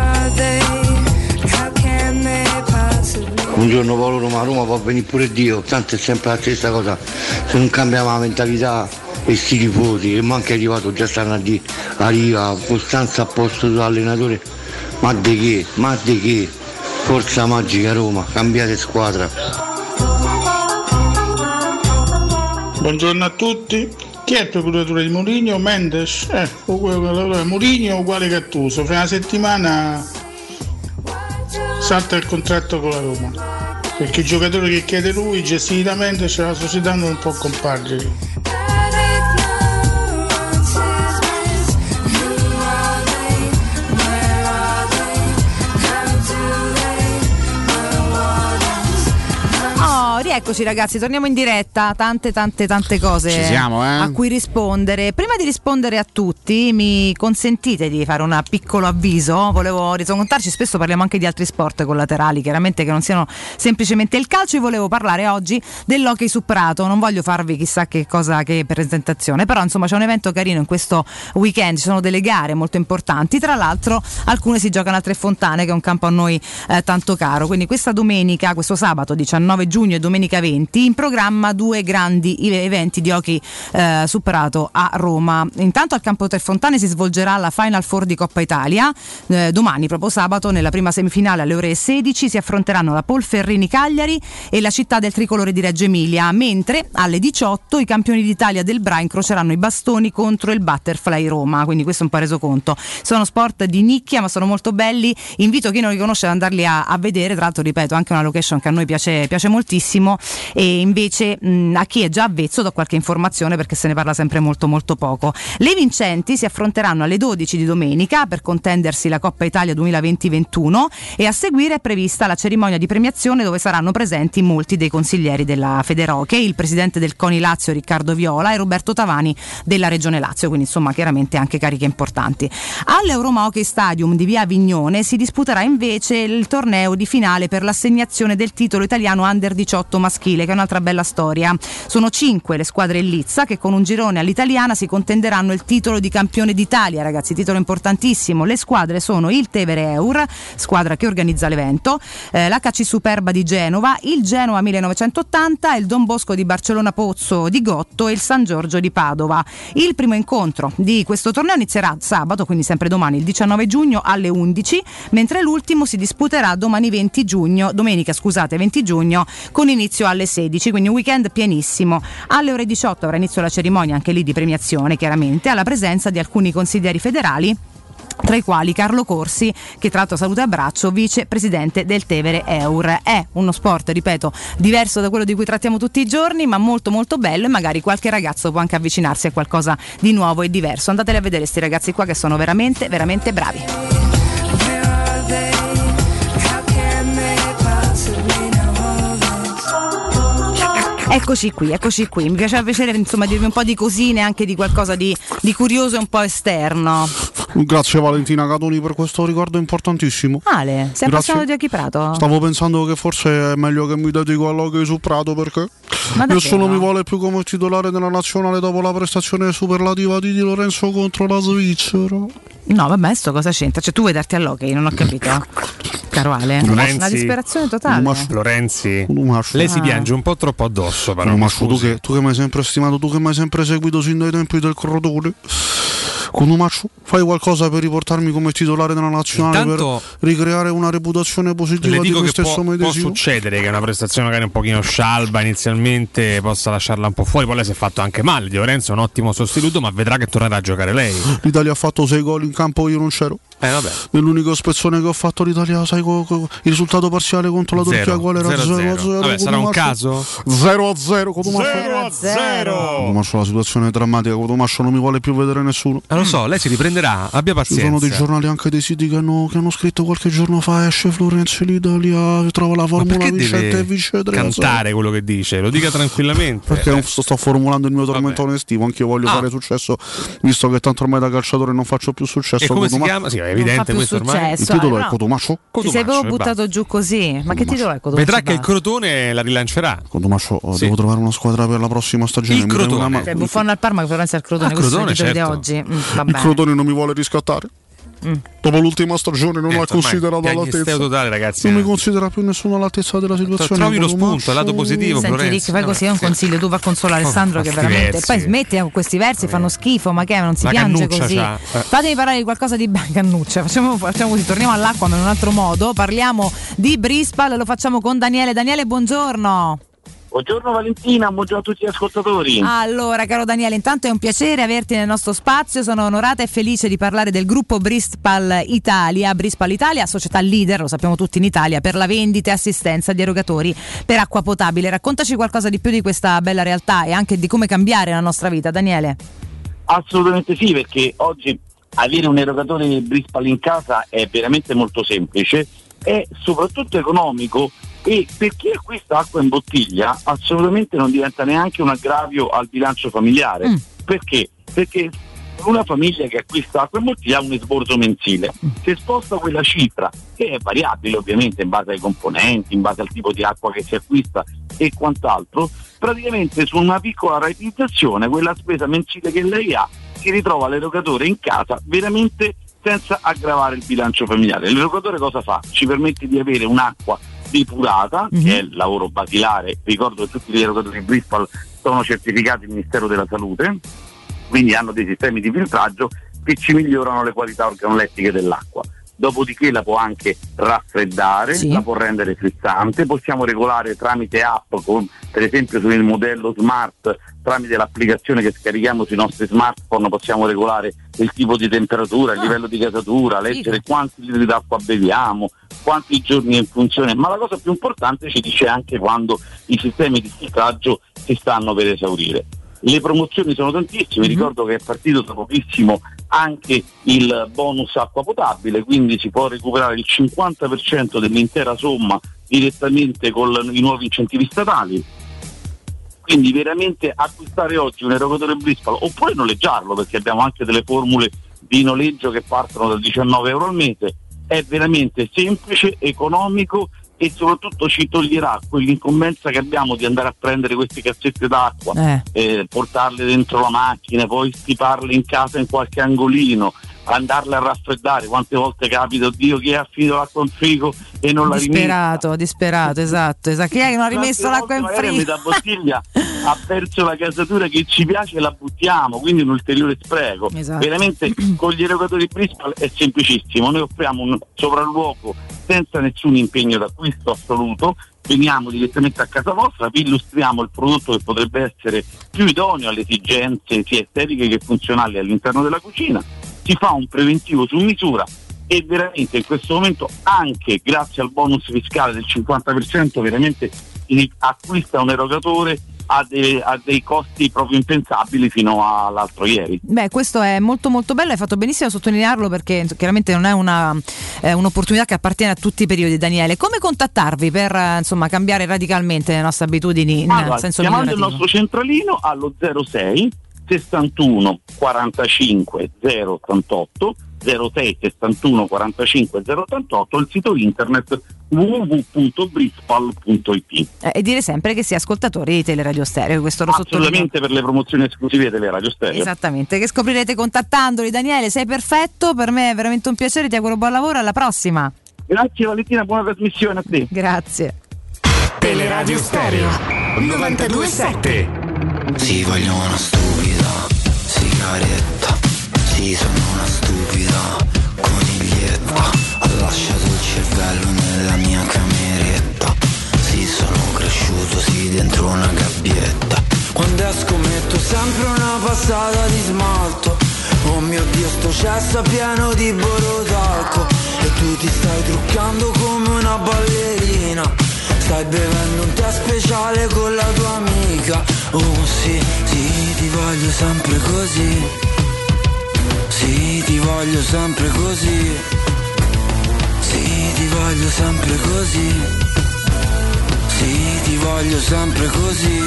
Buongiorno Paolo Roma, Roma può venire pure Dio, tanto è sempre la stessa cosa, se non cambiamo la mentalità e sti tifosi, e manca è arrivato, già stanno a dire, arriva Costanza a posto dell'allenatore, ma di che, ma di che, forza magica Roma, cambiate squadra. Buongiorno a tutti, chi è il procuratore di Mourinho? Mendes? Eh, Mourinho uguale Gattuso, fra una settimana salta il contratto con la Roma, perché il giocatore che chiede lui gestitamente c'è la società non può compargere. Rieccoci ragazzi, torniamo in diretta, tante tante tante cose Ci siamo, eh? a cui rispondere. Prima di rispondere a tutti mi consentite di fare un piccolo avviso, volevo riscontarci, spesso parliamo anche di altri sport collaterali, chiaramente che non siano semplicemente il calcio, e volevo parlare oggi dell'hockey su prato. Non voglio farvi chissà che cosa, che presentazione, però insomma c'è un evento carino in questo weekend, ci sono delle gare molto importanti, tra l'altro alcune si giocano a Tre Fontane, che è un campo a noi eh, tanto caro, quindi questa domenica, questo sabato diciannove giugno e domenica venti in programma due grandi eventi di hockey eh, su prato a Roma. Intanto al campo Tre Fontane si svolgerà la Final Four di Coppa Italia, eh, domani proprio sabato nella prima semifinale alle ore sedici si affronteranno la Polferrini Cagliari e la città del tricolore di Reggio Emilia, mentre alle diciotto i campioni d'Italia del Bra incroceranno i bastoni contro il Butterfly Roma, quindi questo è un po' reso conto. Sono sport di nicchia ma sono molto belli, invito chi non li conosce ad andarli a, a vedere, tra l'altro ripeto anche una location che a noi piace, piace moltissimo, e invece mh, a chi è già avvezzo do qualche informazione perché se ne parla sempre molto molto poco. Le vincenti si affronteranno alle dodici di domenica per contendersi la Coppa Italia duemilaventi ventuno, e a seguire è prevista la cerimonia di premiazione dove saranno presenti molti dei consiglieri della Federhockey, il presidente del CONI Lazio Riccardo Viola e Roberto Tavani della Regione Lazio, quindi insomma chiaramente anche cariche importanti. All'Euroma Hockey Stadium di Via Avignone si disputerà invece il torneo di finale per l'assegnazione del titolo italiano Under diciotto maschile, che è un'altra bella storia. Sono cinque le squadre in lizza che con un girone all'italiana si contenderanno il titolo di campione d'Italia, ragazzi, titolo importantissimo. Le squadre sono il Tevere Eur, squadra che organizza l'evento, eh, l'H C Superba di Genova, il Genoa millenovecentottanta, il Don Bosco di Barcellona Pozzo di Gotto e il San Giorgio di Padova. Il primo incontro di questo torneo inizierà sabato, quindi sempre domani, il diciannove giugno alle undici, mentre l'ultimo si disputerà domani venti giugno, domenica scusate venti giugno, con inizio alle sedici, quindi un weekend pienissimo. Alle ore diciotto avrà inizio la cerimonia anche lì di premiazione, chiaramente alla presenza di alcuni consiglieri federali, tra i quali Carlo Corsi, che tra l'altro saluta e abbraccio, vicepresidente del Tevere Eur. È uno sport, ripeto, diverso da quello di cui trattiamo tutti i giorni, ma molto molto bello, e magari qualche ragazzo può anche avvicinarsi a qualcosa di nuovo e diverso. Andateli a vedere sti ragazzi qua che sono veramente veramente bravi. Eccoci qui, eccoci qui. Mi piaceva piacere insomma dirvi un po' di cosine, anche di qualcosa di, di curioso e un po' esterno. Grazie Valentina Catoni per questo ricordo importantissimo. Ale, sei appassionato di hockey prato? Stavo pensando che forse è meglio che mi dedico all'hockey su prato, perché nessuno mi vuole più come titolare della nazionale dopo la prestazione superlativa di Di Lorenzo contro la Svizzera. No, vabbè, sto cosa c'entra? Cioè tu vuoi darti all'hockey, non ho capito. Caro Ale, Lorenzi, una disperazione totale. Lorenzi, lei si piange un po' troppo addosso, però. No, ma tu che, tu che mi hai sempre stimato, tu che mi hai sempre seguito sin dai tempi del corridore. Cotumaccio, fai qualcosa per riportarmi come titolare della nazionale, Intanto, per ricreare una reputazione positiva le di dico me che stesso può, può medesimo. succedere che una prestazione magari un pochino scialba inizialmente possa lasciarla un po' fuori, poi lei si è fatto anche male. Di Lorenzo è un ottimo sostituto, ma vedrà che tornerà a giocare lei. L'Italia ha fatto sei gol in campo, io non c'ero. Eh, vabbè. Nell'unico spezzone che ho fatto l'Italia, sai co- co- il risultato parziale contro la Turchia qual era? zero a zero. Vabbè, sarà un caso? zero a zero zero a zero. Cotumaccio, la situazione è drammatica, Cotumaccio non mi vuole più vedere nessuno. Eh, lo so, lei si riprenderà, abbia pazienza. Ci sono dei giornali, anche dei siti che hanno, che hanno scritto qualche giorno fa: esce Florenzi, l'Italia trova la formula vincente e vince tre a zero. Cantare quello che dice, lo dica tranquillamente. Perché eh. sto, sto formulando il mio tormentone estivo, anche io voglio Ah. fare successo, visto che tanto ormai da calciatore non faccio più successo. E come si Cotuma- chiama? Sì, è evidente questo ormai. successo, Il titolo eh, è no. Cotumaccio? Ti sei proprio buttato giù così. Ma che titolo è Cotumaccio? Vedrà che il Crotone la rilancerà. Cotumaccio, Sì. devo trovare una squadra per la prossima stagione. Il Mi dai Crotone. una ma- Cioè, Buffon al Parma, Florenzi al Crotone. Ah, Questo Crotone, è il titolo certo. di oggi. Mm, va Il bene. Crotone non mi vuole riscattare. Mm. Dopo l'ultima stagione non Eh, ha ormai considerato piagnisteo all'altezza. totale, ragazzi. Non mi eh. considera più nessuno all'altezza della situazione. Trovi lo Cotumaccio. spunto, il lato positivo, Senti Florenzi. Rick, fai così, è un consiglio, tu va a consolare Oh, Alessandro che sti veramente versi. poi smetti con questi versi, fanno schifo, ma che non si La piange cannuccia così. c'ha, eh. Fatemi parlare di qualcosa di cannuccia, facciamo, facciamo così, torniamo all'acqua ma in un altro modo, parliamo di Brispal, lo facciamo con Daniele. Daniele, buongiorno. Buongiorno Valentina, buongiorno a tutti gli ascoltatori. Allora, caro Daniele, intanto è un piacere averti nel nostro spazio, sono onorata e felice di parlare del gruppo Brispal Italia. Brispal Italia, società leader, lo sappiamo tutti in Italia, per la vendita e assistenza di erogatori per acqua potabile. Raccontaci qualcosa di più di questa bella realtà e anche di come cambiare la nostra vita, Daniele. Assolutamente sì, perché oggi avere un erogatore Brispal in casa è veramente molto semplice, è soprattutto economico e per chi acquista acqua in bottiglia assolutamente non diventa neanche un aggravio al bilancio familiare. Mm. Perché? Perché una famiglia che acquista acqua in bottiglia ha un esborso mensile. Se sposta quella cifra, che è variabile ovviamente in base ai componenti, in base al tipo di acqua che si acquista e quant'altro, praticamente su una piccola rateizzazione quella spesa mensile che lei ha si ritrova l'erogatore in casa veramente senza aggravare il bilancio familiare. L'erogatore cosa fa? Ci permette di avere un'acqua depurata, mm-hmm. che è il lavoro basilare. Ricordo che tutti gli erogatori Brispal sono certificati al Ministero della Salute, quindi hanno dei sistemi di filtraggio che ci migliorano le qualità organolettiche dell'acqua. Dopodiché la può anche raffreddare, sì. la può rendere frizzante, possiamo regolare tramite app, con, per esempio sul modello smart, tramite l'applicazione che scarichiamo sui nostri smartphone possiamo regolare il tipo di temperatura, il ah. livello di gasatura, leggere quanti litri d'acqua beviamo, quanti giorni in funzione, ma la cosa più importante ci dice anche quando i sistemi di filtraggio si stanno per esaurire. Le promozioni sono tantissime, mm-hmm. ricordo che è partito da pochissimo anche il bonus acqua potabile, quindi si può recuperare il cinquanta per cento dell'intera somma direttamente con i nuovi incentivi statali. Quindi veramente acquistare oggi un erogatore Brispal oppure noleggiarlo, perché abbiamo anche delle formule di noleggio che partono da diciannove euro al mese, è veramente semplice, economico e soprattutto ci toglierà quell'incombenza che abbiamo di andare a prendere queste cassette d'acqua, eh. Eh, portarle dentro la macchina, poi stiparle in casa in qualche angolino, andarle a raffreddare. Quante volte capita, oddio, chi ha finito l'acqua in frigo e non l'ha rimessa? Disperato, disperato, esatto, esatto. Chi è che non ha rimesso l'acqua in frigo? Metà bottiglia ha perso la gasatura che ci piace e la buttiamo, quindi un ulteriore spreco. Esatto. Veramente con gli erogatori Brispal è semplicissimo, noi offriamo un sopralluogo senza nessun impegno d'acquisto assoluto, veniamo direttamente a casa vostra, vi illustriamo il prodotto che potrebbe essere più idoneo alle esigenze sia estetiche che funzionali all'interno della cucina, si fa un preventivo su misura e veramente in questo momento anche grazie al bonus fiscale del cinquanta per cento veramente si acquista un erogatore a, de, a dei costi proprio impensabili fino all'altro ieri. Beh, questo è molto molto bello, hai fatto benissimo a sottolinearlo perché chiaramente non è una, eh, un'opportunità che appartiene a tutti i periodi. Daniele, come contattarvi per eh, insomma cambiare radicalmente le nostre abitudini in allora, senso chiamando migliorativo? il nostro centralino allo zero sei sessantuno quarantacinque zero ottantotto zero sei sessantuno quarantacinque zero ottantotto, il sito internet w w w punto brispal punto i t. Eh, e dire sempre che si è ascoltatori di Teleradio Stereo, questo lo sottolineo. Assolutamente, per le promozioni esclusive di Teleradio Stereo. Esattamente, che scoprirete contattandoli. Daniele, sei perfetto, per me è veramente un piacere, ti auguro buon lavoro, alla prossima. Grazie Valentina, buona trasmissione a te. Grazie. Teleradio Stereo novantadue sette. Si voglio una stupida sigaretta, Sì, sono una stupida coniglietta, ho lasciato il cervello nella mia cameretta. Sì, sono cresciuto, sì, dentro una gabbietta. Quando esco metto sempre una passata di smalto. Oh mio Dio, sto cesso è pieno di borotalco. E tu ti stai truccando come una ballerina. Stai bevendo un tè speciale con la tua amica. Oh sì, sì, ti voglio sempre così. Sì, ti voglio sempre così. Sì, ti voglio sempre così. Sì, ti voglio sempre così.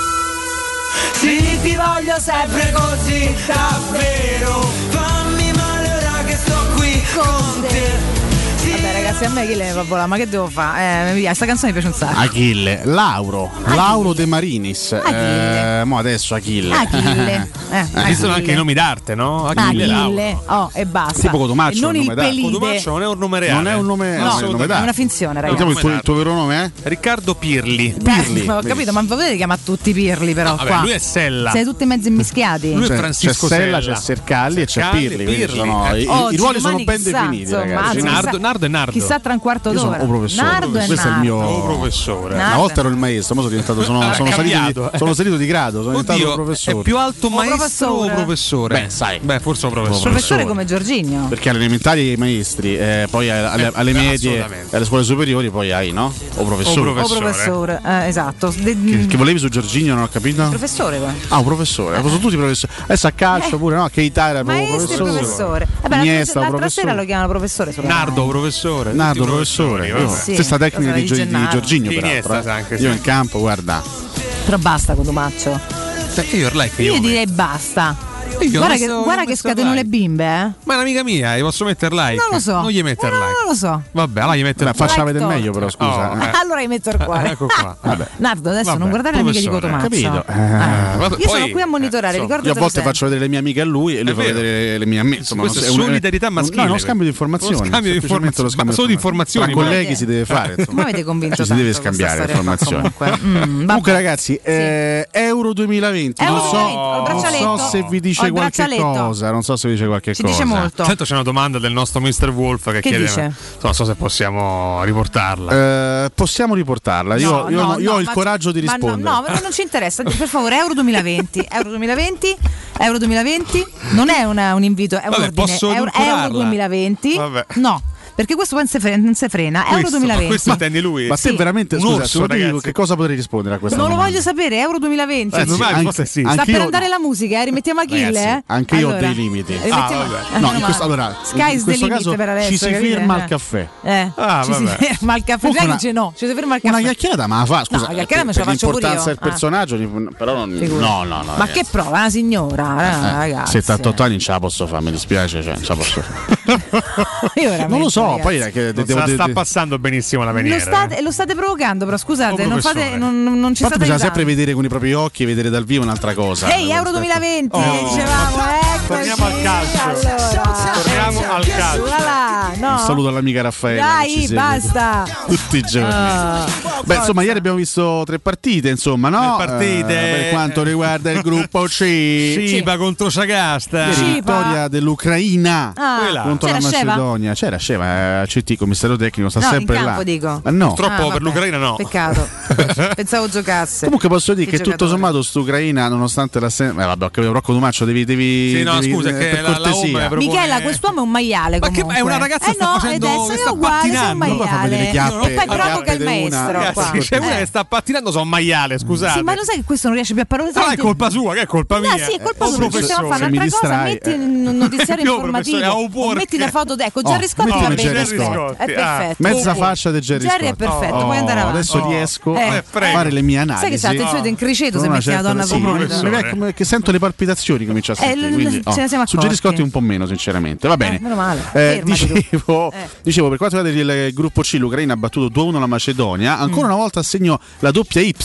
Sì, ti voglio sempre così, davvero. Fammi male ora che sto qui con te. Vabbè ragazzi, a me Achille mi fa volare, ma che devo fare? Eh, questa canzone mi piace un sacco. Achille, Lauro, Achille. Lauro De Marinis. Achille. Eh, mo adesso Achille. Achille. Eh, Esistono anche i nomi d'arte, no? Achille, Achille. Oh, e basta. Tipo Cotumaccio. E non il Pelide. Cotumaccio non è un nome reale. Non è un nome, No, no, è un nome è una finzione, ragazzi. Il tuo, il tuo vero nome è? Riccardo Pirli. Pirli. Eh, ho capito, ma potete chiamare tutti Pirli però No, vabbè, qua. lui è Sella. Siete tutti mezzi immischiati. Lui è C'è, Francisco c'è Sella, Sella. c'è Sercalli e c'è Sercalli, Pirli. quindi Pirli. sono- i, Oggi, i ruoli sono domani ben chissà, definiti, insomma, ragazzi. anzi, Nardo, chissà- Nardo e Nardo. Chissà tra un quarto Io sono d'ora. un professore. Nardo e Questo è il Nardo. mio Oh, professore. Nardo. Una volta ero il maestro, ora sono diventato sono, Ah, sono, salito cambiato. di, sono salito di grado, sono diventato Oddio, professore. è più alto maestro o professore? professore? Beh, sai. Beh, forse un professore. Professore come Giorginio. Perché alle elementari i maestri, eh, poi alle, alle medie assolutamente. e alle scuole superiori poi hai, no? O professore. O professore. O professore, eh, esatto. De- Che, che volevi su Giorginio, non ho capito? Professore poi. Ah, un professore, sono tutti professori. Adesso a calcio pure, no? Che Italia proprio Maestro e professore. professore. Eh beh, Iniesta, l'altra, l'altra professore. sera lo chiamano professore. sulla Nardo, Rai. professore. Nardo, tutti professore. professori, Io- vabbè. Sì, stessa tecnica cosa di, di Gio- di Gennaro. Giorginio, Di peraltro. Iniesta, eh. anche, Io sì. in campo, guarda. Però basta Cotumaccio. Perché io ormai che Io io direi basta. Io Guarda ho che, messo- guarda ho che messo scatenano like. le bimbe, eh? Ma è un'amica mia, gli posso mettere like? Non lo so. Non gli mettere No, like. non lo so. Vabbè, allora gli metto il Beh, faccia Like vedere tot. meglio, però, scusa. Oh, eh. eh. Allora gli metto il cuore. Ecco qua. Vabbè. Nardo, adesso Vabbè, non guardare le amiche di professore. Cotumaccio. Capito. Eh, vabbè, Io poi- sono qui a monitorare, eh, ricordo Io a volte faccio vedere le mie amiche a lui e lui È fa vero. vedere le mie a me. Insomma, Questa è un- solidarietà un- maschile. No, è uno scambio di informazioni. Uno scambio di semplicemente lo informazioni. scambio Ma solo di informazioni, Tra ma- colleghi si deve fare. insomma. Come avete convinto Ci si deve tanto questa scambiare storia qua, informazioni. comunque? Mm, vabbè. Comunque, ragazzi, eh, Euro duemilaventi. Euro non so, duemilaventi, ho il non braccialetto. so se vi Ho dice il qualche braccialetto. cosa. Non so se vi dice qualche Ci cosa. dice molto. Intanto c'è una domanda del nostro mister Wolf che, Che chiede, dice? ma- non so se possiamo riportarla. Eh, possiamo riportarla. Io, No, io- no, io no, ho il ma- coraggio di ma rispondere. No, no, non ci interessa. Per favore, Euro duemilaventi. Euro duemilaventi. Euro duemilaventi. Non è una- un invito, è un Vabbè, ordine. posso Euro, edulcorarla? Euro duemilaventi. Vabbè. No. Perché questo poi non si fre- non si frena. Euro Questo- duemilaventi. questo intendi lui? Ma te Sì. veramente, Un scusa, orso, se lo dico, ragazzi. che cosa potrei rispondere a questa Non lo domanda? voglio sapere, Euro duemilaventi. Eh, Eh, sì, normale, anche- forse sì. Sta anche per io- andare la musica, eh? Rimettiamo Achille, Ragazzi, eh? anche io ho Allora, dei limiti. rimettiamo- Ah, vabbè. eh, No, meno in questo, male. allora, Sky's in the questo limit caso per adesso, ci si capite? ferma Eh. al caffè. Eh, Ah, ci si vabbè. ferma al caffè. Comunque Sai una- che c'è no, ci si ferma al caffè. Una chiacchierata, ma la fa, scusa, No, la chiacchierata me per, ce la per faccio pure l'importanza io. del personaggio, però non, Figurati. no, no, no. Ma ragazzi. che prova, una signora, eh, Eh, ragazzi. settantotto anni non ce la posso fare, mi dispiace, cioè, non ce la posso fare. Io veramente, Non lo so, ragazzi. poi è che Non devo se la sta de- passando benissimo la veniera. Lo state, lo state provocando, però scusate, Oh, non, fate, professore. non, non- non ci A parte state bisogna aiutando. sempre vedere con i propri occhi e vedere dal vivo è un'altra cosa. Ehi, Euro duemilaventi, Oh. dicevamo, eccoci. Torniamo al calcio. Allora, Torniamo eh, al calcio. voilà, no? Un saluto all'amica Raffaella. che ci Dai, segue basta. tutti i giorni. Ah, Beh, insomma, ieri abbiamo visto tre partite, insomma, no? Tre partite. Eh, per quanto riguarda il gruppo C. Ciba contro Sagasta. Ieri Ciba. vittoria dell'Ucraina Ah, Quella. contro c'era la Sheva? Macedonia. C'era Sceva, C T, commissario tecnico, sta No, in sempre campo là. dico. Ma no. Purtroppo Ah, per vabbè. l'Ucraina no. Peccato. Pensavo giocasse. Comunque posso dire Che che tutto giocatore. sommato st'Ucraina, nonostante l'assenza. Eh, vabbè, ho capito, Rocco Dumaccio, devi. devi Sì, no, devi- scusa, eh, che per la- la cortesia. Home propone- Michela, quest'uomo è un maiale Ma che- comunque. è una ragazza eh che sta no, facendo- adesso che è sta uguale, sei un pattinando. Non fa vedere maiale. le chiappe- E poi le provoca chiappe il di una- maestro qua. Ragazzi, c'è una Eh. che sta pattinando, sono un maiale, scusate. Sì, ma lo sai che questo non riesce più a parlare? Ah, è colpa sua, che è colpa No, mia. sì, è colpa Oh, sua. professore. Possiamo fare Se mi un'altra cosa, distrai, metti eh. un notiziario Io, informativo. professore, ho un O metti la foto, ecco, Oh, Gerry Scott mettimi va bene. Gerry Scott. È perfetto. Mezza Oh, faccia di Gerry Gerry è Scott. perfetto, Oh, puoi andare avanti. adesso Oh. riesco Eh, a prego. fare le mie analisi. Sai che c'ha l'attenzione in criceto se Con una metti una certa- donna sì, come mi- mi- mi- come- che sento le palpitazioni comincia a Eh, sentire. l- quindi, ce ne siamo su Gerry accorti. Scott un po' meno, sinceramente. Va bene. Eh, meno male. Eh, Fermati tu. dicevo, Eh. dicevo, per quanto riguarda il, il gruppo C, l'Ucraina ha battuto due a uno la Macedonia. Ancora Mm. una volta assegno la doppia Y.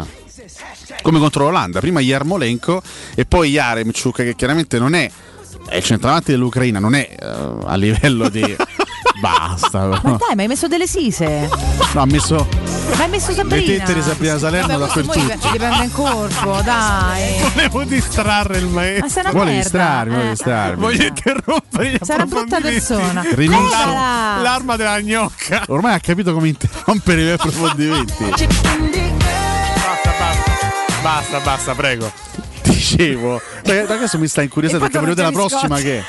Come contro l'Olanda, prima Yarmolenko e poi Yaremchuk, che chiaramente non è, è il centravanti dell'Ucraina, non è eh, a livello di, basta. Ma dai, ma hai messo delle sise? No, ha messo Ma hai messo Sabrina? le tette di Sabrina Salerno dappertutto. Li prende in corpo, dai. Volevo distrarre il maestro. Ma sei una Vuole merda. distrarmi, vuole distrarmi. Voglio interrompere gli Sei una brutta persona. Rinuncio. Legala. L'arma della gnocca. Ormai ha capito come interrompere gli approfondimenti. Basta, basta. Basta, basta, prego. Dicevo, perché adesso mi sta incuriosendo perché voglio vedere la prossima che è.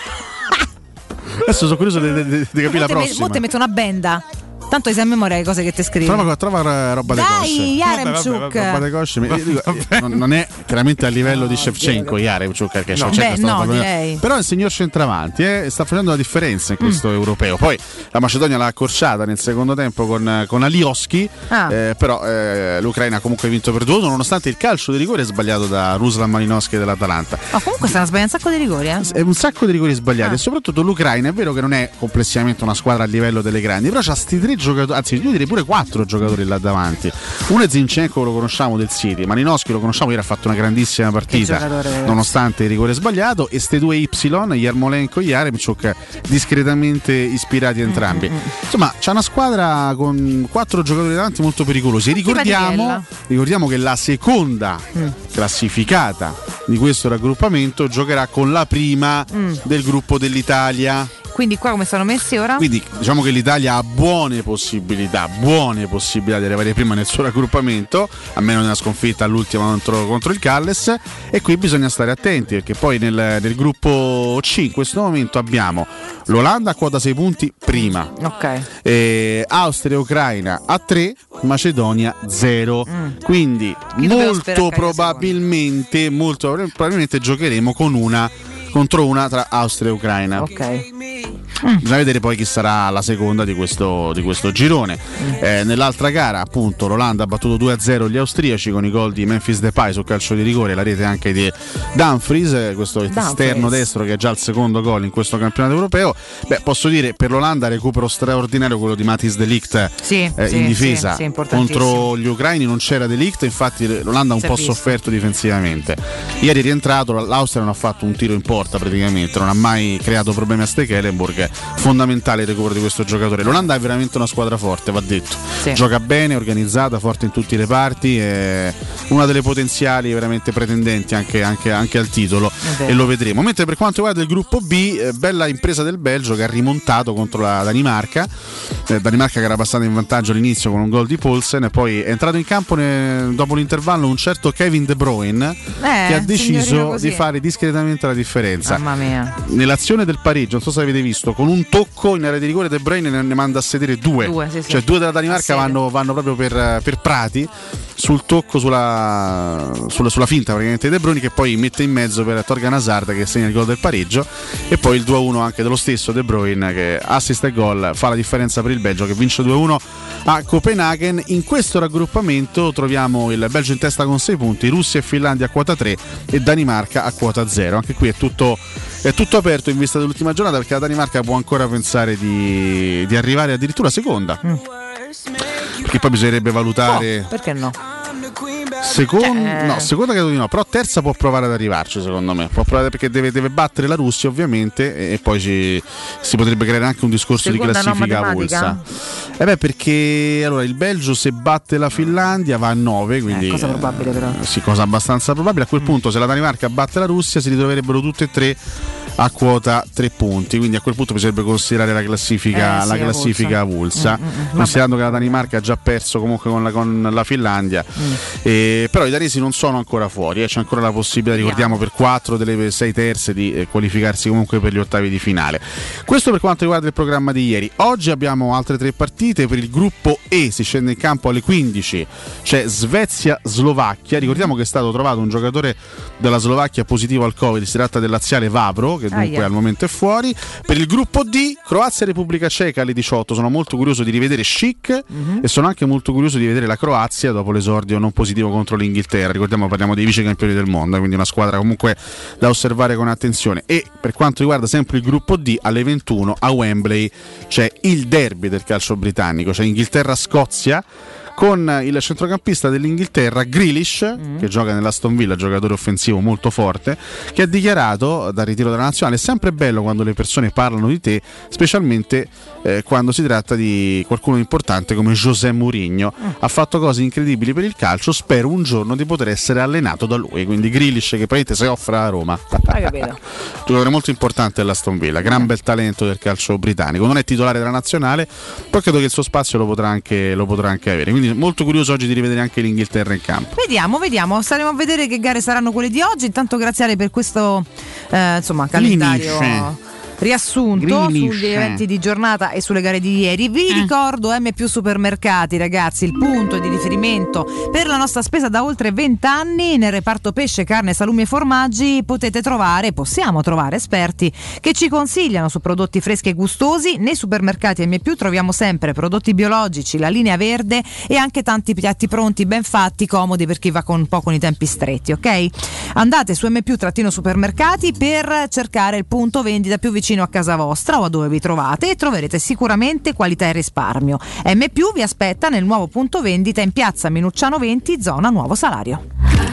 Adesso sono curioso di, di, di capire la prossima. Mo te metto una benda. Tanto hai sempre a memoria le cose che ti scrivi. Trova, trova roba de cosce. Dai, Yaremchuk. Roba de cosce. Mi- dico, non, non è chiaramente a livello di Shevchenko, Yaremchuk, perché No. Shevchenko Beh, sta no, parlando- direi. Però è il signor centravanti eh, sta facendo la differenza in questo Mm. europeo. Poi la Macedonia l'ha accorciata nel secondo tempo con, con Alioski, Ah. eh, però eh, l'Ucraina ha comunque vinto per due uno nonostante il calcio di rigore sbagliato da Ruslan Malinowski dell'Atalanta. Ma comunque stanno sbagliando un sacco di rigori, eh? È un sacco di rigori sbagliati Ah. e soprattutto l'Ucraina è vero che non è complessivamente una squadra a livello delle grandi, però c'ha sti tre giocatori, anzi io direi pure quattro giocatori là davanti. Uno è Zinchenko, lo conosciamo del City, Malinowski lo conosciamo, ieri ha fatto una grandissima partita giocatore, ragazzi. nonostante il rigore sbagliato, e ste due Y, Yarmolenko e Yaremchuk, discretamente ispirati entrambi. Insomma, c'è una squadra con quattro giocatori davanti molto pericolosi. E ricordiamo, Padigliella. ricordiamo che la seconda classificata di questo raggruppamento giocherà con la prima Mm. del gruppo dell'Italia. Quindi qua come sono messi ora? Quindi diciamo che l'Italia ha buone possibilità, buone possibilità di arrivare prima nel suo raggruppamento, a meno di una sconfitta all'ultima contro, contro il Galles, e qui bisogna stare attenti perché poi nel, nel gruppo C in questo momento abbiamo l'Olanda a quota sei punti prima, Ok. eh, Austria e Ucraina a tre, Macedonia zero. Quindi Chi dobbiamo sperare molto che caiga probabilmente, molto probabilmente giocheremo con una contro una tra Austria e Ucraina. Ok. Bisogna vedere poi chi sarà la seconda di questo, di questo girone. Eh, nell'altra gara, appunto, l'Olanda ha battuto due a zero gli austriaci con i gol di Memphis Depay sul calcio di rigore, la rete anche di Dumfries, eh, questo Dumfries. esterno destro che è già il secondo gol in questo campionato europeo. Beh, posso dire per l'Olanda recupero straordinario quello di Matthijs de Ligt Sì, eh, sì, in difesa. sì, sì, importantissimo. Contro gli ucraini non c'era de Ligt, infatti l'Olanda ha un Si è po' visto. sofferto difensivamente. Ieri è rientrato, l'Austria non ha fatto un tiro in porta praticamente, non ha mai creato problemi a Stekelenburg. Fondamentale il recupero di questo giocatore. L'Olanda è veramente una squadra forte, va detto. Sì. Gioca bene, organizzata, forte in tutti i reparti, è una delle potenziali veramente pretendenti anche, anche- anche al titolo, vero. e lo vedremo. Mentre per quanto riguarda il gruppo B, eh, bella impresa del Belgio che ha rimontato contro la Danimarca. Eh, Danimarca che era passata in vantaggio all'inizio con un gol di Poulsen, e poi è entrato in campo ne- dopo l'intervallo un certo Kevin De Bruyne, Eh, che ha signorino deciso così. di fare discretamente la differenza. Mamma mia. Nell'azione del pareggio, non so se avete visto, con un tocco in area di rigore De Bruyne ne, ne manda a sedere due, Due, sì, sì. cioè due della A Danimarca sede. vanno, vanno proprio per, per Prati sul tocco sulla, sulla, sulla finta praticamente di De Bruyne, che poi mette in mezzo per Torgan Hazard che segna il gol del pareggio, e poi il due a uno anche dello stesso De Bruyne che assist e gol, fa la differenza per il Belgio che vince due a uno a Copenaghen. In questo raggruppamento troviamo il Belgio in testa con sei punti, Russia e Finlandia a quota tre e Danimarca a quota zero. Anche qui è tutto, è tutto aperto in vista dell'ultima giornata, perché la Danimarca può ancora pensare di, di arrivare addirittura seconda, perché poi bisognerebbe valutare. Oh, perché no? Seconda, Cioè, no, seconda credo di no, però terza può provare ad arrivarci, secondo me. Può provare, perché deve, deve battere la Russia, ovviamente, e, e poi ci, si potrebbe creare anche un discorso Seconda di no classifica matematica? avulsa. Eh beh, perché allora il Belgio, se batte la Finlandia, va a nove, quindi Eh, cosa probabile però. eh, sì, cosa abbastanza probabile. A quel punto, se la Danimarca batte la Russia, si ritroverebbero tutte e tre a quota tre punti, quindi a quel punto bisognerebbe considerare la classifica, Eh, sì, la classifica avulsa, Mm, mm, mm, considerando che la Danimarca ha già perso comunque con la, con la Finlandia. Eh, però i danesi non sono ancora fuori, eh, c'è ancora la possibilità, ricordiamo, per quattro delle sei terze di eh, qualificarsi comunque per gli ottavi di finale. Questo per quanto riguarda il programma di ieri. Oggi abbiamo altre tre partite. Per il gruppo E si scende in campo alle quindici, c'è Svezia-Slovacchia. Ricordiamo che è stato trovato un giocatore della Slovacchia positivo al Covid, si tratta del laziale Vavro, che dunque Aia. al momento è fuori. Per il gruppo D, Croazia e Repubblica Ceca alle diciotto. Sono molto curioso di rivedere Schick Mhm. e sono anche molto curioso di vedere la Croazia dopo l'esordio non positivo contro l'Inghilterra. Ricordiamo, parliamo dei vice campioni del mondo, quindi una squadra comunque da osservare con attenzione. E per quanto riguarda sempre il gruppo D, alle ventuno a Wembley c'è il derby del calcio britannico, c'è Inghilterra-Scozia con il centrocampista dell'Inghilterra Grealish, mm. che gioca nell'Aston Villa, giocatore offensivo molto forte, che ha dichiarato dal ritiro della nazionale: è sempre bello quando le persone parlano di te, specialmente eh, quando si tratta di qualcuno di importante come José Mourinho. Mm. Ha fatto cose incredibili per il calcio, spero un giorno di poter essere allenato da lui. Quindi Grealish, che praticamente si offre a Roma. Hai capito? Giocatore molto importante dell'Aston Villa, gran bel talento del calcio britannico, non è titolare della nazionale, poi credo che il suo spazio lo potrà anche, lo potrà anche avere, quindi molto curioso oggi di rivedere anche l'Inghilterra in campo. Vediamo, vediamo, staremo a vedere che gare saranno quelle di oggi. Intanto grazie Ale per questo eh, insomma calendario Clinice. riassunto Grealish. Sugli eventi di giornata e sulle gare di ieri. Vi eh. ricordo M più Supermercati, ragazzi, il punto di riferimento per la nostra spesa da oltre venti anni nel reparto pesce, carne, salumi e formaggi. Potete trovare, possiamo trovare esperti che ci consigliano su prodotti freschi e gustosi. Nei supermercati M più troviamo sempre prodotti biologici, la linea verde e anche tanti piatti pronti, ben fatti, comodi per chi va con un po' con i tempi stretti, ok? Andate su M più Supermercati per cercare il punto vendita più vicino a casa vostra o a dove vi trovate, e troverete sicuramente qualità e risparmio. M più vi aspetta nel nuovo punto vendita in piazza Minucciano venti, zona Nuovo Salario.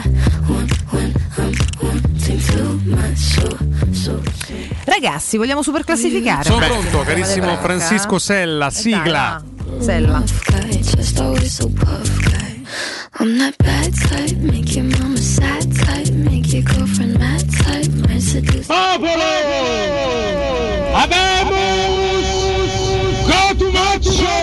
Ragazzi, vogliamo super classificare? Sono pronto, carissimo Francisco Sella, sigla. Dai, Sella. I'm that bad type, make your mama sad type, make your girlfriend mad type, might seduce. Popolo! Abemus! Cotumaccio!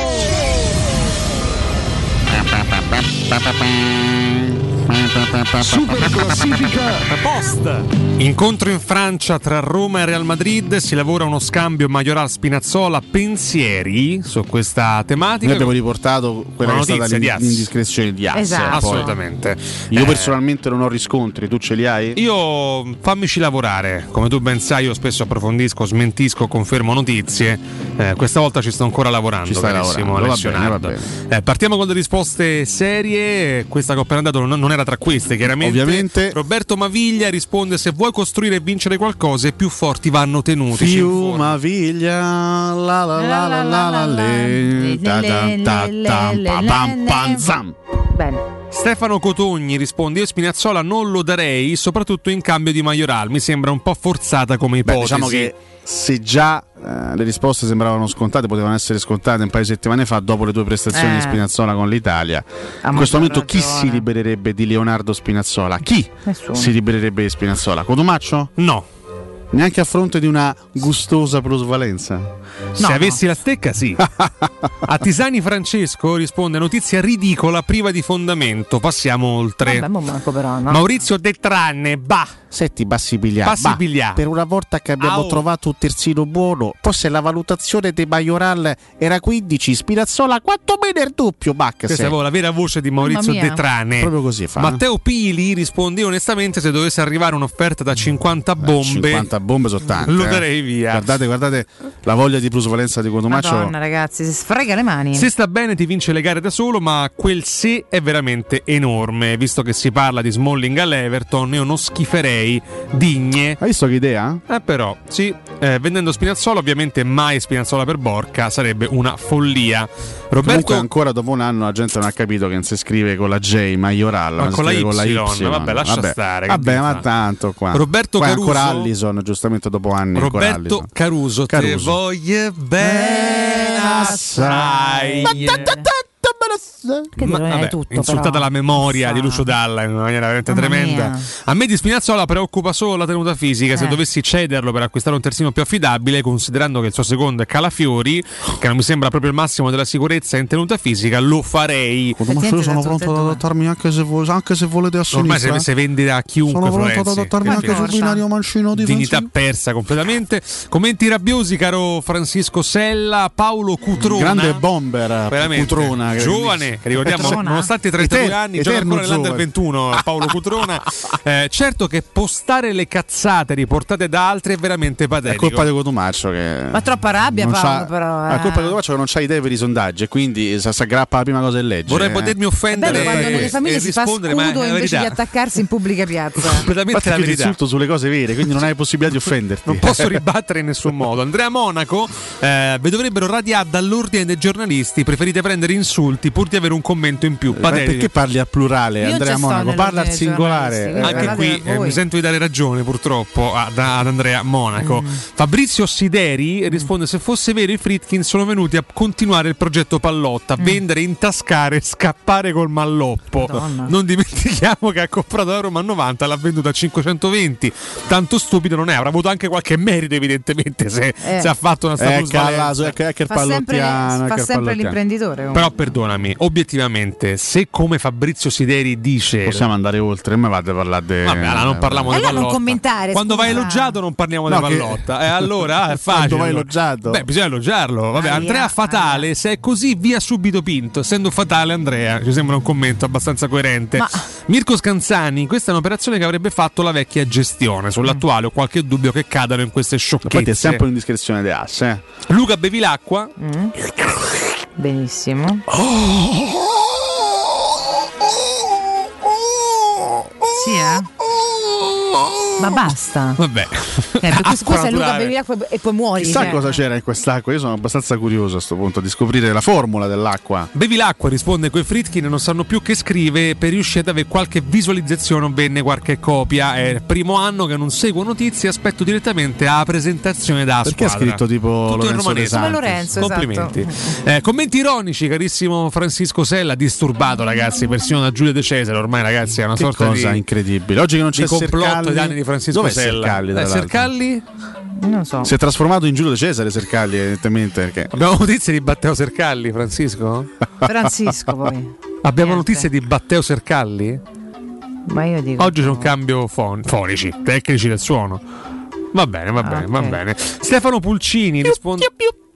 Super classifica post. Incontro in Francia tra Roma e Real Madrid, si lavora uno scambio Majoral-Spinazzola. Pensieri su questa tematica? Noi abbiamo riportato quella una che è stata l'indiscrezione di Asse. Esatto. Assolutamente. Io eh, personalmente non ho riscontri, tu ce li hai? Io fammici lavorare, come tu ben sai io spesso approfondisco, smentisco, confermo notizie, eh, questa volta ci sto ancora lavorando, ci stai carissimo lavorando, Alessio va bene, va bene. Eh, partiamo con le risposte serie, questa che ho appena dato non, non era tra queste chiaramente. Ovviamente. Roberto Maviglia risponde: se vuoi costruire e vincere qualcosa i più forti vanno tenuti. Più Maviglia la la la la la la le ta ta ta ta pam pam zam. Bene. Stefano Cotogni risponde: io Spinazzola non lo darei, soprattutto in cambio di Majoral, mi sembra un po' forzata come ipotesi. Beh, diciamo che se già eh, le risposte sembravano scontate, potevano essere scontate un paio di settimane fa dopo le due prestazioni eh. di Spinazzola con l'Italia. Ah, in questo momento ragione. chi si libererebbe di Leonardo Spinazzola? Chi Nessuno. si libererebbe di Spinazzola? Cotumaccio? No. Neanche a fronte di una gustosa plusvalenza? Se No, avessi la stecca sì. A Tisani Francesco risponde: notizia ridicola priva di fondamento, passiamo oltre. Vabbè, mo manco però, no? Maurizio Detranne, bah. Senti Bassipiglià, Bassipiglià. per una volta che abbiamo Au. trovato un terzino buono, poi se la valutazione di Majoral era quindici, Spinazzola quantomeno il doppio, Bach. Questa è la vera voce di Maurizio Mamma mia. Detranne. Proprio così fa. Matteo Pili risponde: onestamente se dovesse arrivare un'offerta da cinquanta bombe, cinquanta bombe sono tante. lo eh. darei via. Guardate, guardate la voglia di plusvalenza di Cotumaccio. Madonna, ragazzi, si sfrega le mani. Se sta bene ti vince le gare da solo, ma quel se è veramente enorme. Visto che si parla di Smalling all'Everton, io non schiferei Digne. Hai visto che idea? Eh però, sì, eh, vendendo Spinazzola ovviamente mai Spinazzola per Borca sarebbe una follia. Roberto Comunque ancora dopo un anno la gente non ha capito che non si scrive con la J Majoral, ma si con la, scrive y, con la Y. vabbè, lascia vabbè. stare. Vabbè, ma tanto qua. Roberto qua è Caruso, ancora Allison, giustamente dopo anni. Roberto Caruso, te Caruso. voglio bene assai. Che Ma, dire, vabbè, è tutto, insultata però. la memoria Sa. di Lucio Dalla in una maniera veramente Mamma tremenda. mia. A me di Spinazzola preoccupa solo la tenuta fisica. Se Eh. dovessi cederlo per acquistare un terzino più affidabile, considerando che il suo secondo è Calafiori, che non mi sembra proprio il massimo della sicurezza in tenuta fisica, lo farei. Cotumaccio, io sono pronto ad adattarmi anche se, vo- anche se volete a Ormai sinistra. se, se vende a chiunque, Sono pronto ad Florenzi. adattarmi Che anche fine? sul binario mancino difensivo. Dignità persa completamente. Commenti rabbiosi, caro Francisco Sella. Paolo Cutrona, Grande bomber, veramente Cutrona, che- giovane, che ricordiamo Cutrona. nonostante i trentadue Eter- anni gioca eterno ancora nell'Under giovane. ventuno. Paolo Cutrona. Eh, certo che postare le cazzate riportate da altri è veramente È patetico. colpa di Cotumaccio che Ma troppa rabbia, non Paolo, c'ha- però. È eh. colpa di Cotumaccio che non c'ha idee per i sondaggi e quindi si aggrappa la prima cosa che legge. Vorrei eh. potermi È offendere bello quando e- nelle e famiglie si fa rispondere, ma è scudo la invece di verità. attaccarsi in pubblica piazza. Completamente Infatti la io ti verità. insulto sulle cose vere, quindi non hai possibilità di offenderti. Non posso ribattere in nessun modo. Andrea Monaco, eh, vi dovrebbero radiare dall'ordine dei giornalisti. Preferite prendere insulti pur di avere avere un commento in più. Ma perché parli a plurale? Io Andrea ci sto Monaco, nelle parla al mie singolare. giornalistiche, Anche guardate qui da eh, voi. mi sento di dare ragione purtroppo ad, ad Andrea Monaco. Mm. Fabrizio Sideri risponde: se fosse vero i Friedkin sono venuti a continuare il progetto Pallotta, Mm. vendere, intascare, scappare col malloppo. Madonna. Non dimentichiamo che ha comprato la Roma a novanta, l'ha venduta a cinquecentoventi. Tanto stupido non è, avrà avuto anche qualche merito evidentemente se, Eh. se ha fatto una Eh, statua Callaso, è che è che il Fa sempre, pallottiano, è fa che il sempre pallottiano. l'imprenditore. comunque. Però perdonami, obiettivamente, se come Fabrizio Sideri dice possiamo andare oltre, ma vado a parlare di vabbè, allora non parliamo E di là non Pallotta. commentare. Quando vai scusa. elogiato non parliamo No, di che- Pallotta. E allora è facile. Quando vai elogiato? Beh, bisogna elogiarlo. Vabbè, Aia, Andrea Fatale, se è così via subito Pinto. Essendo fatale Andrea, ci sembra un commento abbastanza coerente. Ma- Mirko Scanzani, questa è un'operazione che avrebbe fatto la vecchia gestione. Sull'attuale ho qualche dubbio che cadano in queste sciocchezze. Poi ti è sempre un'indiscrezione di ass, eh. Luca Bevilacqua. Mm. Benissimo. Sì, eh? Ma basta. Vabbè. Eh, perché Acqua scusa, Luca naturale. bevi l'acqua e poi muori. Chissà cioè. cosa c'era in quest'acqua. Io sono abbastanza curioso a questo punto di scoprire la formula dell'acqua. Bevilacqua risponde: coi Friedkin non sanno più che scrive, per riuscire ad avere qualche visualizzazione o venne qualche copia. È il primo anno che non seguo notizie, aspetto direttamente alla presentazione da Perché ha squadra. scritto tipo Tutto in Lorenzo romanese. De Santis? Come Lorenzo, Complimenti. esatto. Eh, commenti ironici, carissimo Francisco Sella, disturbato ragazzi, persino da Giulio De Cesare, ormai ragazzi è una Che sorta cosa di, incredibile. Oggi che non di c'è complotto Sercalli. ai danni di Francisco Dov'è Sella. Sercalli, tra Eh, l'altro? Sercalli? Non lo so. Si è trasformato in Giulio De Cesare Sercalli, evidentemente. Perché... Abbiamo notizie di Matteo Sercalli, Francisco? Francisco poi. Abbiamo Niente. notizie di Matteo Sercalli? Ma io dico. Oggi c'è un cambio fon- fonici, tecnici del suono. Va bene, va bene, ok. va bene. Stefano Pulcini risponde.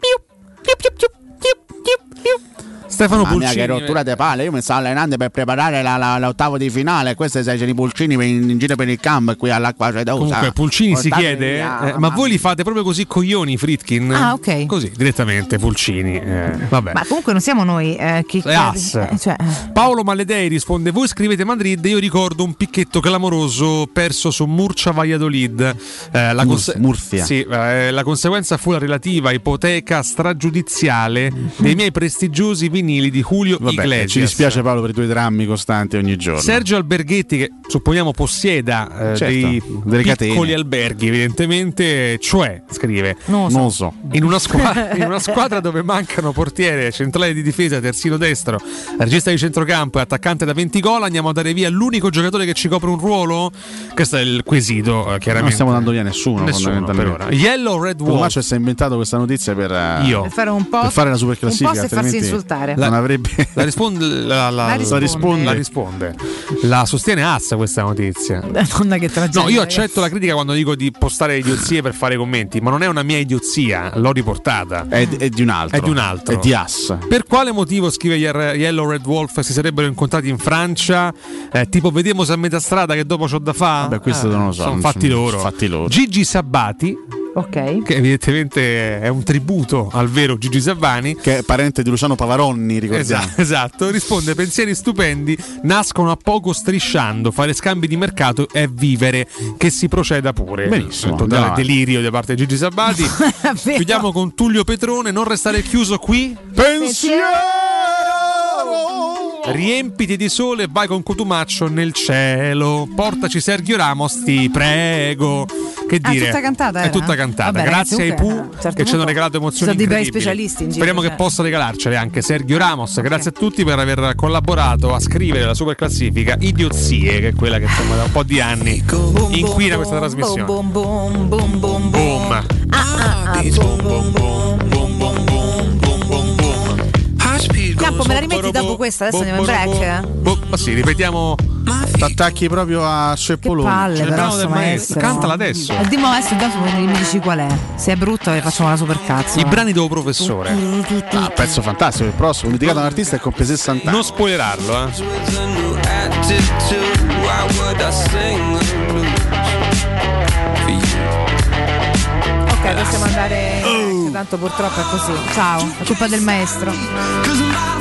Stefano Mamma mia, Pulcini. che rottura di palle, io mi sto allenando per preparare la, la, l'ottavo di finale. Questi sei i Pulcini in, in giro per il campo qui all'acqua cedosa. Comunque Pulcini si Portate chiede, via, eh, ma voi li fate proprio così coglioni, Friedkin? Ah, ok. Così, direttamente, Pulcini. Eh, vabbè. Ma comunque non siamo noi eh, chi Le ass. eh, cioè, Paolo Maledei risponde: voi scrivete Madrid, io ricordo un picchetto clamoroso perso su Murcia Valladolid. Eh, la, Mur- Murcia. sì, eh, la conseguenza fu la relativa ipoteca stragiudiziale dei miei prestigiosi vinili di Julio Vabbè, Iglesias. ci dispiace Paolo per i tuoi drammi costanti ogni giorno. Sergio Alberghetti, che supponiamo possieda eh, Certo, dei delle piccoli catene. alberghi, evidentemente, cioè, scrive: non lo so. Non lo so. in una, squadra, in una squadra dove mancano portiere, centrale di difesa, terzino destro, regista di centrocampo e attaccante da venti gol, andiamo a dare via l'unico giocatore che ci copre un ruolo? Questo è il quesito, eh, chiaramente. Non stiamo dando via nessuno, Nessuno per fondamentalmente. ora. Yellow Red Wolf. Tommaso si è inventato questa notizia per, eh, Io. per fare un po' per fare la super classifica, un po' e farsi altrimenti insultare. non avrebbe. La risponde, la, la- La risponde. risponde. La risponde. La sostiene Assa questa notizia. Madonna, che tragedia. No, io ragazzi. accetto la critica quando dico di postare idiozie per fare commenti, ma non è una mia idiozia, l'ho riportata. È, è di un altro. È di un altro. È di Ass. Per quale motivo, scrive Yer- Yellow Red Wolf, si sarebbero incontrati in Francia? Eh, tipo, vediamo se a metà strada che dopo c'ho da fare? Vabbè, questo non lo so, Sono non fatti sono- loro. fatti loro. Gigi Sabbati, Ok. che evidentemente è un tributo al vero Gigi Sabbani. Che è parente di Luciano Pavaronni, ricordiamo. Esatto, esatto, risponde: pensieri stupendi nascono a poco strisciando, fare scambi di mercato è vivere, che si proceda pure. Benissimo, Totale andiamo delirio da parte di Gigi Sabbati. Vero. Chiudiamo con Tullio Petrone: non restare chiuso qui, riempiti di sole e vai con Cotumaccio nel cielo, portaci Sergio Ramos, ti prego. Che Ah, dire? tutta cantata È era? tutta cantata. Vabbè, Grazie ragazzi, ai Pooh comunque, a un certo che ci hanno punto regalato emozioni ci sono dei bei incredibili. specialisti in giro, Speriamo cioè. che possa regalarcele anche Sergio Ramos. Grazie a tutti per aver collaborato a scrivere la super classifica Idiozie, che è quella che insomma da un po' di anni inquina questa trasmissione. Boom, boom, boom, boom, boom. Boom. Ah, ah, ah, boom, boom, boom. Campo, me la rimetti dopo questa? Adesso andiamo in break. Boh, ma sì, ripetiamo. T'attacchi proprio a Che Sceppoloni. palle, C'è il però, brano del sto maestro. maestro. Cantala adesso. Il dimo adesso intanto mi dici qual è. Se è brutto e facciamo la super cazzo. I brani dopo professore. Ah, pezzo fantastico. Il prossimo, dedicato a un artista che compie sessanta anni. Non spoilerarlo, eh. Ok, possiamo andare. Oh. Tanto purtroppo è così. Ciao, è colpa del maestro.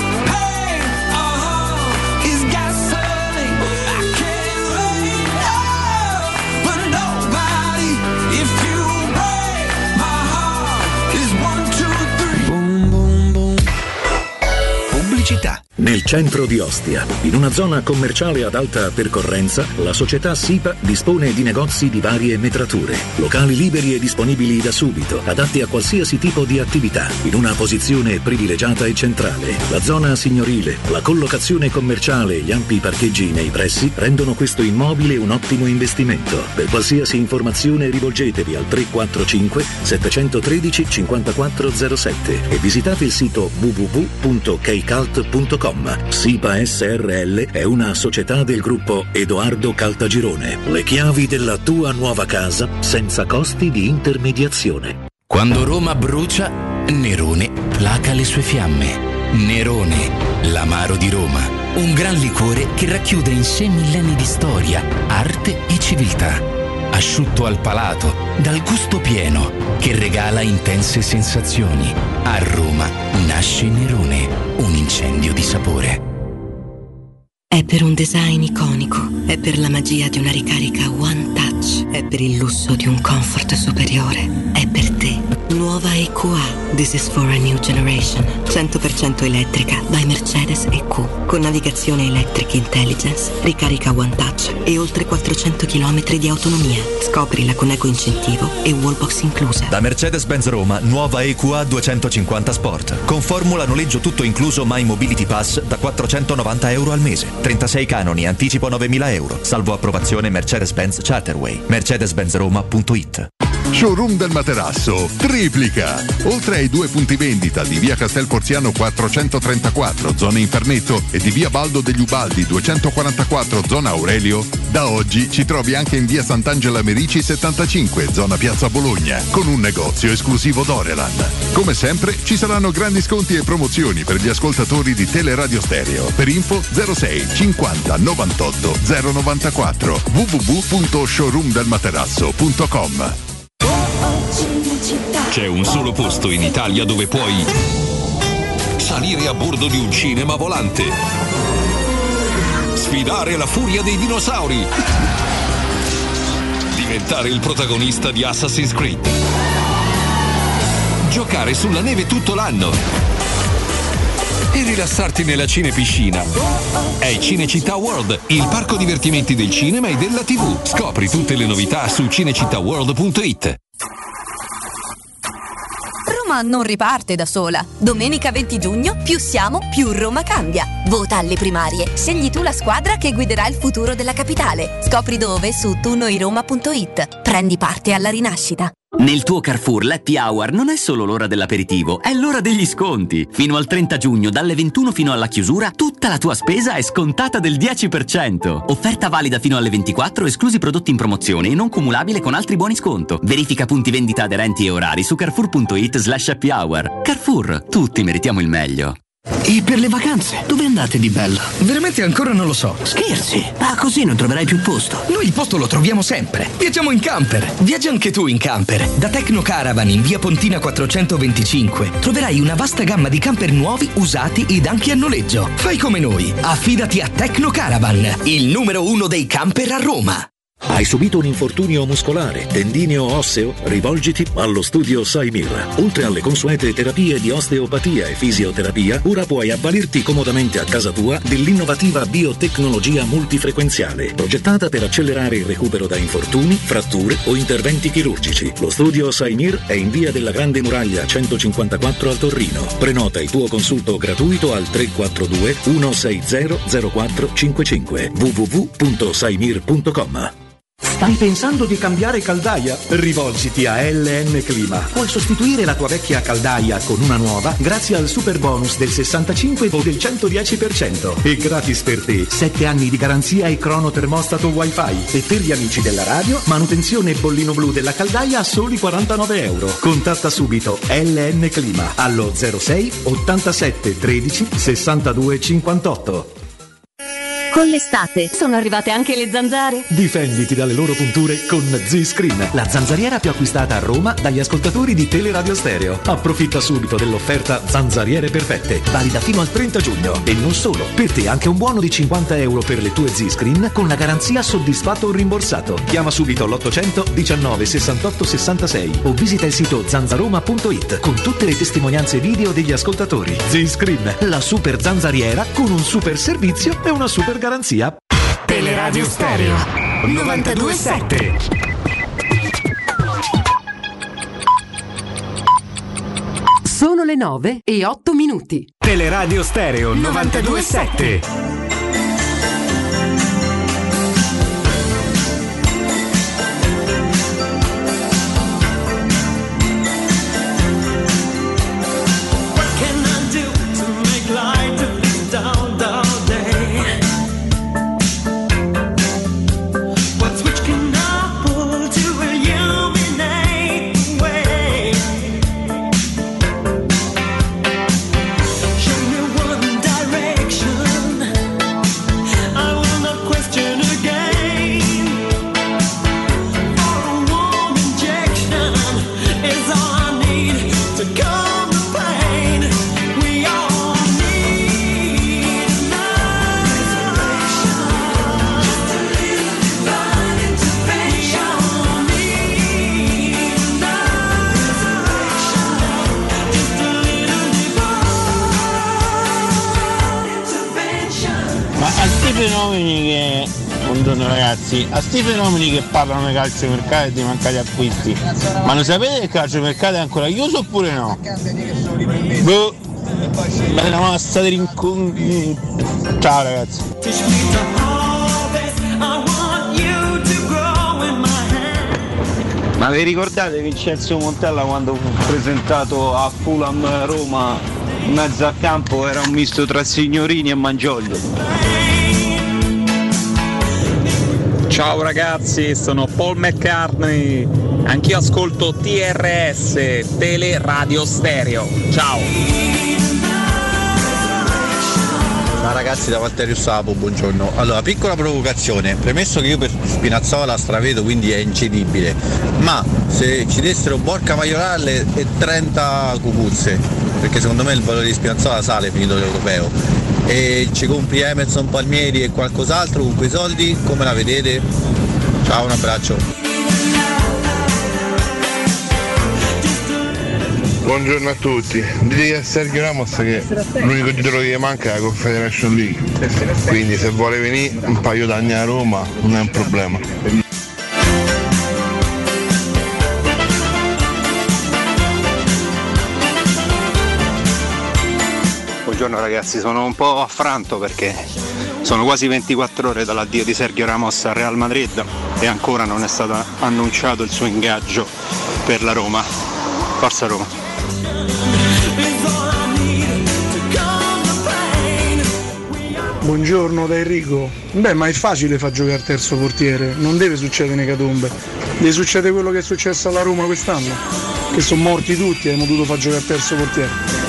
Pubblicità. nel centro di Ostia. In una zona commerciale ad alta percorrenza, la società SIPA dispone di negozi di varie metrature, locali liberi e disponibili da subito, adatti a qualsiasi tipo di attività, in una posizione privilegiata e centrale. La zona signorile, la collocazione commerciale e gli ampi parcheggi nei pressi rendono questo immobile un ottimo investimento. Per qualsiasi informazione rivolgetevi al tre quattro cinque sette uno tre cinquantaquattro zero sette e visitate il sito w w w punto keicalt punto com. SIPA S R L è una società del gruppo Edoardo Caltagirone. Le chiavi della tua nuova casa senza costi di intermediazione. Quando Roma brucia, Nerone placa le sue fiamme. Nerone, l'amaro di Roma. Un gran liquore che racchiude in sé millenni di storia, arte e civiltà. Asciutto al palato, dal gusto pieno, che regala intense sensazioni. A Roma nasce Nerone, un incendio di sapore. È per un design iconico, è per la magia di una ricarica One Touch, è per il lusso di un comfort superiore, è per te. Nuova E Q A, This is for a new generation, cento per cento elettrica by Mercedes E Q, con navigazione Electric Intelligence, ricarica One Touch e oltre quattrocento chilometri di autonomia. Scoprila con eco incentivo e wallbox inclusa. Da Mercedes-Benz Roma, nuova E Q A duecentocinquanta Sport, con formula noleggio tutto incluso My Mobility Pass da quattrocentonovanta euro al mese, trentasei canoni, anticipo novemila euro, salvo approvazione Mercedes-Benz Charterway. mercedes benz roma punto it. Showroom del Materasso triplica. Oltre ai due punti vendita di via Castel Porziano quattrocentotrentaquattro, zona Infernetto, e di via Baldo degli Ubaldi duecentoquarantaquattro, zona Aurelio, da oggi ci trovi anche in via Sant'Angela Merici settantacinque, zona Piazza Bologna, con un negozio esclusivo Dorelan. Come sempre ci saranno grandi sconti e promozioni per gli ascoltatori di Teleradio Stereo. Per info zero sei cinquanta novantotto zero novantaquattro w w w punto showroom del materasso punto com. C'è un solo posto in Italia dove puoi salire a bordo di un cinema volante, sfidare la furia dei dinosauri, diventare il protagonista di Assassin's Creed, giocare sulla neve tutto l'anno e rilassarti nella cinepiscina. È Cinecittà World, il parco divertimenti del cinema e della tivù. Scopri tutte le novità su cinecittà world punto it. Roma non riparte da sola. Domenica venti giugno, più siamo, più Roma cambia. Vota alle primarie. Scegli tu la squadra che guiderà il futuro della capitale. Scopri dove su tu noi roma punto it. Prendi parte alla rinascita. Nel tuo Carrefour l'Happy Hour non è solo l'ora dell'aperitivo, è l'ora degli sconti. Fino al trenta giugno, dalle ventuno fino alla chiusura, tutta la tua spesa è scontata del dieci per cento. Offerta valida fino alle ventiquattro, esclusi prodotti in promozione e non cumulabile con altri buoni sconto. Verifica punti vendita aderenti e orari su carrefour punto it slash happy hour. Carrefour, tutti meritiamo il meglio. E per le vacanze, dove andate di bello? Veramente ancora non lo so. Scherzi? Ma così non troverai più posto. Noi il posto lo troviamo sempre. Viaggiamo in camper. Viaggia anche tu in camper. Da Tecno Caravan in via Pontina quattrocentoventicinque troverai una vasta gamma di camper nuovi, usati ed anche a noleggio. Fai come noi. Affidati a Tecno Caravan, il numero uno dei camper a Roma. Hai subito un infortunio muscolare, tendineo o osseo? Rivolgiti allo studio Saimir. Oltre alle consuete terapie di osteopatia e fisioterapia, ora puoi avvalerti comodamente a casa tua dell'innovativa biotecnologia multifrequenziale, progettata per accelerare il recupero da infortuni, fratture o interventi chirurgici. Lo studio Saimir è in via della Grande Muraglia centocinquantaquattro a Torino. Prenota il tuo consulto gratuito al tre quattro due uno sei zero zero quattro cinque cinque w w w punto saimir punto com. Stai pensando di cambiare caldaia? Rivolgiti a L N Clima. Puoi sostituire la tua vecchia caldaia con una nuova grazie al super bonus del sessantacinque o del centodieci per cento. E gratis per te sette anni di garanzia e crono termostato wifi. E per gli amici della radio, manutenzione bollino blu della caldaia a soli quarantanove euro. Contatta subito L N Clima allo zero sei ottantasette tredici sessantadue cinquantotto. Con l'estate sono arrivate anche le zanzare. Difenditi dalle loro punture con Z-Screen, la zanzariera più acquistata a Roma dagli ascoltatori di Teleradio Stereo. Approfitta subito dell'offerta Zanzariere Perfette, valida fino al trenta giugno. E non solo, per te anche un buono di cinquanta euro per le tue Z-Screen con la garanzia soddisfatto o rimborsato. Chiama subito l'ottocento diciannove sessantotto sessantasei o visita il sito zanzaroma punto it con tutte le testimonianze video degli ascoltatori. Z-Screen, la super zanzariera con un super servizio e una super garanzia. Teleradio Stereo novantadue sette. Sono le nove e otto minuti. Teleradio Stereo novantadue sette. Fenomeni che buongiorno ragazzi, a sti fenomeni che parlano di calciomercato e di mancati acquisti, ma lo sapete che il calciomercato è ancora chiuso oppure no? Boh, bella massa di rincontri. Ciao ragazzi. Ma vi ricordate Vincenzo Montella quando fu presentato a Fulham Roma in mezzo al campo era un misto tra signorini e Mangioglio? Ciao ragazzi, sono Paul McCartney, anch'io ascolto T R S, Teleradio Stereo, ciao! Ciao ragazzi, da Valterio Sapo, buongiorno. Allora, piccola provocazione, premesso che io per Spinazzola stravedo, quindi è incedibile, ma se ci dessero Borca Maioral e trenta Cucuzze, perché secondo me il valore di Spinazzola sale finito l'europeo, e ci compri Emerson, Palmieri e qualcos'altro con quei soldi, come la vedete? Ciao, un abbraccio. Buongiorno a tutti, dite a Sergio Ramos che l'unico titolo che gli manca è la Confederation League, quindi se vuole venire un paio d'anni a Roma non è un problema. Buongiorno ragazzi, sono un po' affranto perché sono quasi ventiquattro ore dall'addio di Sergio Ramos al Real Madrid e ancora non è stato annunciato il suo ingaggio per la Roma. Forza Roma! Buongiorno da Enrico. Beh, ma è facile far giocare terzo portiere, non deve succedere in ecatombe. Deve succedere quello che è successo alla Roma quest'anno, che sono morti tutti e abbiamo dovuto far giocare terzo portiere.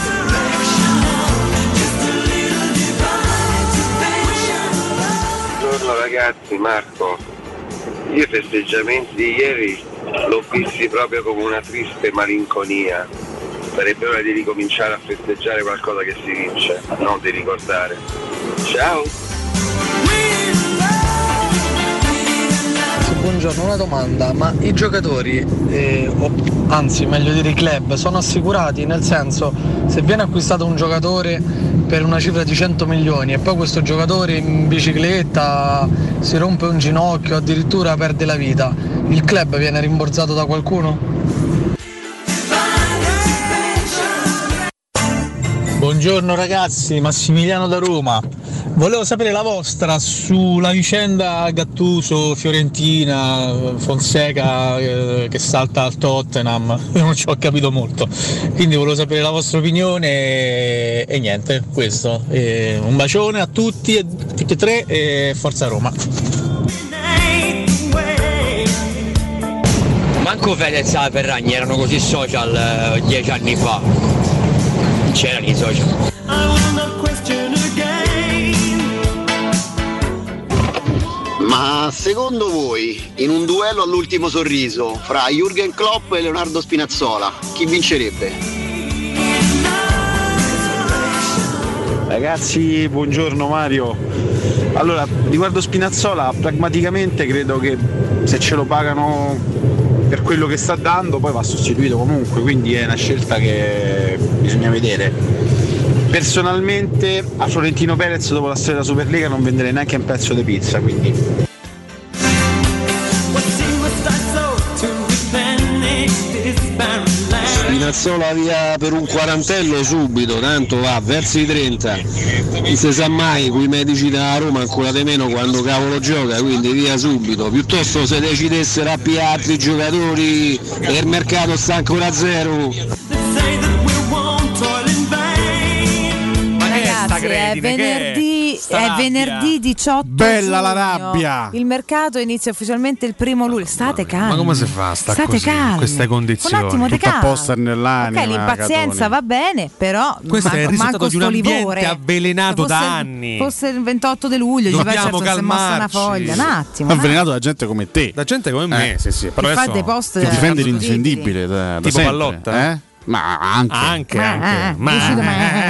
Ragazzi, Marco, io i festeggiamenti di ieri l'ho visti proprio come una triste malinconia. Sarebbe ora di ricominciare a festeggiare qualcosa che si vince, non di ricordare. Ciao! Buongiorno, una domanda, ma i giocatori, eh, o, anzi meglio dire i club, sono assicurati? Nel senso, se viene acquistato un giocatore per una cifra di cento milioni e poi questo giocatore in bicicletta si rompe un ginocchio, addirittura perde la vita, il club viene rimborsato da qualcuno? Buongiorno ragazzi, Massimiliano da Roma. Volevo sapere la vostra sulla vicenda Gattuso, Fiorentina, Fonseca eh, che salta al Tottenham. Io non ci ho capito molto, quindi volevo sapere la vostra opinione e, e niente, questo. E un bacione a tutti e tutti e tre e forza Roma. Manco Fedez e Ferragni erano così social eh, dieci anni fa. C'erano i social. Ma secondo voi, in un duello all'ultimo sorriso fra Jürgen Klopp e Leonardo Spinazzola, chi vincerebbe? Ragazzi, buongiorno Mario. Allora, riguardo Spinazzola, pragmaticamente credo che se ce lo pagano per quello che sta dando poi va sostituito comunque, quindi è una scelta che bisogna vedere. Personalmente a Florentino Perez dopo la storia della Superlega non venderei neanche un pezzo di pizza, quindi Spinazzola via per un quarantello subito, tanto va verso i trenta, non si sa mai, quei medici da Roma ancora di meno quando cavolo gioca, quindi via subito. Piuttosto se decidessero a pigliare altri giocatori e il mercato sta ancora a zero. Ragazzi, è venerdì, è, è venerdì diciotto Bella giugno. la rabbia. Il mercato inizia ufficialmente il primo luglio. State calmi. Ma come si fa? Sta State così, calmi. in queste condizioni. Un attimo, Tutto a posto nell'anima. Ok, l'impazienza va bene, però questo manco, è il risultato manco di un sto ambiente livore. avvelenato fosse, da anni. Fosse il ventotto di luglio, Dobbiamo certo, si è mossa una foglia. Un attimo. Avvelenato da gente come te. Da gente come me, eh. sì, sì. Però che adesso fa dei post che difende incredibili. l'indifendibile da, da Tipo sempre, Pallotta? eh? Ma anche Anche, Ma- anche. ma- uscito-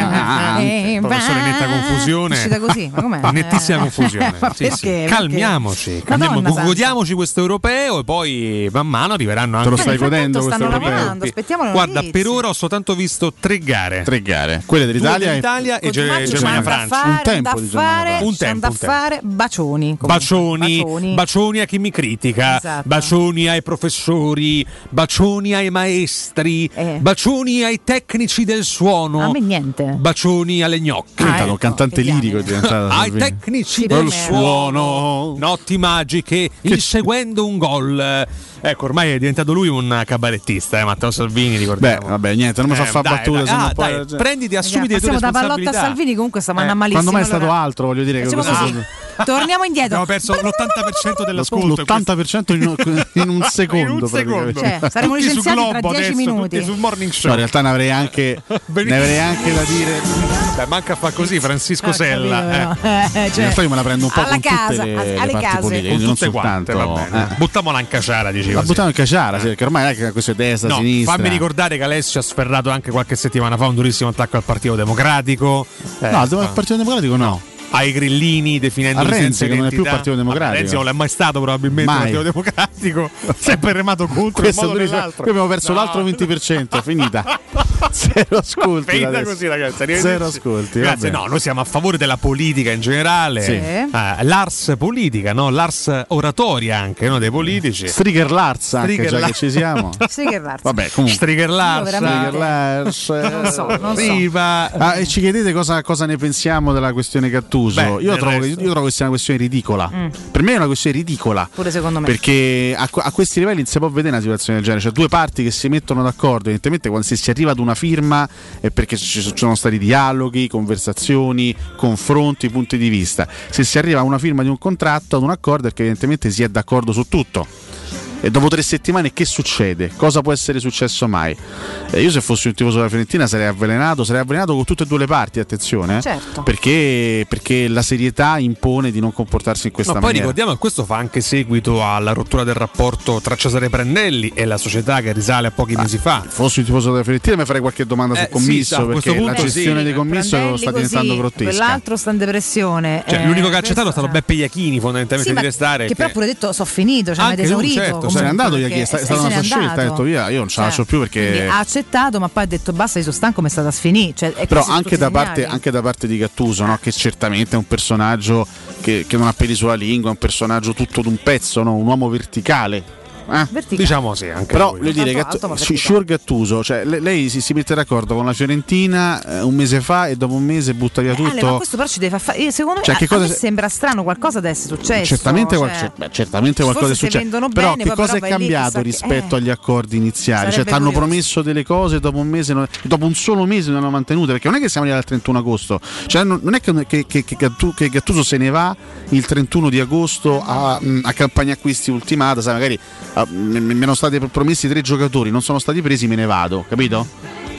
anche. eh, Professore, ma- netta confusione. uscita così, ma com'è? Nettissima confusione. Ma Sì, perché? sì. Perché? Calmiamoci, calmiamo, Madonna santa. godiamoci questo europeo e poi man mano arriveranno anche. Te lo stai godendo questo stanno europeo? lavorando, aspettiamo le Guarda, notizie. per ora ho soltanto visto tre gare. Tre gare. Quelle dell'Italia Due dell'Italia e, Con Ge- Giamaccio c'è Germania-Francia. da fare, Un tempo da di fare, Germania-Francia. Un c'è tempo, da un tempo. fare bacioni. comunque. Bacioni, bacioni. bacioni a chi mi critica, Esatto. bacioni ai professori, bacioni ai maestri, Eh. bacioni ai tecnici del suono, A me niente. bacioni alle gnocche. Cantano, un cantante lirico è diventato. Ai tecnici Sì, del per me. suono, notti magiche, inseguendo un gol. Ecco, ormai è diventato lui un cabarettista, eh, Matteo Salvini, Beh, ricordiamo. vabbè, niente, non mi fa Eh, fare dai, battute. dai. se no Ah, poi- dai, prenditi, assumiti le tue Passiamo da Pallotta a responsabilità. Salvini, comunque sta andando Eh, malissimo. quando mai è stato allora- altro, voglio dire che Facciamo questo così. Torniamo indietro. Abbiamo perso l'ottanta per cento dell'ascolto. l'ottanta per cento in, in un secondo. In un secondo. praticamente. Cioè, saremo Tutti su licenziati tra Globo dieci adesso, minuti. tutti sul morning show. No, in realtà ne avrei anche, ne avrei anche da dire. Beh, manca a fa così Francisco Ah, Sella. capito, eh. no? Eh, cioè, In realtà io me la prendo un po' alla con casa, tutte le, alle le parti case. politiche, Con non tutte quante, soltanto. va bene. eh. Buttiamola in caciara, dicevo. La buttiamo in caciara, sì, perché ormai non è che questo è destra, No, sinistra. fammi ricordare che Alessio ha sferrato anche qualche settimana fa un durissimo attacco al Partito Democratico. Eh, No, il fa- Partito Democratico no. ai grillini definendo A Renzi, che non è più identità. Partito Democratico. Vabbè, Renzi non è mai stato probabilmente Mai. Partito Democratico. Sempre remato contro Questo in modo è o durissimo. nell'altro. Qui abbiamo perso No. l'altro venti per cento, finita. Zero ascolti. Finita adesso. così, ragazzi. arrivederci. Zero ascolti. Grazie. vabbè. No, noi siamo a favore della politica in generale. Sì. Eh, l'ars politica, no? L'ars oratoria anche, no? Dei politici. Striger Lars anche, Striger già Lars. che ci siamo. Sì, che razza. Vabbè, comunque. Striger Lars. Io veramente- Striger Lars. Non so, non so. Viva. Ah, e ci chiedete cosa, cosa ne pensiamo della questione Gattuso? Beh, io, del trovo che, resto. io trovo che sia una questione ridicola. Mm. Per me è una questione ridicola. Pure secondo me. Perché a, a questi livelli non si può vedere una situazione del genere. Cioè, due parti che si mettono d'accordo. Evidentemente, quando si, si arriva ad una firma è perché ci ci sono stati dialoghi, conversazioni, confronti, punti di vista. Se si arriva a una firma di un contratto, ad un accordo, è perché evidentemente si è d'accordo su tutto. E dopo tre settimane che succede? Cosa può essere successo mai? Eh, io se fossi un tifoso della Fiorentina sarei avvelenato, sarei avvelenato con tutte e due le parti, attenzione, eh, Certo. perché, perché la serietà impone di non comportarsi in questa No, poi maniera. ricordiamo che questo fa anche seguito alla rottura del rapporto tra Cesare Prandelli e la società che risale a pochi mesi fa. Se fossi un tifoso della Fiorentina mi farei qualche domanda Eh, sul commisso, sì, a questo perché la punto gestione sì. dei commisso Prandelli sta così, diventando grottesca. quell'altro sta in depressione. Cioè, eh, l'unico che ha accettato è questo- stato Beppe Iachini, fondamentalmente Sì, di ma restare. che però pure detto so finito, cioè Anche avete lui, esaurito. certo, comunque, se n'è andato, perché Iachini, è sta- è se stata se una n'è sua scelta, andato. ha detto via, io non ce la Cioè, faccio più perché... quindi ha accettato, ma poi ha detto basta, io sono stanco, mi è stata sfinì. Cioè, è Però così anche tutti i da, parte, segnali. anche da parte di Gattuso, no? Che certamente è un personaggio che, che non ha peli sulla lingua, è un personaggio tutto d'un pezzo, no? Un uomo verticale. Eh? Verticale. Diciamo sì, anche Però lui. voglio dire, Tanto Gattu- alto, ma Sci- verticale. Scior Gattuso, cioè, le- lei si, si mette d'accordo con la Fiorentina eh, un mese fa e dopo un mese butta via Eh, Ale, tutto. ma questo però ci deve far fare. Secondo me, Cioè, che a- cosa a me se- sembra strano, qualcosa deve essere successo. Certamente, cioè, qual- cer- beh, certamente qualcosa è forse se successo. vendono Però bene, che poi cosa però è vai lì, cambiato chissà che- rispetto eh. agli accordi iniziali? Cioè, Sarebbe ti hanno curioso. promesso delle cose e dopo un mese non- dopo un solo mese non hanno mantenute, perché non è che siamo arrivati al trentuno agosto. Cioè, non non è che, che, che, che Gattu- che Gattuso se ne va il trentuno di agosto a, a campagna acquisti ultimata, sai, magari ah, mi mi erano stati promessi tre giocatori, non sono stati presi, me ne vado, capito?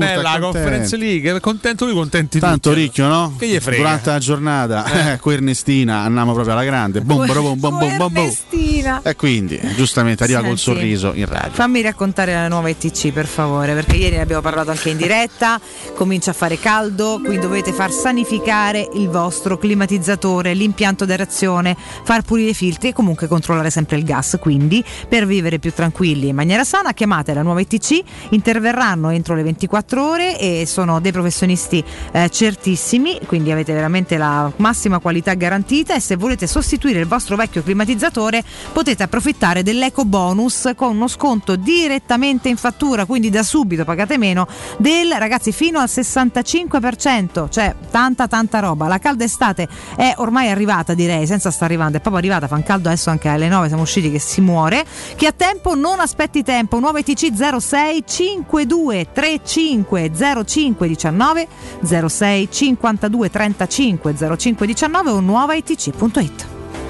bella la contento. Conference League, contento lui, contenti tutti. Tanto Ricchio, no? Che gli frega? Durante la giornata, eh. con Ernestina andiamo proprio alla grande. Bom, bom, bom, bom, bom, bom. E quindi, giustamente, arriva Senti, col sorriso in radio. Fammi raccontare la nuova E T C, per favore, perché ieri ne abbiamo parlato anche in diretta. Comincia a fare caldo, quindi dovete far sanificare il vostro climatizzatore, l'impianto d'aerazione, far pulire i filtri e comunque controllare sempre il gas. Quindi, per vivere più tranquilli in maniera sana, chiamate la nuova E T C, interverranno entro le ventiquattro ore e sono dei professionisti eh, certissimi, quindi avete veramente la massima qualità garantita. E se volete sostituire il vostro vecchio climatizzatore potete approfittare dell'eco bonus con uno sconto direttamente in fattura, quindi da subito pagate meno del, ragazzi, fino al sessantacinque per cento, cioè tanta tanta roba. La calda estate è ormai arrivata, direi, senza sta arrivando, è proprio arrivata, fan caldo adesso anche alle nove, siamo usciti che si muore. Chi ha tempo non aspetti tempo, nuova E T C zero sei cinquantadue trentacinque zero cinque diciannove zero sei cinquantadue trentacinque zero cinque diciannove o nuova E T C punto it.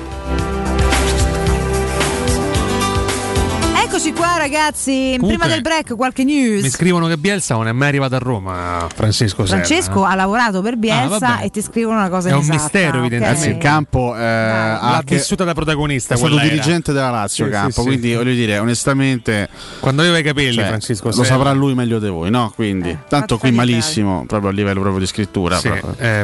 Eccoci qua, ragazzi. Comunque, prima del break qualche news. Mi scrivono che Bielsa non è mai arrivato a Roma, Francesco Serra. Francesco ha lavorato per Bielsa ah, e ti scrivono una cosa è inesatta. un mistero, evidentemente. Okay. Il campo eh, l'ha vissuta da protagonista, è stato quella dirigente era. della Lazio, sì, Campo, sì, quindi sì. voglio dire, onestamente, quando aveva i capelli, cioè, Francesco lo Serra, saprà lui meglio di voi, no? Quindi Eh, tanto qui fatto malissimo, proprio a livello proprio di scrittura, Sì, proprio. eh,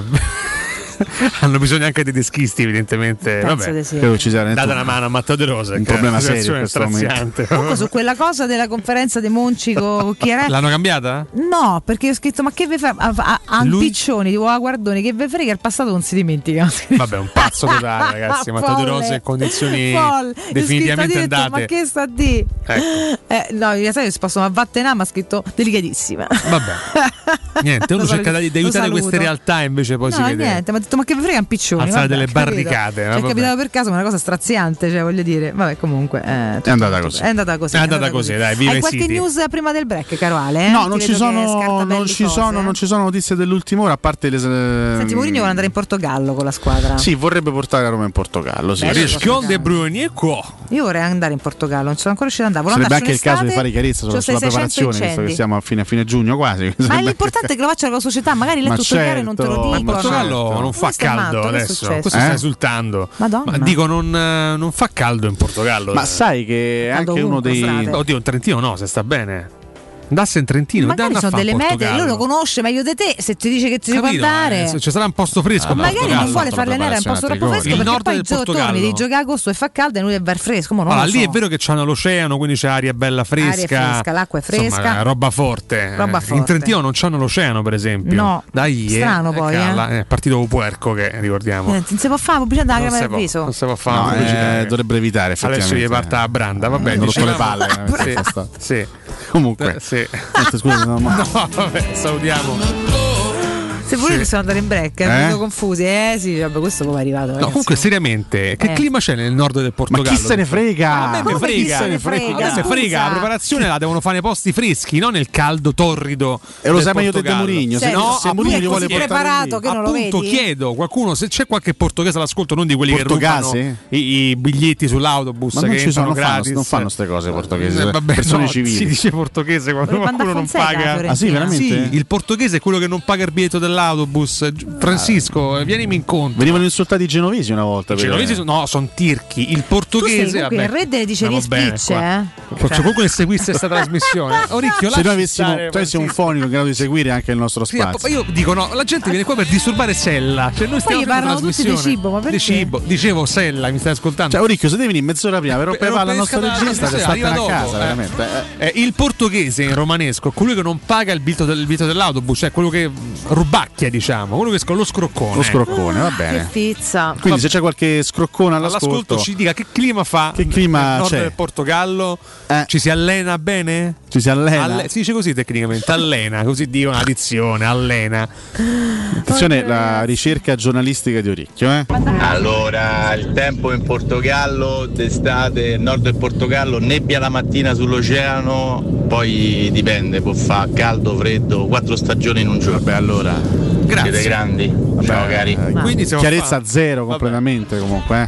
hanno bisogno anche di deschisti, evidentemente. Penso Vabbè, di sì. Credo ci sia date una mano a Matteo De Rosa, un che problema è una serio in situazione questo momento. straziante. Comunque su quella cosa della conferenza dei Monci con chi era? L'hanno cambiata? No, perché ho scritto ma che ve frega a, a, a Lui? Piccioni, tipo a Guardoni, che ve frega, il passato non si dimentica. Vabbè, un pazzo totale, ragazzi. Matteo De Rosa in condizioni Folle. definitivamente Ho scritto, andate. ma che sta a di? Ecco. Eh, no, in realtà io si possono avvattenare, ma ha scritto delicatissima. Vabbè, niente, uno Lo cerca saluto, di, di lo aiutare saluto. queste realtà, invece poi No, si vede. niente, mi ha detto ma che ve frega un Piccioni? Alzare Vabbè, delle capito. barricate, Cioè, vabbè. è capitato per caso, ma è una cosa straziante, cioè voglio dire. Vabbè, comunque eh, tutto, È andata tutto, così. È andata così. È andata così, dai, viva Hai i qualche siti. news prima del break, caro Ale? No, Ti non ci, vedo che sono, scartabelli non, ci cose, sono, eh. non ci sono notizie dell'ultima ora, a parte le. Senti, Mourinho vuole andare in Portogallo con la squadra. Sì, vorrebbe portare a Roma in Portogallo. Sì. Bello. Rischion De Bruyne e qua. Io vorrei andare in Portogallo, non sono ancora riuscita ad andare. Volevo Sarebbe andare anche il caso di fare chiarezza sulla, sulla preparazione, visto che siamo a fine, a fine giugno quasi. Ma l'importante è che lo faccia con la società, magari lei Ma è tutto chiaro e non te lo certo, dico. Ma in Portogallo certo. non fa Questo è caldo matto, che è adesso. successo? Questo Eh? sta esultando. Madonna. Ma dico, non, eh, non fa caldo in Portogallo. Ma sai che è Caldo anche uno ovunque, dei. frate. Oddio, in Trentino no, se sta bene. Andasse in Trentino, Magari andasse a sono fa delle in mete, Portogallo. lui lo conosce meglio di te. Se ti dice che ti si può Capito, andare, eh, ci sarà un posto fresco. Ah, in magari Portogallo. non vuole fatto la farle nera in un posto troppo preparazione fresco, Il perché nord poi del torni, Portogallo. devi giocare a agosto e fa caldo e lui è bar fresco. Mo non Allora, lo lì so. è vero che c'hanno l'oceano, quindi c'è aria bella fresca. Aria fresca, l'acqua è fresca. Insomma, roba forte. Roba Eh, forte. In Trentino non c'hanno l'oceano, per esempio. No. Dai, Strano eh, poi, eh, eh. calla- È partito un puerco che ricordiamo. Niente, non si può fare pubblicità della Non crema si del può, viso. non si può fare No, una pubblicità. eh, dovrebbe evitare effettivamente. Adesso gli parta a Branda, vabbè, Eh, rotto le dicevamo- palle. Sì, eh, sta- sì. Comunque, Eh, sì. niente, scusa, no, ma- No, vabbè, salutiamo. Se volete Sì. possiamo andare in break, eh? Eh? Vedo confusi. Eh sì, vabbè, questo come è arrivato. No, ragazzi. comunque seriamente, che Eh. clima c'è nel nord del ma Portogallo? chi se ne frega? Ma a me mi Come chi frega, se ne frega? A me mi Scusa. frega, la preparazione la devono fare nei posti freschi, non nel caldo torrido. E lo del sai meglio te De Portogallo. Mourinho. Se, Certo. no, se a Mourinho lui gli è vuole così portare preparato lì. che non lo Appunto vedi? chiedo, qualcuno, se c'è qualche portoghese all'ascolto, non di quelli Portogasi? che rubano i, i biglietti sull'autobus Ma che non ci sono, entrano non fanno, gratis. non fanno ste cose portoghesi, Eh, vabbè, persone no, civili. si dice portoghese quando Vuole qualcuno non mandare Fonseca, paga. Fiorentina. Ah sì, veramente? Sì, il portoghese è quello che non paga il biglietto dell'autobus. Francisco, vienimi incontro. Venivano insultati i genovesi una volta. I per- genovesi sono, no, sono tirchi. Il Tu sei portoghese. comunque vabbè, il re delle dicerie stiamo bene spicce, qua. eh? C'è qualcuno che seguisse questa trasmissione. Oricchio, Se lasci noi avessimo, stare, tu avessi un Francisco. fonico in grado di seguire anche il nostro Sì, spazio. io dico no, la gente viene qua per disturbare Sella. Cioè noi stiamo gli facendo parlano tutti di trasmissione. cibo, ma perché? Di cibo. Dicevo Sella, mi stai ascoltando? Cioè, Oricchio, se devi venire mezz'ora prima per rompere Per palla al rompere nostro scatole, regista, sì, ti arriva statene a dopo, casa, eh. veramente. eh. Eh, il portoghese in romanesco, colui che non paga il biglietto del, il biglietto dell'autobus, cioè quello che rubacchia, diciamo, quello che con lo scroccone. Lo scroccone, va Che bene. fizza. Quindi se c'è qualche scroccone all'ascolto, All'ascolto ci dica che clima fa Che clima nel nord c'è? del Portogallo. Eh. Ci si allena bene? ci si allena. Alle- si dice così tecnicamente, allena, così dicono la dizione, allena. Attenzione, la ricerca giornalistica di Oricchio, eh? Allora, il tempo in Portogallo d'estate, nord del Portogallo, nebbia la mattina sull'oceano, poi dipende, può fare caldo, freddo, quattro stagioni in un giorno. Vabbè, allora. Siete grandi. Ciao cari. Eh, Quindi siamo chiarezza fa- zero Vabbè. completamente comunque, eh?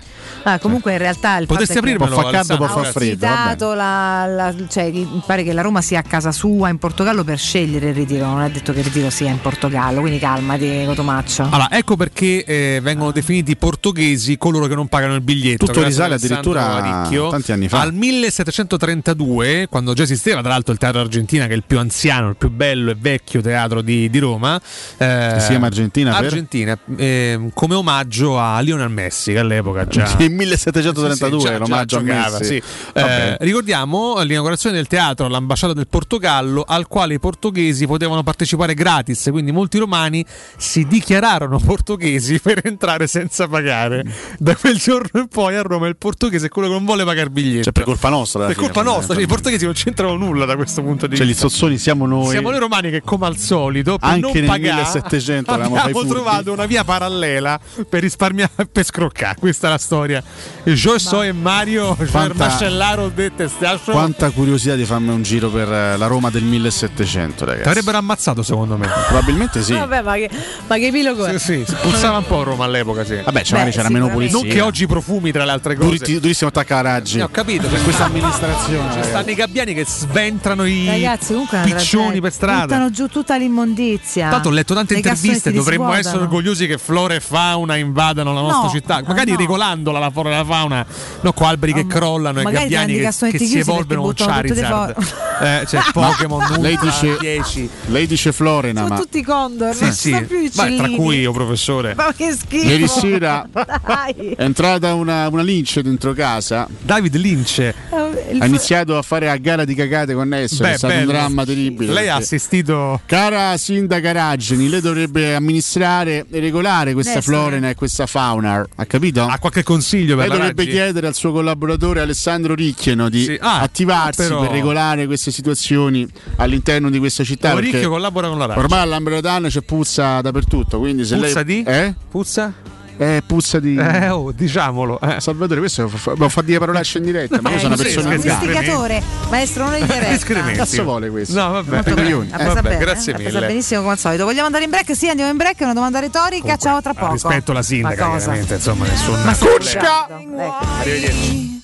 Ah, comunque in realtà il Potresti fatto è che aprirmelo, può far caldo, può Alessandro, far freddo. citato la, la, cioè, mi pare che la Roma sia a casa sua in Portogallo per scegliere il ritiro, non è detto che il ritiro sia in Portogallo, quindi calmati Cotomaccio. Allora, ecco perché eh, vengono definiti portoghesi coloro che non pagano il biglietto. Tutto Grazie risale ad Alessandro addirittura Ricchio. tanti anni fa. Al millesettecentotrentadue, quando già esisteva tra l'altro il Teatro Argentina, che è il più anziano, il più bello e vecchio teatro di, di Roma. Eh, si chiama Argentina, Argentina eh, come omaggio a Lionel Messi, che all'epoca già il millesettecentotrentadue, sì, sì, già, l'omaggio già a giocava, Messi. sì. Eh, ricordiamo l'inaugurazione del teatro all'ambasciata del Portogallo, al quale i portoghesi potevano partecipare gratis, quindi molti romani si dichiararono portoghesi per entrare senza pagare. Da quel giorno in poi a Roma il portoghese è quello che non vuole pagare il biglietto. Cioè per colpa nostra. Per colpa nostra, cioè, i portoghesi non c'entrano nulla da questo punto di cioè, vista. Cioè gli zozzoni siamo noi. Siamo noi romani che come al solito per anche non nel pagare, millesettecento abbiamo trovato una via parallela per risparmiare per scroccare. Questa è la storia. Io so e Mario per macellaro de testiacio. Quanta curiosità di farmi un giro per la Roma del millesettecento, ragazzi. Ti avrebbero ammazzato secondo me. Probabilmente sì. Vabbè, ma che, ma che epilogo è? Sì, sì, puzzava un po' Roma all'epoca, sì. Vabbè, cioè, Beh, c'era meno pulizia. Non che oggi profumi tra le altre cose. Duriti, durissimo attaccaraggi. Ne ho capito. Per questa amministrazione. Ci stanno i gabbiani che sventrano i ragazzi, comunque piccioni per strada. Buttano giù tutta l'immondizia. Tanto ho letto tante Le interviste, dovremmo essere svuotano. orgogliosi che flora e fauna invadano la nostra No, città, magari no. regolandola la flora e la fauna, no, con alberi che crollano e magari gabbiani tanti che, cassonetti che si chiusi evolvono con perché buttano tutte Charizard. le Eh, c'è Pokémon Ultra lei dice, dieci. Lei dice Florena, Sono ma tutti condor, Sì, non sì. sono più i Beh, tra uccellini. cui io, professore. Ma che schifo. ieri sera Dai. è entrata una, una lince dentro casa. David Lince Il ha iniziato a fare a gara di cagate con esso. Beh, è stato bello. un dramma terribile. Lei ha perché- assistito. Cara sindaca Raggini, lei dovrebbe amministrare e regolare questa Nessere. florena e questa fauna, ha capito? Ha qualche consiglio per Lei la dovrebbe Raggi? chiedere al suo collaboratore Alessandro Ricchieno di Sì. Ah, attivarsi però- per regolare queste situazioni all'interno di questa città. Oh, perché Ricchio collabora con la Raggi. ormai a Lambertano c'è puzza dappertutto, quindi se Puzza lei di? eh? Puzza? Eh, puzza di Eh, oh, diciamolo. Eh. Salvatore, questo fa, fa, fa dire parolacce in diretta, ma io Eh, sono una sì, persona un educata. istigatore, maestro, non interessa. Escrementi. Cazzo vuole questo? No, vabbè. Molto Eh, bene. milioni. Ha presa vabbè, bene, grazie ha presa mille. benissimo come al solito. Vogliamo andare in break? Sì, andiamo in break. Una domanda retorica. Ciao, tra poco. Rispetto alla sindaca, Ma cosa? chiaramente, insomma, nessun Ma problema. Ecco. Arrivederci.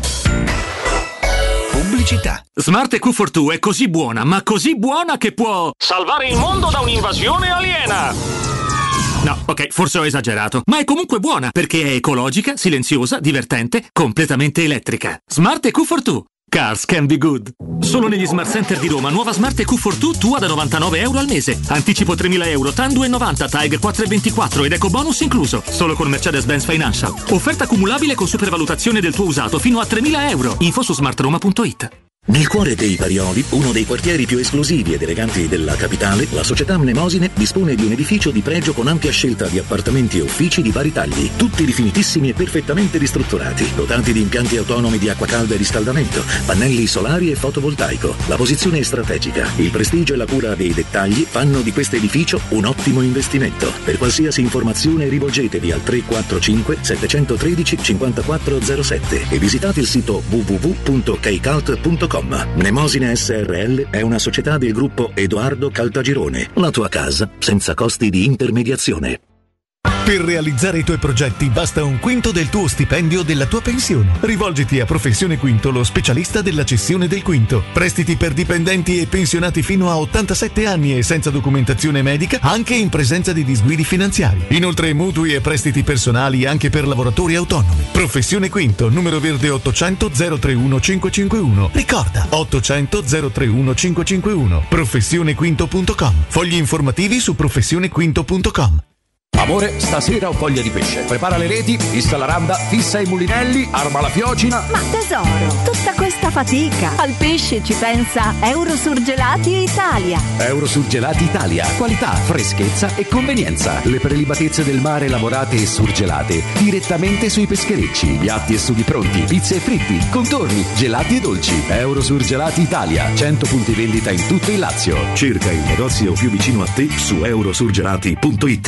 Pubblicità. Smart E Q quarantadue è così buona, ma così buona che può salvare il mondo da un'invasione aliena. No, ok, forse ho esagerato, ma è comunque buona perché è ecologica, silenziosa, divertente, completamente elettrica. Smart E Q quarantadue. Cars can be good. Solo negli Smart Center di Roma, nuova Smart E Q quarantadue tua da novantanove euro al mese. Anticipo tremila euro, TAN due virgola novanta, TAG quattro virgola ventiquattro ed eco bonus incluso. Solo con Mercedes-Benz Financial. Offerta cumulabile con supervalutazione del tuo usato fino a tremila euro. Info su smartroma punto it. Nel cuore dei Parioli, uno dei quartieri più esclusivi ed eleganti della capitale, la società Mnemosine dispone di un edificio di pregio con ampia scelta di appartamenti e uffici di vari tagli, tutti rifinitissimi e perfettamente ristrutturati, dotati di impianti autonomi di acqua calda e riscaldamento, pannelli solari e fotovoltaico. La posizione è strategica, il prestigio e la cura dei dettagli fanno di questo edificio un ottimo investimento. Per qualsiasi informazione rivolgetevi al tre quattro cinque sette uno tre cinque quattro zero sette e visitate il sito w w w punto keicalt punto com. Mnemosine S R L è una società del gruppo Edoardo Caltagirone. La tua casa senza costi di intermediazione. Per realizzare i tuoi progetti basta un quinto del tuo stipendio della tua pensione. Rivolgiti a Professione Quinto, lo specialista della cessione del quinto. Prestiti per dipendenti e pensionati fino a ottantasette anni e senza documentazione medica, anche in presenza di disguidi finanziari. Inoltre mutui e prestiti personali anche per lavoratori autonomi. Professione Quinto, numero verde ottocento zero trentuno cinquecentocinquantuno. Ricorda, ottocento zero trentuno cinquecentocinquantuno. professione quinto punto com. Fogli informativi su professione quinto punto com. Amore, stasera ho voglia di pesce. Prepara le reti, fissa la randa, fissa i mulinelli, arma la fiocina. Ma tesoro, tutta questa fatica. Al pesce ci pensa Eurosurgelati Italia. Eurosurgelati Italia. Qualità, freschezza e convenienza. Le prelibatezze del mare lavorate e surgelate direttamente sui pescherecci. Piatti e sughi pronti, pizze e fritti, contorni, gelati e dolci. Eurosurgelati Italia. cento punti vendita in tutto il Lazio. Cerca il negozio più vicino a te su eurosurgelati punto it.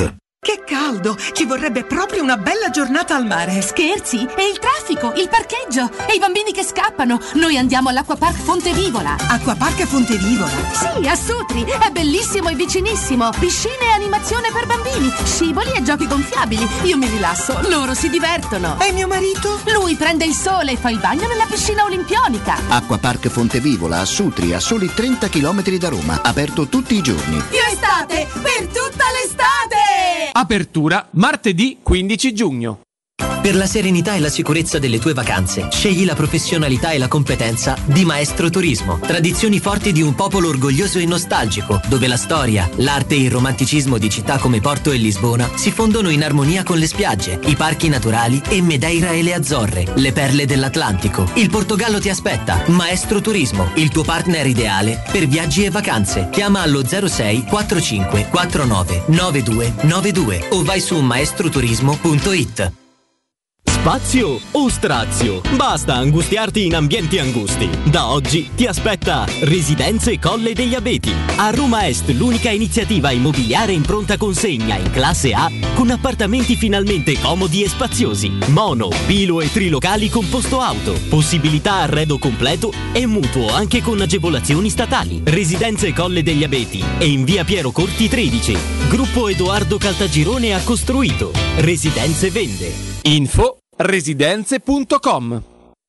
che caldo! Ci vorrebbe proprio una bella giornata al mare. Scherzi? E il traffico, il parcheggio e i bambini che scappano. Noi andiamo all'Acquapark Fontevivola. Acquapark Fontevivola? Sì, a Sutri. È bellissimo e vicinissimo. Piscine e animazione per bambini, scivoli e giochi gonfiabili. Io mi rilasso, loro si divertono. E mio marito? Lui prende il sole e fa il bagno nella piscina olimpionica. Acquapark Fontevivola a Sutri, a soli trenta chilometri da Roma. Aperto tutti i giorni. Più estate per tutta l'estate! Apertura martedì quindici giugno. Per la serenità e la sicurezza delle tue vacanze, scegli la professionalità e la competenza di Maestro Turismo. Tradizioni forti di un popolo orgoglioso e nostalgico, dove la storia, l'arte e il romanticismo di città come Porto e Lisbona si fondono in armonia con le spiagge, i parchi naturali e Madeira e le Azzorre, le perle dell'Atlantico. Il Portogallo ti aspetta. Maestro Turismo, il tuo partner ideale per viaggi e vacanze. Chiama allo zero sei quarantacinque quarantanove novantadue novantadue o vai su maestroturismo punto it. Spazio o strazio? Basta angustiarti in ambienti angusti. Da oggi ti aspetta Residenze Colle degli Abeti. A Roma Est l'unica iniziativa immobiliare in pronta consegna in classe A con appartamenti finalmente comodi e spaziosi. Mono, bilo e trilocali con posto auto. Possibilità arredo completo e mutuo anche con agevolazioni statali. Residenze Colle degli Abeti e in via Piero Corti tredici. Gruppo Edoardo Caltagirone ha costruito. Residenze vende. Info residenze punto com.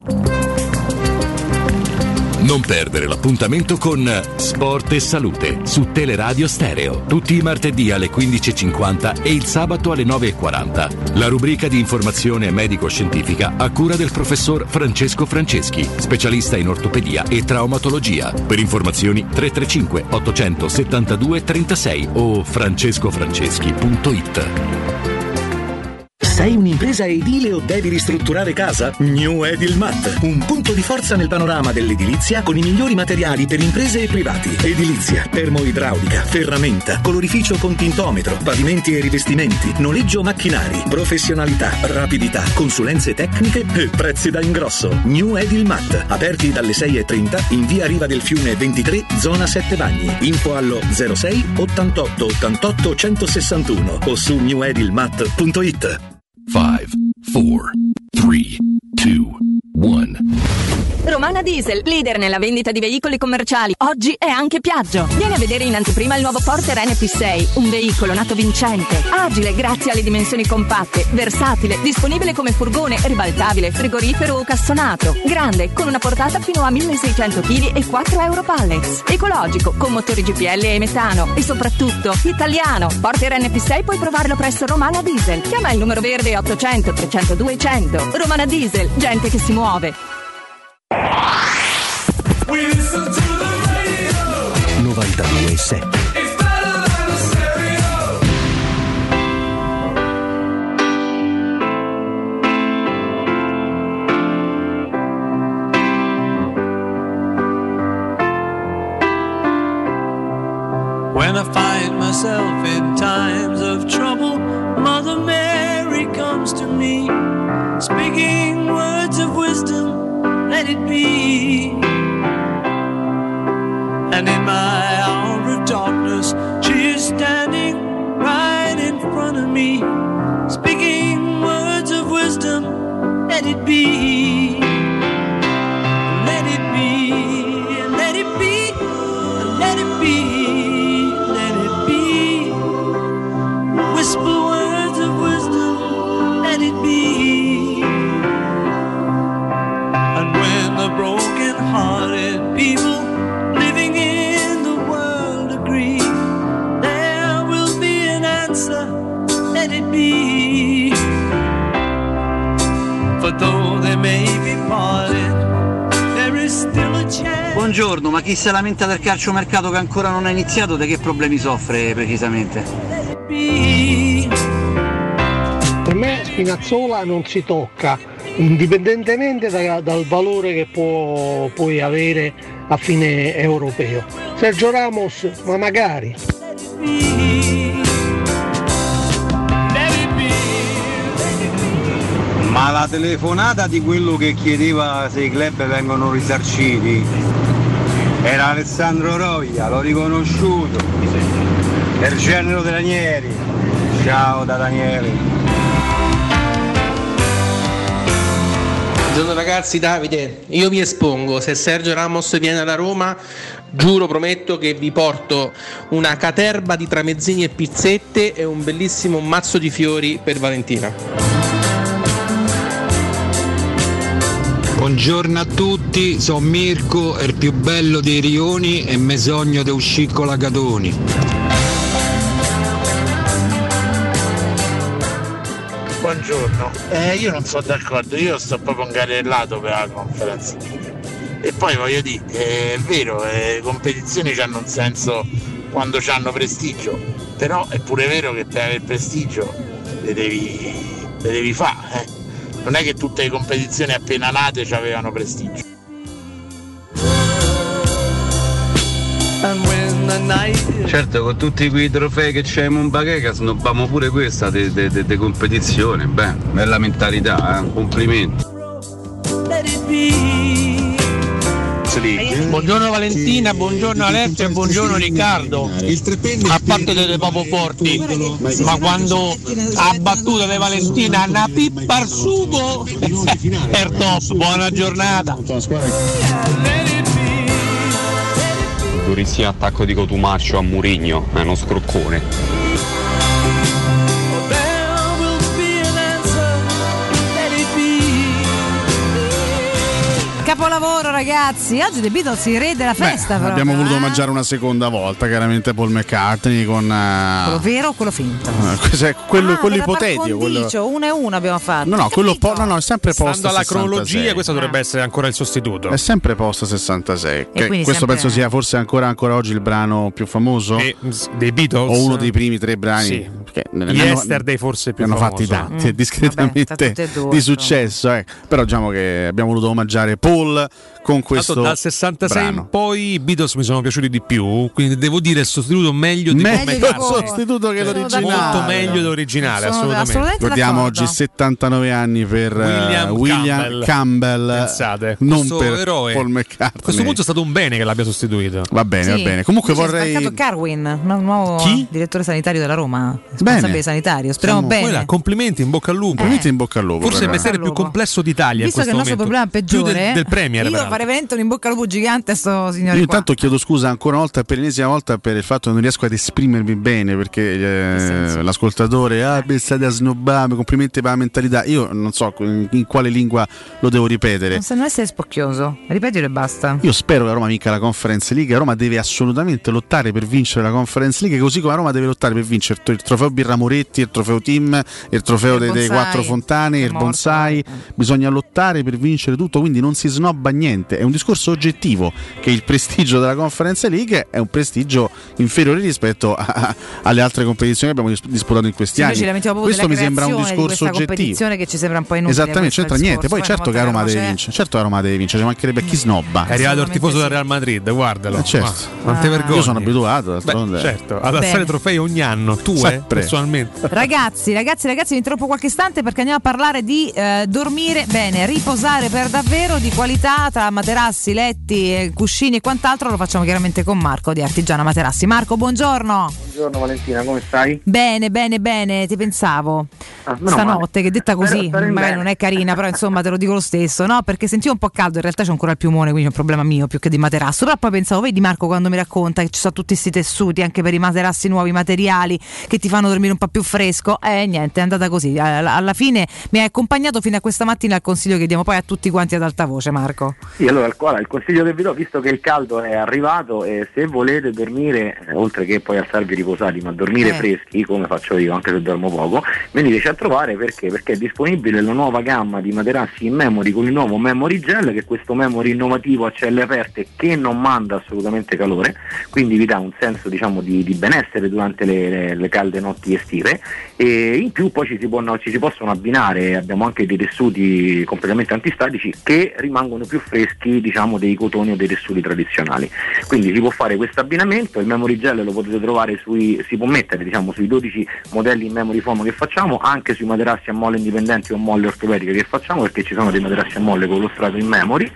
Non perdere l'appuntamento con Sport e Salute su Teleradio Stereo, tutti i martedì alle quindici e cinquanta e il sabato alle nove e quaranta. La rubrica di informazione medico-scientifica a cura del professor Francesco Franceschi, specialista in ortopedia e traumatologia. Per informazioni tre tre cinque ottocentosettantadue trentasei o francescofranceschi punto it. Sei un'impresa edile o devi ristrutturare casa? New Edilmat, un punto di forza nel panorama dell'edilizia con i migliori materiali per imprese e privati. Edilizia, termoidraulica, ferramenta, colorificio con tintometro, pavimenti e rivestimenti, noleggio macchinari, professionalità, rapidità, consulenze tecniche e prezzi da ingrosso. New Edilmat, aperti dalle sei e trenta in via Riva del Fiume ventitré, zona Sette Bagni. Info allo zero sei ottantotto ottantotto centosessantuno o su new edilmat punto it. five, four, three, two, one. Romana Diesel, leader nella vendita di veicoli commerciali. Oggi è anche Piaggio. Vieni a vedere in anteprima il nuovo Porter N P sei, un veicolo nato vincente, agile grazie alle dimensioni compatte, versatile, disponibile come furgone, ribaltabile, frigorifero o cassonato, grande, con una portata fino a milleseicento chili e quattro euro pallets, ecologico, con motori G P L e metano e soprattutto italiano. Porter N P sei puoi provarlo presso Romana Diesel. Chiama il numero verde ottocento trecento duecento. Romana Diesel, gente che si muove. novantadue sette. When I find myself in times of trouble, Mother Mary comes to me, speaking words of wisdom, let it be. And in my hour of darkness, she is standing right in front of me, speaking words of wisdom, let it be. Let it be, let it be, let it be, let it be. Whisper words of wisdom, let it be. And when the broken-hearted people living in the world agree, there will be an answer, let it be. For though they may be parted, there is still a chance. Buongiorno, ma chi si lamenta del calciomercato che ancora non è iniziato, di che problemi soffre precisamente? Per me Spinazzola non si tocca, indipendentemente da, dal valore che può poi avere a fine europeo. Sergio Ramos, ma magari. Ma la telefonata di quello che chiedeva se i club vengono risarciti era Alessandro Roglia, l'ho riconosciuto, è il genero dei Ranieri. Ciao da Daniele. Buongiorno ragazzi, Davide, io mi espongo, se Sergio Ramos viene alla Roma giuro, prometto che vi porto una caterba di tramezzini e pizzette e un bellissimo mazzo di fiori per Valentina. Buongiorno a tutti, sono Mirko, è il più bello dei rioni e me sogno di uscire con la Gadoni. Buongiorno, eh, io non sono d'accordo, io sto proprio ingarellato per la conferenza. E poi voglio dire, è vero, le competizioni hanno un senso quando hanno prestigio, però è pure vero che per avere prestigio le devi, le devi fare, eh. Non è che tutte le competizioni appena nate avevano prestigio. Certo, con tutti quei trofei che c'è in Monbagheca snobbiamo pure questa de, de, de, de competizione. Beh, bella mentalità, eh? Complimenti. Buongiorno Valentina, buongiorno Alessio e buongiorno Riccardo. A parte delle proprio forti, ma quando ha battuto le Valentina una pippa al sugo è top, buona giornata. Durissimo attacco di Cotumaccio a Mourinho, è uno scroccone. Capolavoro ragazzi, oggi The Beatles il re della festa. Beh, proprio, abbiamo voluto eh? omaggiare una seconda volta, chiaramente Paul McCartney con uh, quello vero o quello finto? Uh, quello, ah, quello ipotetico, quello... uno e uno abbiamo fatto. No, no, quello po- no, no, è sempre post Stando alla sessantasei. cronologia, questo dovrebbe essere ancora il sostituto. È sempre post sessantasei. Che questo sempre... penso sia forse ancora ancora oggi il brano più famoso e, dei Beatles o uno dei primi tre brani. Sì. Ne Yesterday forse più hanno famoso. fatti tanti Mm. discretamente Vabbè, di successo, eh. Però diciamo che abbiamo voluto omaggiare Paul con questo dal sessantasei brano. in poi i Beatles mi sono piaciuti di più, quindi devo dire il sostituto meglio di meglio come il sostituto che l'originale, molto meglio dell'originale. Sono assolutamente, assolutamente Ricordiamo d'accordo. oggi settantanove anni per William, uh, William Campbell, Campbell, pensate, non questo per eroe. Paul McCartney. A questo punto è stato un bene che l'abbia sostituito. Va bene, Sì. va bene. Comunque Invece vorrei è staccato Carwin, no? Nuovo Chi? direttore sanitario della Roma, responsabile Bene. sanitario. Speriamo Siamo- bene. Quella, complimenti, in bocca al lupo. Complimenti in bocca al lupo. Forse è il per- mestiere più complesso d'Italia. Visto in che il questo nostro momento. problema Più peggiore, del, del Premier. io peraltro. farei veramente un in bocca al lupo gigante a sto signore Io qua. intanto chiedo scusa ancora una volta per l'ennesima volta per il fatto che non riesco ad esprimermi bene perché eh, l'ascoltatore ah beh, state a snobbare, complimenti per la mentalità. Io non so in, in quale lingua lo devo ripetere. Non sa non essere spocchioso, ripetilo e basta. Io spero che Roma vinca la Conference League. Roma deve assolutamente lottare per vincere la Conference League, così come Roma deve lottare per vincere il trofeo Birra Moretti, il trofeo Team, il trofeo Il dei, dei bonsai, quattro fontane, è il morto. bonsai. Bisogna lottare per vincere tutto, quindi non si snobba niente. È un discorso oggettivo che il prestigio della Conference League è un prestigio inferiore rispetto a, a, alle altre competizioni che abbiamo dis- disputato in questi Sì, noi anni. ci lamentiamo proprio Questo mi della sembra un creazione di discorso questa oggettivo. competizione che ci sembra un po' inutile. Esattamente, questo c'entra è il niente. Poi discorso. certo che a Roma deve c'è- vincere, certo che a Roma deve vincere, ci mancherebbe chi snobba. È arrivato il tifoso del Real Madrid, guardalo. Eh, certo. Ma, non te vergogni. Io sono abituato, Beh, d'altronde. certo, ad Bene. alzare trofei ogni anno. Tu, eh, Sempre. personalmente. Ragazzi, ragazzi, ragazzi, vi interrompo qualche istante perché andiamo a parlare di eh, dormire bene, riposare per davvero, di qualità, tra materassi, letti, eh, cuscini e quant'altro. Lo facciamo chiaramente con Marco di Artigiana Materassi. Marco, buongiorno. Buongiorno Valentina, come stai? Bene, bene, bene, ti pensavo Ah, meno stanotte male. che detta così Spero- spero in magari bene. non è carina, però insomma te lo dico lo stesso, no? Perché sentivo un po' caldo, in realtà c'è ancora il piumone, quindi è un problema mio più che di materasso. Però poi pensavo, vedi Marco quando mi racconta che ci sono tutti questi tessuti anche per i materassi nuovi, materiali che ti fanno dormire un po' più fresco. Eh niente, è andata così. Alla, alla fine mi hai accompagnato fino a questa mattina al consiglio che diamo poi a tutti quanti ad alta voce, Marco. Sì, allora il, guarda, il consiglio che vi do, visto che il caldo è arrivato, e se volete dormire, eh, oltre che poi alzarvi riposati, ma dormire Eh. freschi, come faccio io, anche se dormo poco, veniteci a trovare perché? Perché è disponibile la nuova gamma di materassi in memory con il nuovo Memory Gel, che è questo memory innovativo a celle aperte che non manda assolutamente calore, quindi vi dà un senso diciamo di, di benessere durante le, le, le calde notti estive, e in più poi ci si, può, ci si possono abbinare, abbiamo anche dei tessuti completamente antistatici che rimangono più freschi diciamo dei cotoni o dei tessuti tradizionali, quindi si può fare questo abbinamento. Il Memory Gel lo potete trovare sui sui, si può mettere diciamo sui dodici modelli in memory foam che facciamo, anche sui materassi a molle indipendenti o molle ortopediche che facciamo, perché ci sono dei materassi a molle con lo strato in memory,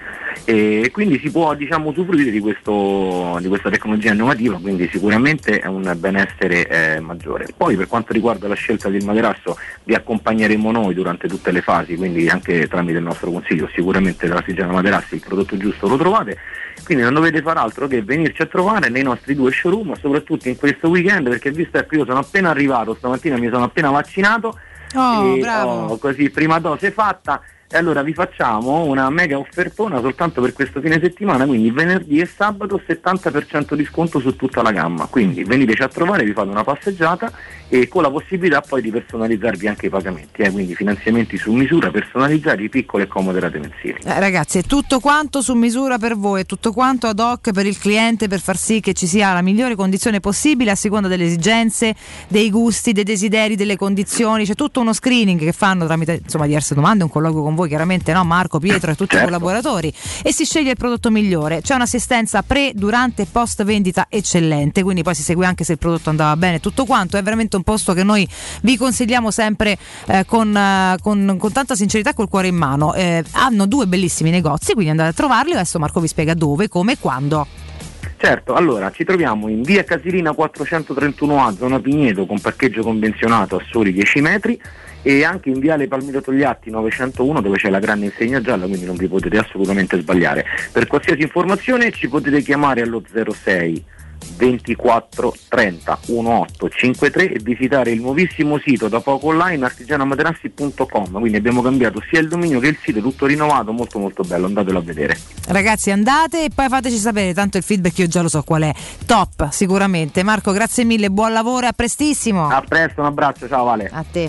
e quindi si può diciamo usufruire di, questo, di questa tecnologia innovativa, quindi sicuramente è un benessere eh, maggiore. Poi per quanto riguarda la scelta del materasso vi accompagneremo noi durante tutte le fasi, quindi anche tramite il nostro consiglio, sicuramente dalla Artigiana Materassi il prodotto giusto lo trovate, quindi non dovete far altro che venirci a trovare nei nostri due showroom, soprattutto in questo weekend, perché visto che io sono appena arrivato stamattina, mi sono appena vaccinato, oh, e bravo. ho così prima dose fatta. E allora vi facciamo una mega offertona soltanto per questo fine settimana, quindi venerdì e sabato settanta per cento di sconto su tutta la gamma, quindi veniteci a trovare, vi fate una passeggiata e con la possibilità poi di personalizzarvi anche i pagamenti, eh, quindi finanziamenti su misura, personalizzati, piccole e comode rate mensili. Eh, ragazzi, è tutto quanto su misura per voi, è tutto quanto ad hoc per il cliente, per far sì che ci sia la migliore condizione possibile a seconda delle esigenze, dei gusti, dei desideri, delle condizioni. C'è tutto uno screening che fanno tramite insomma diverse domande, un colloquio con voi chiaramente, no? Marco, Pietro e tutti certo. i collaboratori, e si sceglie il prodotto migliore. C'è un'assistenza pre, durante e post vendita eccellente, quindi poi si segue anche se il prodotto andava bene, tutto quanto. È veramente un posto che noi vi consigliamo sempre eh, con, eh, con, con tanta sincerità e col cuore in mano. Eh, hanno due bellissimi negozi, quindi andate a trovarli. Adesso Marco vi spiega dove, come e quando. Certo, allora ci troviamo in via Casilina quattrocentotrentuno A, zona Pigneto, con parcheggio convenzionato a soli dieci metri, e anche in viale Palmiro Togliatti novecentouno, dove c'è la grande insegna gialla, quindi non vi potete assolutamente sbagliare. Per qualsiasi informazione ci potete chiamare allo zero sei ventiquattro trenta diciotto cinquantatré e visitare il nuovissimo sito da poco online artigianamaterassi punto com, quindi abbiamo cambiato sia il dominio che il sito, tutto rinnovato, molto molto bello, andatelo a vedere. Ragazzi, andate e poi fateci sapere, tanto il feedback io già lo so qual è, top sicuramente. Marco, grazie mille, buon lavoro e a prestissimo. A presto, un abbraccio, ciao Vale. A te.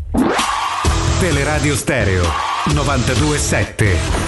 Teleradio Stereo novantadue sette.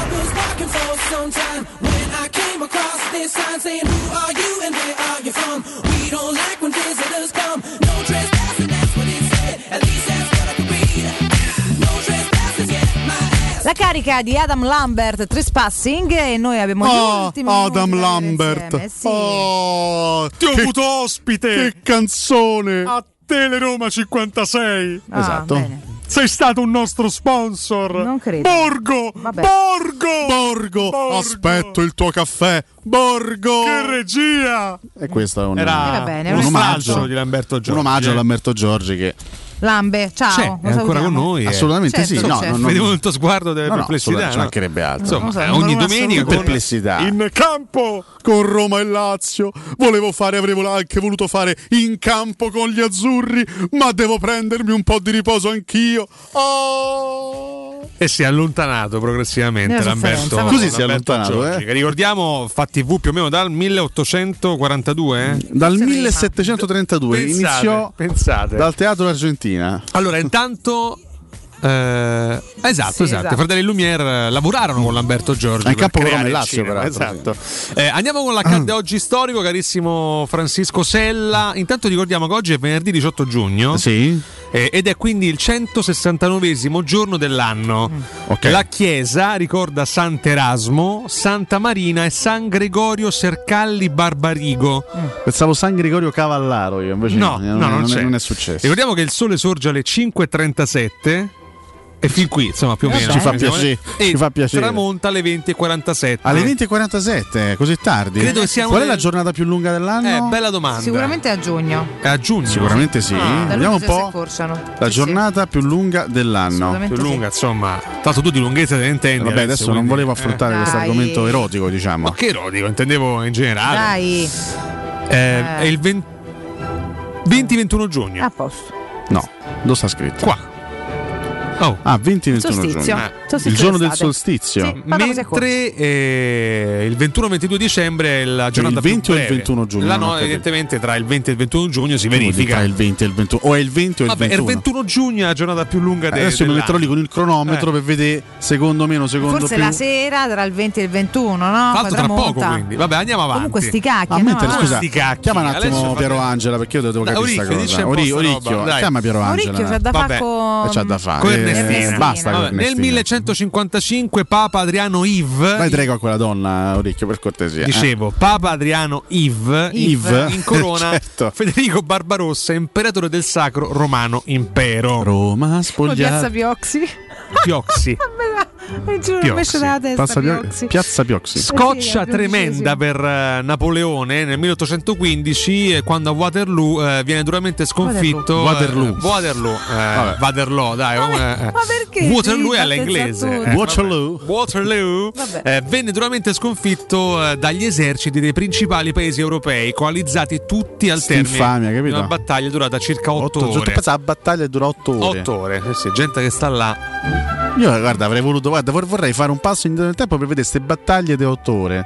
La carica di Adam Lambert, Trespassing, e noi abbiamo oh, gli ultimi Adam Lambert insieme, sì. Oh, ti ho avuto ospite, che canzone a Teleroma cinquantasei. Ah, esatto bene. Sei stato un nostro sponsor. Non credo. Borgo, Vabbè. Borgo, Borgo, Borgo, aspetto il tuo caffè. Borgo, che regia. E questo è un, Era eh, bene, un, un omaggio di Lamberto Giorgi. Un omaggio a Lamberto Giorgi che Lambe, ciao. C'è, è ancora con noi. Eh. Assolutamente certo, sì. certo. No, non, non, Vedevo il tuo sguardo delle no, perplessità. No, ci mancherebbe altro. Insomma, so, ogni non domenica con perplessità. In campo con Roma e Lazio. Volevo fare, avrei anche voluto fare in campo con gli azzurri, ma devo prendermi un po' di riposo anch'io. Oh! E si è allontanato progressivamente Lamberto. Così si è Lamberto allontanato, Giorgi, eh? che ricordiamo fa tivù più o meno dal milleottocentoquarantadue, eh? Dal millesettecentotrentadue pensate, iniziò pensate. dal Teatro Argentina. Allora, intanto Eh, esatto, sì, esatto. esatto. I fratelli Lumière lavorarono con Lamberto Giorgi in campo per Roma e creare il Lazio, cinema, peraltro. esatto. Eh, andiamo con l'accadde oggi storico, carissimo Francisco Sella. Intanto ricordiamo che oggi è venerdì diciotto giugno. Sì. Eh, ed è quindi il centosessantanovesimo giorno dell'anno. Mm. Okay. La chiesa ricorda Sant'Erasmo, Santa Marina e San Gregorio Sercalli Barbarigo. Mm. Pensavo San Gregorio Cavallaro, io invece no, non, no, non, non, è, c'è. non è successo. Ricordiamo che il sole sorge alle cinque e trentasette. E fin qui, insomma, più o meno ci fa piacere, e ci fa piacere. tramonta alle venti e quarantasette. Alle venti e quarantasette, così tardi? Credo che sia Qual una... è la giornata più lunga dell'anno? Eh, bella domanda. Sicuramente a giugno. È a giugno. Sicuramente sì. Ah, Vediamo un po'. La sì, giornata sì. più lunga dell'anno. Più lunga, insomma. Tanto tu di lunghezza te ne intendi. Vabbè, adesso, adesso non quindi... volevo affrontare eh. questo Dai. argomento erotico, diciamo. Ma che erotico? Intendevo in generale. Dai. Eh, eh. È il venti ventuno giugno. A posto. No, dove sta scritto? Qua. Oh. Ah, venti ventuno Solstizio. giugno. Solstizio Il giorno del d'estate. solstizio. Sì, mentre eh, il ventuno ventidue dicembre è la giornata il venti più o breve. il ventuno giugno? La Non ho no, capito. evidentemente tra il venti e il ventuno giugno si verifica. Tra il venti e il ventuno. O è il venti o il Vabbè, ventuno. il ventuno giugno è la giornata più lunga del Adesso mi metterò lì con il cronometro Eh. per vedere secondo meno, secondo Forse più. la sera tra il venti e il ventuno, no? Tra Poi l'altro tra tramonta. poco, quindi. Vabbè, andiamo avanti. Comunque sti cacchi, A no? mentre, scusa, sti cacchi. chiama un attimo Adesso Piero fate- Angela perché io devo Dai, capire Oricchio, questa dici cosa. un po' Ori- sta Oricchio, roba, dai. chiama Piero Angela. Oricchio c'ha da Vabbè. fare con... Eh, c'ha da fare. Con Eh, Ernestina. Basta con Vabbè, nel Ernestina. millecentocinquantacinque Papa Adriano Yves. Vai Drego a quella donna, Orecchio, per cortesia. Dicevo, Papa Adriano Yves, Yves. incorona Certo. Federico Barbarossa, imperatore del Sacro Romano Impero. Roma Con spogliata. Piazza Pioxi. Pioxi. Mi giuro, Pioxi. mi esce dalla testa Piazza, Pio- Pioxi. Piazza Pioxi. Scoccia Eh sì, tremenda per eh, Napoleone nel milleottocentoquindici, eh, quando a Waterloo eh, viene duramente sconfitto. Waterloo. eh, Waterloo. eh, Vabbè. Waterloo, dai. Ma, eh, ma perché? Waterloo Sì, è all'inglese. battezza eh, Waterloo. Waterloo Vabbè. eh, venne duramente sconfitto eh, dagli eserciti dei principali paesi europei, coalizzati tutti al Sta termine infamia, di capito? una battaglia durata circa otto Otto- ore. pensa, la battaglia dura otto ore. otto ore, eh sì, gente che sta là. Io guarda, avrei voluto, guarda, vor- vorrei fare un passo indietro nel tempo per vedere queste battaglie di otto ore.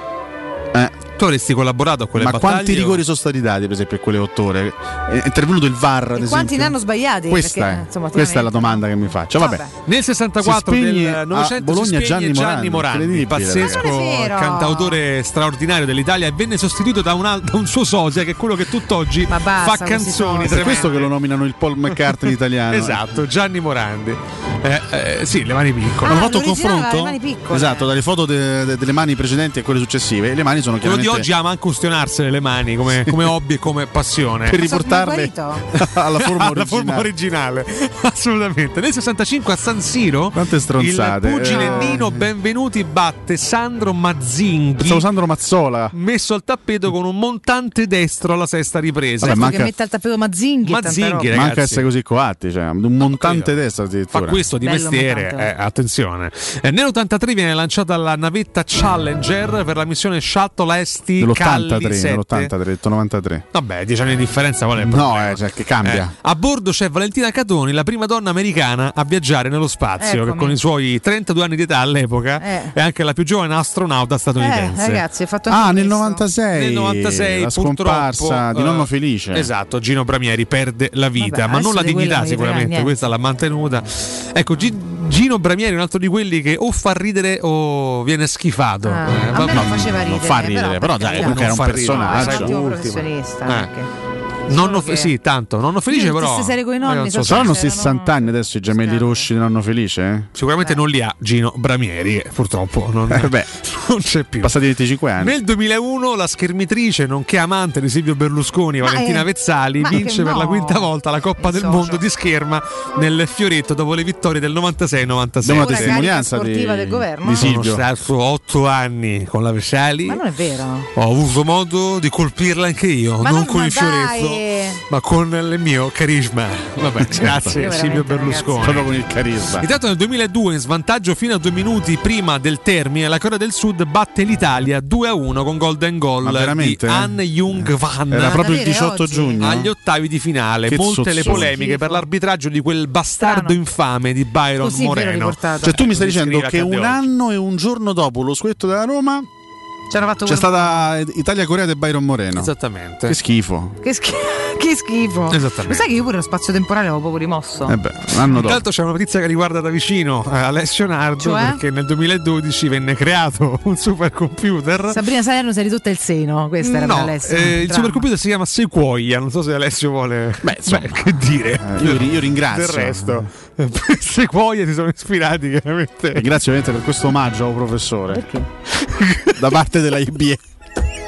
Eh. Tu avresti collaborato a quelle Ma battaglie? quanti o- rigori sono stati dati, per esempio, a quelle otto ore? È intervenuto il V A R, ad E esempio? quanti ne hanno sbagliati? Questa, Perché, è, insomma, questa è la ultimamente- domanda che mi faccio. Vabbè. Vabbè. Nel sessantaquattro Si spegne del a Novecento Bologna si spegne Gianni Morandi, Morandi, incredibile, pazzesco ragazzi. Non è vero. cantautore straordinario dell'Italia, e venne sostituito da un, al- da un suo sosia, che è quello che tutt'oggi Ma basta fa questi canzoni soci. Per tremende. questo che lo nominano il Paul McCartney italiano. Esatto, Gianni Morandi. Eh, eh, sì, le mani piccole. Hanno Ah, fatto un l'originale confronto? ha le mani piccole. Esatto, dalle foto de- de- delle mani precedenti a quelle successive. Le mani sono Quello di chiaramente oggi ama anche ustionarsene le mani come, come hobby e come passione. per Ma sono riportarle guarito? alla forma alla forma originale. originale, assolutamente. Nel sessantacinque a San Siro Quante stronzate. il pugile Eh. Nino Benvenuti batte Sandro Mazzinghi, Pensavo Sandro Mazzola. messo al tappeto con un montante destro alla sesta ripresa. Vabbè, Questo manca- che mette al tappeto Mazzinghi, e tanta Mazzinghi, roba. ragazzi. Manca essere così coatti, cioè un montante credo. destra addirittura. Fa questo di Bello mestiere, montante. eh, attenzione. Eh, nell'ottantatré viene lanciata la navetta Challenger per la missione Shuttle Esti Calli Nell'ottantatré, sette. nell'ottantatré, detto novantatré. Vabbè, dieci anni di differenza, qual è il No, problema? eh, cioè che cambia. Eh, a bordo c'è Valentina Catoni, la prima donna americana a viaggiare nello spazio, Eccomi. che con i suoi trentadue anni di età all'epoca Eh. è anche la più giovane astronauta Eh, statunitense. ragazzi, ho fatto anche Ah, nel questo. novantasei. Nel novantasei la scomparsa purtroppo, di Nonno eh, Felice. Esatto, Gino Bramieri perde la vita, Vabbè, ma non adesso la di quello dignità non gli frega sicuramente, niente. questa l'ha mantenuta. Ecco, Gi- Gino Bramieri è un altro di quelli che o fa ridere o viene schifato. Ah, Eh, a me vabbè, non faceva ridere, non fa ridere, però, dai, per comunque era un non fa ridere, carità. personaggio. No, è un attimo Ultimo. professionista. Eh. perché- Nonno solo fe- che- sì, tanto. Nonno Felice, Io però. tutte ste serie coi nonni io non so so se- Saranno c'erano- sessanta anni adesso i gemelli Scusate. rossi di Nonno Felice? Eh? Sicuramente non li ha Gino Bramieri, che purtroppo non, Eh, beh, non c'è più. passati venticinque anni. Nel duemilauno la schermitrice, nonché amante di Silvio Berlusconi, Ma Valentina è- Vezzali, ma vince che per la no. quinta volta la Coppa Il del socio. Mondo di scherma nel Fioretto dopo le vittorie del novantasei novantasei. Abbiamo una Ora testimonianza carica sportiva di, del governo? di Sono Silvio. stato otto anni con la Vezzali. Ma non è vero. Ho avuto modo di colpirla anche io, Ma non non- con ma il fioretto, dai! ma con il mio carisma. Vabbè, grazie Io Silvio veramente, Berlusconi. Proprio con il carisma. Intanto nel duemiladue, in svantaggio fino a due minuti prima del termine, la Corea del Sud batte l'Italia due a uno con golden goal Ma di veramente? Han Jung-Van Era proprio il Davvero, diciotto oggi? giugno. agli ottavi di finale. Che Molte le zozzone. polemiche Schifo. per l'arbitraggio di quel bastardo Strano. infame di Byron Così ve l'ho Moreno. riportato. Cioè, tu mi stai Eh, dicendo scrive che accade un oggi. anno e un giorno dopo lo scudetto della Roma Ci hanno fatto c'è quel- stata Italia-Corea di Byron Moreno. Esattamente. Che schifo. Che, schi- che schifo. Esattamente. Lo sai che io pure lo spazio temporale l'avevo proprio rimosso? Eh beh, un anno dopo. Intanto c'è una notizia che riguarda da vicino eh, Alessio Nardo, Cioè? perché nel duemiladodici venne creato un supercomputer. Sabrina Salerno si è ridotta il seno, questa era per No, Alessio. eh, il Dramma. supercomputer si chiama Sequoia. Non so se Alessio vuole. Beh, insomma, che dire. Eh, io, io ringrazio. Del resto, per Sequoia si sono ispirati chiaramente. E grazie ovviamente per questo omaggio al professore. Perché? Da parte della I B E.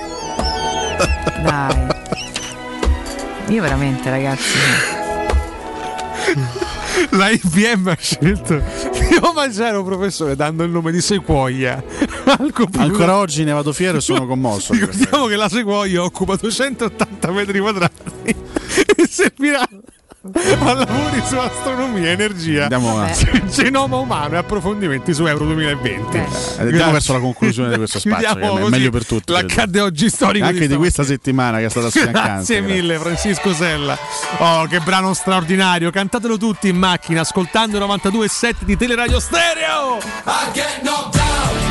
Dai. Io veramente, ragazzi. La I B M ha scelto di omaggiare un professore dando il nome di Sequoia al computer. Ancora oggi ne vado fiero e sono commosso. Ricordiamo che la Sequoia occupa duecentottanta metri quadrati e servirà a lavori su astronomia, energia, Andiamo a- sul genoma umano e approfondimenti su Euro duemilaventi. Andiamo verso la conclusione di questo spazio, Chiudiamo che è così meglio per tutti. L'accadde oggi storico Anche di stamattina. questa settimana che è stata sfiancante. Grazie mille Francisco Sella. Oh, che brano straordinario. Cantatelo tutti in macchina ascoltando il novantadue virgola sette di Teleradio Stereo. I get knocked down, but I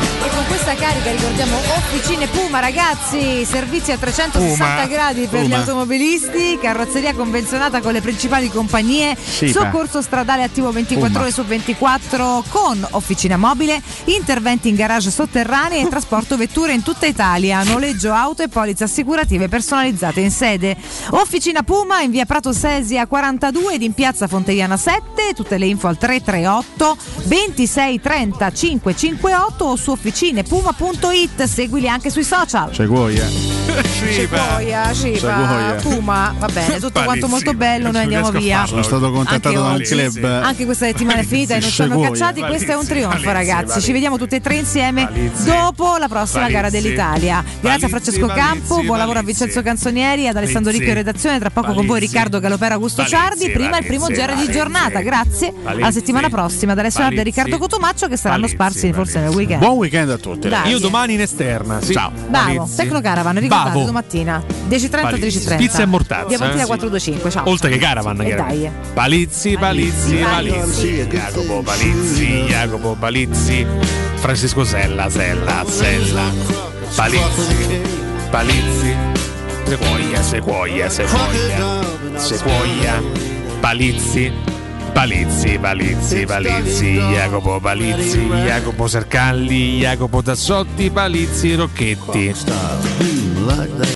questa carica ricordiamo Officine Puma, ragazzi, servizi a trecentosessanta Puma. gradi per Puma. gli automobilisti, carrozzeria convenzionata con le principali compagnie, Sì, soccorso stradale attivo ventiquattro Puma. ore su ventiquattro con officina mobile, interventi in garage sotterranei e trasporto vetture in tutta Italia, noleggio auto e polizze assicurative personalizzate in sede. Officina Puma in via Prato Sesia quarantadue ed in piazza Fonteiana sette, tutte le info al tre tre otto ventisei trenta cinque cinquantotto o su officinepuma punto it, seguili anche sui social. C'è Guoia. Cipoia, Cipa, Puma, va bene, tutto quanto molto bello, noi andiamo via. Sono stato contattato da un oggi. club. Anche questa settimana è finita e non ci hanno Cipoia. cacciati, questo è un trionfo, Valizzi, ragazzi. Valizzi. Ci vediamo tutti e tre insieme Valizzi. dopo la prossima Valizzi. gara dell'Italia. Grazie a Francesco Valizzi, Campo, buon lavoro a Vincenzo Canzonieri, ad Alessandro Valizzi. Ricco in redazione, tra poco con voi Valizzi. Riccardo Galopera, Augusto Valizzi, Ciardi, prima il primo Valizzi, G R di Valizzi. giornata. Grazie, alla Valizzi. settimana prossima da Alessio Nardi e Valizzi. Riccardo Cotomaccio, che saranno sparsi forse nel weekend. Buon weekend a tutti. Dai. Io domani in esterna. Sì. Ciao. Bravo, Tecnocaravan, ricordate Bavo. domattina dieci e trenta, tredici e trenta. Pizza e mortazza. Via Pontina eh? quattrocentoventicinque, ciao. Oltre che Caravan. E chiaramente. dai. Palizzi, Palizzi, Palizzi, Jacopo Palizzi, Jacopo Palizzi, Francisco Sella, Sella, Sella, Palizzi, Palizzi, Sequoia, Sequoia, Sequoia, Sequoia, Palizzi, Palizzi, Palizzi, Palizzi, Jacopo Palizzi, Jacopo Sercalli, Jacopo Tassotti, Palizzi, Rocchetti.